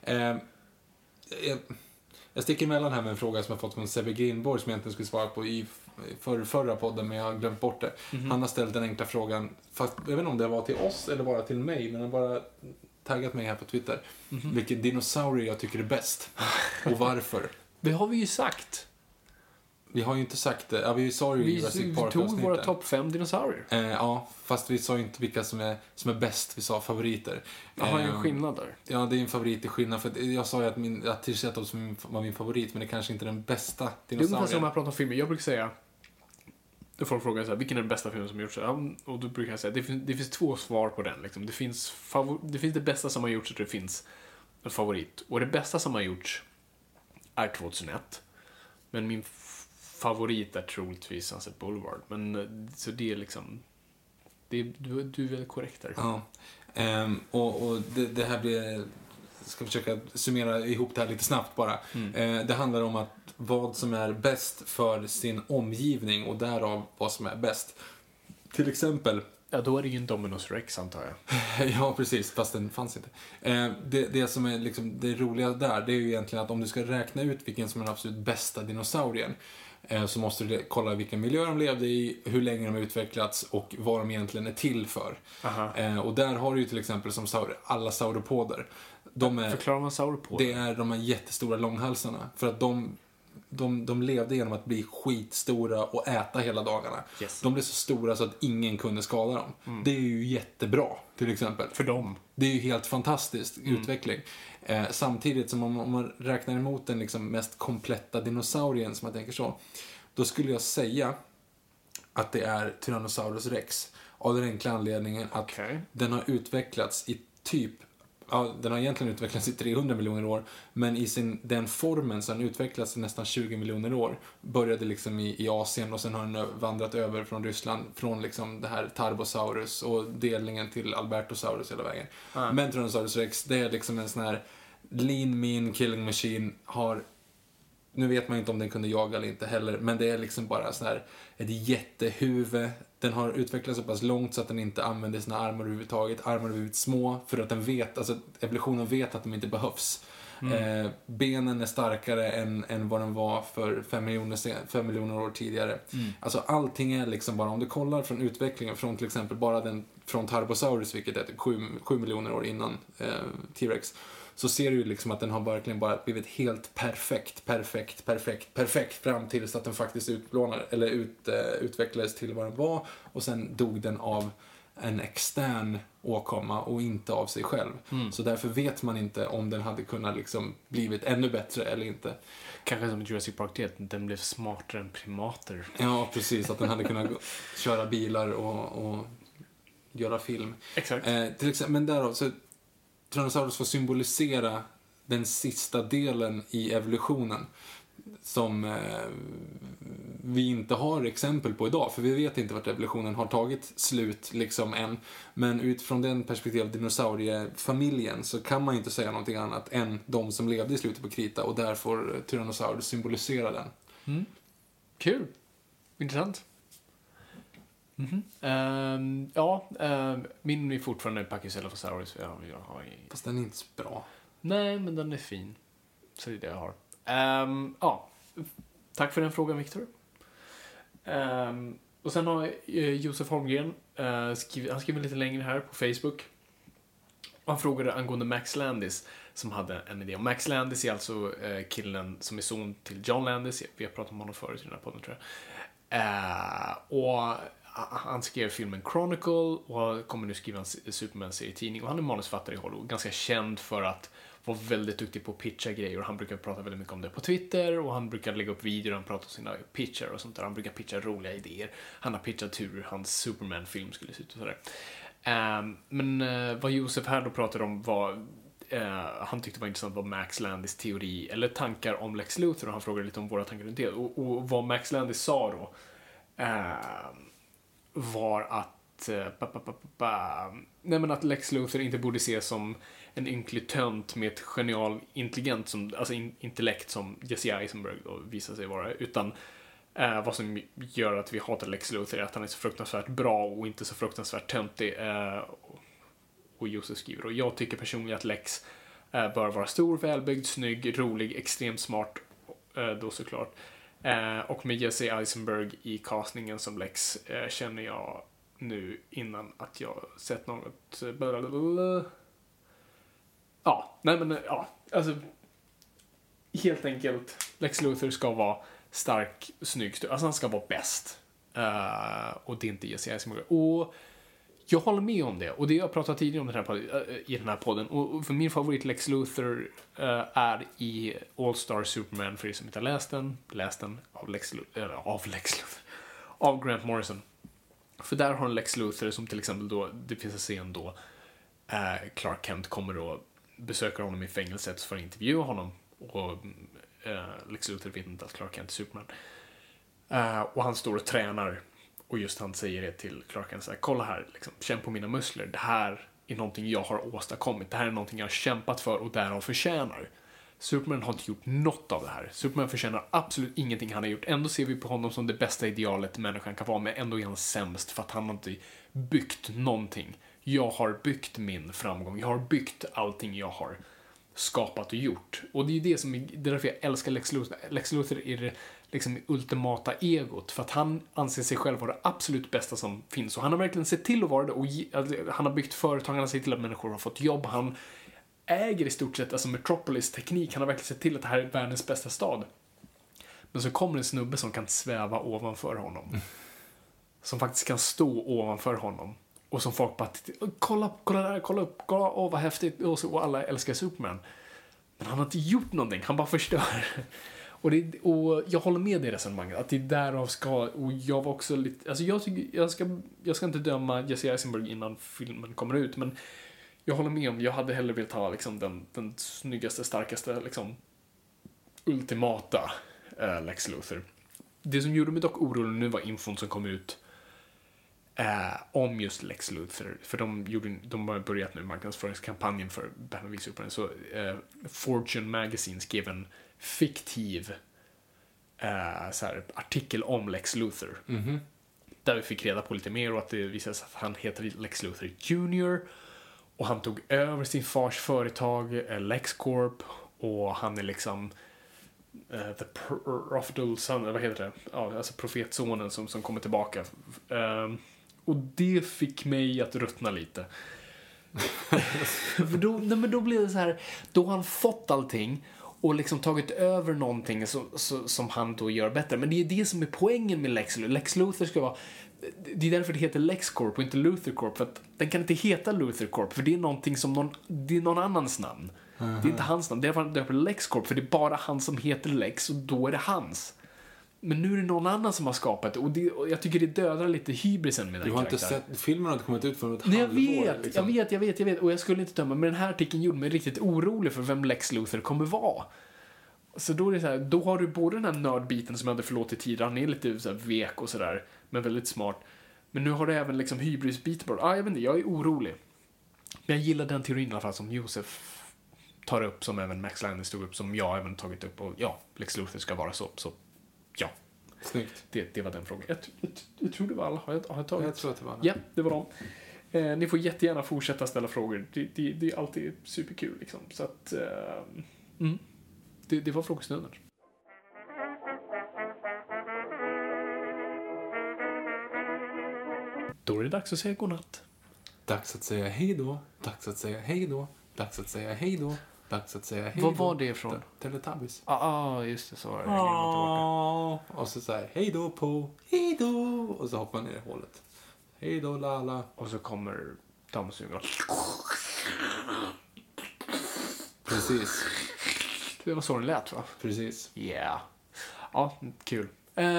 Jag sticker emellan här med en fråga som jag fått från Sebbe Grinborg, som jag egentligen skulle svara på i förra podden, men jag har glömt bort det. Han har ställt den enkla frågan, fast jag vet inte om det var till oss eller bara till mig, men han bara taggat mig här på Twitter. Vilket dinosaurier jag tycker är bäst. Och varför? Det har vi ju sagt. Vi har ju inte sagt det. Ja, vi sa ju i Jurassic Park. Vi tog våra topp 5 dinosaurier. Ja, fast vi sa ju inte vilka som är bäst. Vi sa favoriter. Har en skillnad där? Ja, det är en favorit i skillnad. För jag sa ju att Triceratops var min favorit, men det är kanske inte den bästa dinosaurien. Det är ungefär som när jag pratar om filmer. Jag brukar säga, då folk frågar så här, vilken är den bästa filmen som gjorts? Ja, och då brukar jag säga, det finns två svar på den. Liksom. Det finns det bästa som har gjorts, och det finns en favorit. Och det bästa som har gjorts är 2001. Men min favorit är troligtvis Sunset Boulevard. Men så det är liksom, du är väl korrekt där. Ja. Och det här blir, ska försöka summera ihop det här lite snabbt bara. Det handlar om att vad som är bäst för sin omgivning, och därav vad som är bäst. Till exempel Ja, då är det ju en Dominus Rex, antar jag. Ja, precis, fast den fanns inte. Det som är liksom det roliga där, det är ju egentligen att om du ska räkna ut vilken som är den absolut bästa dinosaurien, så måste du kolla vilken miljö de levde i, hur länge de har utvecklats och vad de egentligen är till för. Och där har du ju till exempel som alla sauropoder. Förklara vad sauropoder. Det är de här jättestora långhalsarna. För att de levde genom att bli skitstora och äta hela dagarna. Yes. De blev så stora så att ingen kunde skada dem. Det är ju jättebra, till exempel. För dem. Det är ju helt fantastisk utveckling. Samtidigt som om man räknar emot den liksom mest kompletta dinosaurien, som jag tänker så, då skulle jag säga att det är Tyrannosaurus Rex. Av den enkla anledningen att den har utvecklats i den har egentligen utvecklats i 300 miljoner år, men i den formen så har den utvecklats i nästan 20 miljoner år. Började liksom i Asien och sen har den vandrat över från Ryssland, från liksom det här Tarbosaurus och delningen till Albertosaurus hela vägen. Men Tyrannosaurus Rex, det är liksom en sån här lean, mean killing machine, nu vet man inte om den kunde jaga eller inte heller, men det är liksom bara så här ett jättehuvud. Den har utvecklats så pass långt så att den inte använder sina armar överhuvudtaget. Armarna är väldigt små för att den vet, alltså evolutionen vet att de inte behövs. Benen är starkare än vad den var för 5 miljoner år tidigare. Alltså allting är liksom bara, om du kollar från utvecklingen från till exempel bara den från Tarbosaurus, vilket är 7 miljoner år innan T-Rex, så ser du ju liksom att den har verkligen bara blivit helt perfekt fram tills att den faktiskt utvecklades till vad den var, och sen dog den av en extern åkomma och inte av sig själv. Så därför vet man inte om den hade kunnat liksom blivit ännu bättre eller inte. Kanske som Jurassic Park, den blev smartare än primater. Ja, precis, att den hade kunnat köra bilar och göra film. Exakt. Till exempel, men därav så Tyrannosaurus får symbolisera den sista delen i evolutionen som vi inte har exempel på idag, för vi vet inte vart evolutionen har tagit slut liksom än. Men utifrån den perspektivet av dinosauriefamiljen så kan man inte säga någonting annat än de som levde i slutet på krita, och där får Tyrannosaurus symbolisera den. Kul. Intressant. Min är fortfarande Pachycephalosaurus. Fast den är inte så bra. Nej, men den är fin. Så det är det jag har. Tack för den frågan, Victor. Och sen har Josef Holmgren han skriver lite längre här på Facebook. Han frågade angående Max Landis, som hade en idé. Och Max Landis är alltså killen som är son till John Landis. Vi har pratat om honom förut i den här podden, tror jag. Och han skrev filmen Chronicle och kommer nu skriva en Superman-serietidning. Och han är manusfattare i Hollywood. Ganska känd för att vara väldigt duktig på att pitcha grejer. Och han brukar prata väldigt mycket om det på Twitter. Och han brukar lägga upp videor och han pratar om sina pitcher och sånt där. Han brukar pitcha roliga idéer. Han har pitchat hur hans Superman-film skulle se ut och sådär. Men vad Josef här då pratade om var... han tyckte det var intressant vad Max Landis teori eller tankar om Lex Luthor, och han frågade lite om våra tankar runt det. Och vad Max Landis sa då var att att Lex Luthor inte borde ses som en ynklig tönt med ett genial intelligent intellekt som Jesse Eisenberg då visar sig vara, utan vad som gör att vi hatar Lex Luthor är att han är så fruktansvärt bra och inte så fruktansvärt töntig. Och Josef skriver, och jag tycker personligen att Lex bör vara stor, välbyggd, snygg, rolig, extremt smart då såklart. Och med Jesse Eisenberg i castningen som Lex känner jag nu innan att jag sett något helt enkelt Lex Luthor ska vara stark, snygg, alltså han ska vara bäst. Och det är inte Jesse Eisenberg. Och jag håller med om det. Och det jag pratat tidigare om i den här podden. Och för min favorit Lex Luthor är i All-Star Superman, för er som inte har läst den av Grant Morrison. För där har en Lex Luthor som till exempel då, det finns en scen då Clark Kent kommer då besöker honom i fängelset för att intervjua honom. Och Lex Luthor vet inte att Clark Kent är Superman. Och han står och tränar. Och just han säger det till Clark Kent så här, kolla här, liksom, känn på mina muskler. Det här är någonting jag har åstadkommit. Det här är någonting jag har kämpat för och därav förtjänar. Superman har inte gjort något av det här. Superman förtjänar absolut ingenting han har gjort. Ändå ser vi på honom som det bästa idealet människan kan vara, men ändå är han sämst för att han har inte byggt någonting. Jag har byggt min framgång. Jag har byggt allting jag har skapat och gjort. Och det är ju det som det är därför jag älskar Lex Luthor. Lex Luthor är det liksom ultimata egot, för att han anser sig själv vara det absolut bästa som finns, och han har verkligen sett till att vara det, och han har byggt företag, han har sett till att människor har fått jobb, han äger i stort sett alltså Metropolis teknik, han har verkligen sett till att det här är världens bästa stad. Men så kommer en snubbe som kan sväva ovanför honom, som faktiskt kan stå ovanför honom, och som folk bara kolla där, kolla upp, åh vad häftigt, och alla älskar Superman, men han har inte gjort någonting, han bara förstör. Och jag håller med i resonemanget att det är därav ska, och jag var också lite, alltså jag ska inte döma Jesse Eisenberg innan filmen kommer ut, men jag håller med om, jag hade hellre velat ha liksom den snyggaste, starkaste liksom ultimata Lex Luthor. Det som gjorde mig dock orolig nu var infon som kom ut om just Lex Luthor, för de har börjat nu marknadsföringskampanjen för Batman v Superman, så Fortune Magazine skrev en fiktiv så här, artikel om Lex Luthor, där vi fick reda på lite mer, och att det visade sig att han heter Lex Luthor Jr. och han tog över sin fars företag LexCorp, och han är liksom the prophetal son, vad heter det? Ja, alltså profetsonen som kommer tillbaka. Och det fick mig att ruttna lite. För då blev det så här, då har han fått allting och liksom tagit över någonting som han då gör bättre. Men det är det som är poängen med Lex Luthor. Lex Luthor ska vara, det är därför det heter LexCorp och inte Luthor Corp, för att den kan inte heta Luthor Corp, för det är någonting som det är någon annans namn. Det är inte hans namn. Det är därför LexCorp, för det är bara han som heter Lex, och då är det hans. Men nu är det någon annan som har skapat det, och jag tycker det dödar lite hybrisen med den karaktären. Du har inte sett, filmen har inte kommit ut för ett halvår. Jag vet, och jag skulle inte döma, men den här artikeln gjorde mig riktigt orolig för vem Lex Luthor kommer vara. Så då är det så här, då har du både den här nördbiten som jag hade förlåtit tidigare, han är lite så här vek och sådär, men väldigt smart. Men nu har du även liksom hybrisbiten. Jag vet inte, jag är orolig. Men jag gillar den teorin i alla fall som Josef tar upp, som även Max Landis tog upp, som jag även tagit upp, och ja, Lex Luthor ska vara så ja. Snyggt. Det var den frågan. Jag tror det var alla. Har jag tagit? Jag tror att det var alla. Ja, det var de. Ni får jättegärna fortsätta ställa frågor. Det är alltid superkul liksom. Så att det var frågestunden. Då är det dags att säga godnatt. Dags att säga hej då. Dags att säga hej då. Dags att säga hej då. Dags att säga hej då. Vad var det ifrån? Teletubbies. Just det, så var det. Och så säger hej då på, hej då. Och så hoppar ner i hålet. Hej då, Lala. Och så kommer dammsugaren. Precis. Det var så det lät, va? Precis. Yeah. Ja, kul.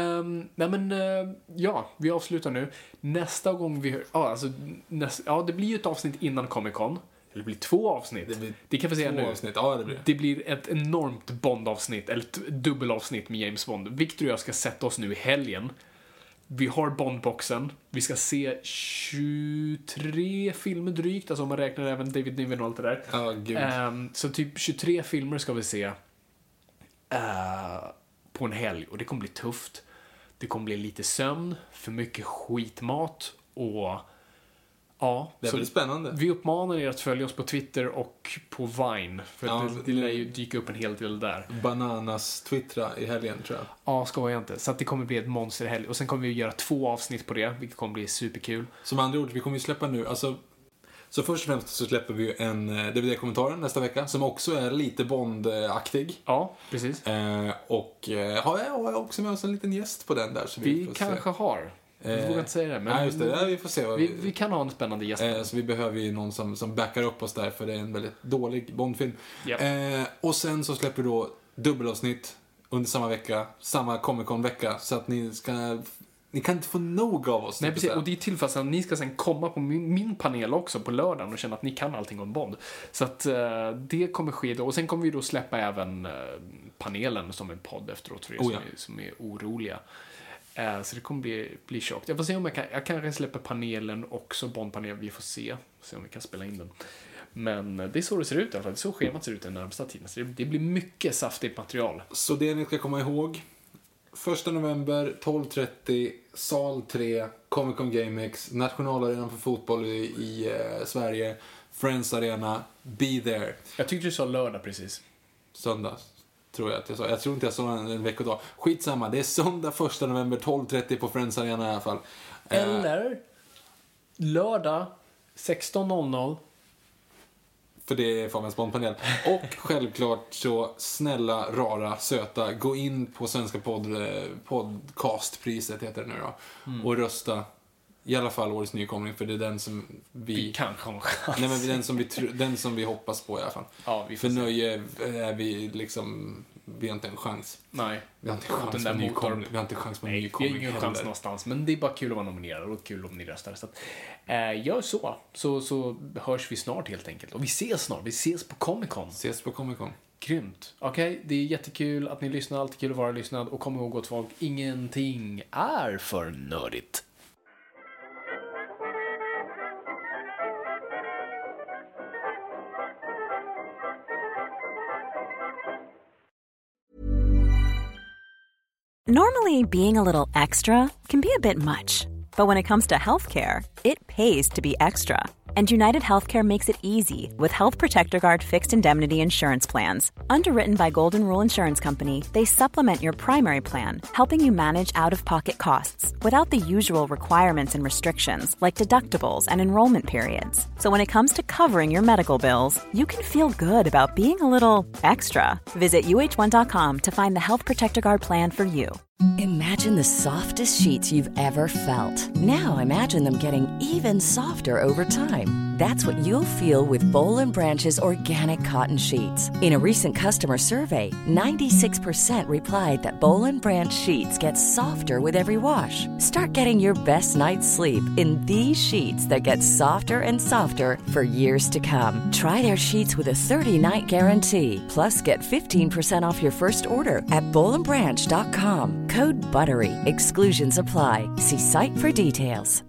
Vi avslutar nu. Nästa gång det blir ju ett avsnitt innan Comic-Con. Eller det blir 2 avsnitt. Det kan vi säga nu. Avsnitt. Ja, det blir ett enormt Bond-avsnitt, eller ett dubbelavsnitt med James Bond. Victor och jag ska sätta oss nu i helgen. Vi har Bond-boxen. Vi ska se 23 filmer drygt, alltså om man räknar även David Niven och allt det där. Ja, gud. Så typ 23 filmer ska vi se på en helg, och det kommer bli tufft. Det kommer bli lite sömn, för mycket skitmat, och ja, det är väldigt spännande. Vi uppmanar er att följa oss på Twitter och på Vine, för det lär ju dyka upp en hel del där. Bananas twittra i helgen, tror jag. Ja, ska jag inte. Så att det kommer bli ett monsterhelg, och sen kommer vi göra 2 avsnitt på det, vilket kommer bli superkul. Som andra ord, vi kommer ju släppa nu, alltså, så först och främst så släpper vi ju en DVD-kommentaren nästa vecka, som också är lite Bond-aktig. Ja, precis. Och har jag också med oss en liten gäst på den där. Så vi kanske har. Vi vågar inte säga det. Men just det. Vi får se. Vi kan ha en spännande gäst. Så vi behöver ju någon som backar upp oss där, för det är en väldigt dålig Bondfilm. Yep. Och sen så släpper vi då dubbelavsnitt under samma vecka, samma Comic-Con-vecka, så att ni kan inte få nog av oss. Nej, precis. Och det är till för att ni ska sen komma på min panel också på lördagen och känna att ni kan allting om Bond. Så att det kommer ske då. Och sen kommer vi då släppa även panelen som en podd efteråt för er som är oroliga. Så det kommer bli tjockt. Jag får se om jag kanske släpper panelen också, Bond-panelen. Vi får se om vi kan spela in den. Men det är så det ser ut i alla fall. Det är så schemat ser ut den närmsta tiden. Så det blir mycket saftigt material. Så det ni ska komma ihåg: 1 november 12:30, sal 3, Comic Con GameX, nationalarenan för fotboll i Sverige, Friends Arena, be there. Jag tyckte du sa lördag precis. Söndag, tror jag att jag sa. Jag tror inte jag sa en veckodag. Skitsamma, det är söndag 1 november 12:30 på Friends Arena i alla fall. Eller lördag 16:00. För det är Fabians Bondpanel. Och självklart så, snälla, rara, söta, gå in på Svenska podcastpriset heter det nu då. Och rösta. I alla fall årets nykomling, för det är den som vi kanske har chans. Nej, men den som vi hoppas på i alla fall. Ja, vi för nöje är vi liksom, vi har inte en chans. Nej. Vi har inte chans på nykomling. Vi har inte chans på nykomling. Vi har ingen chans någonstans, men det är bara kul att vara nominerad och kul om ni röstar. Så att, gör så hörs vi snart helt enkelt. Och vi ses snart. Vi ses på Comic Con. Grymt. Okej, det är jättekul att ni lyssnar. Alltid kul att vara lyssnad. Och kom ihåg gott folk, ingenting är för nördigt. Normally, being a little extra can be a bit much, but when it comes to healthcare, it pays to be extra. And United Healthcare makes it easy with Health Protector Guard fixed indemnity insurance plans. Underwritten by Golden Rule Insurance Company, they supplement your primary plan, helping you manage out-of-pocket costs without the usual requirements and restrictions like deductibles and enrollment periods. So when it comes to covering your medical bills, you can feel good about being a little extra. Visit uh1.com to find the Health Protector Guard plan for you. Imagine the softest sheets you've ever felt. Now imagine them getting even softer over time. That's what you'll feel with Boll & Branch's organic cotton sheets. In a recent customer survey, 96% replied that Boll & Branch sheets get softer with every wash. Start getting your best night's sleep in these sheets that get softer and softer for years to come. Try their sheets with a 30-night guarantee. Plus, get 15% off your first order at bollandbranch.com. Code BUTTERY. Exclusions apply. See site for details.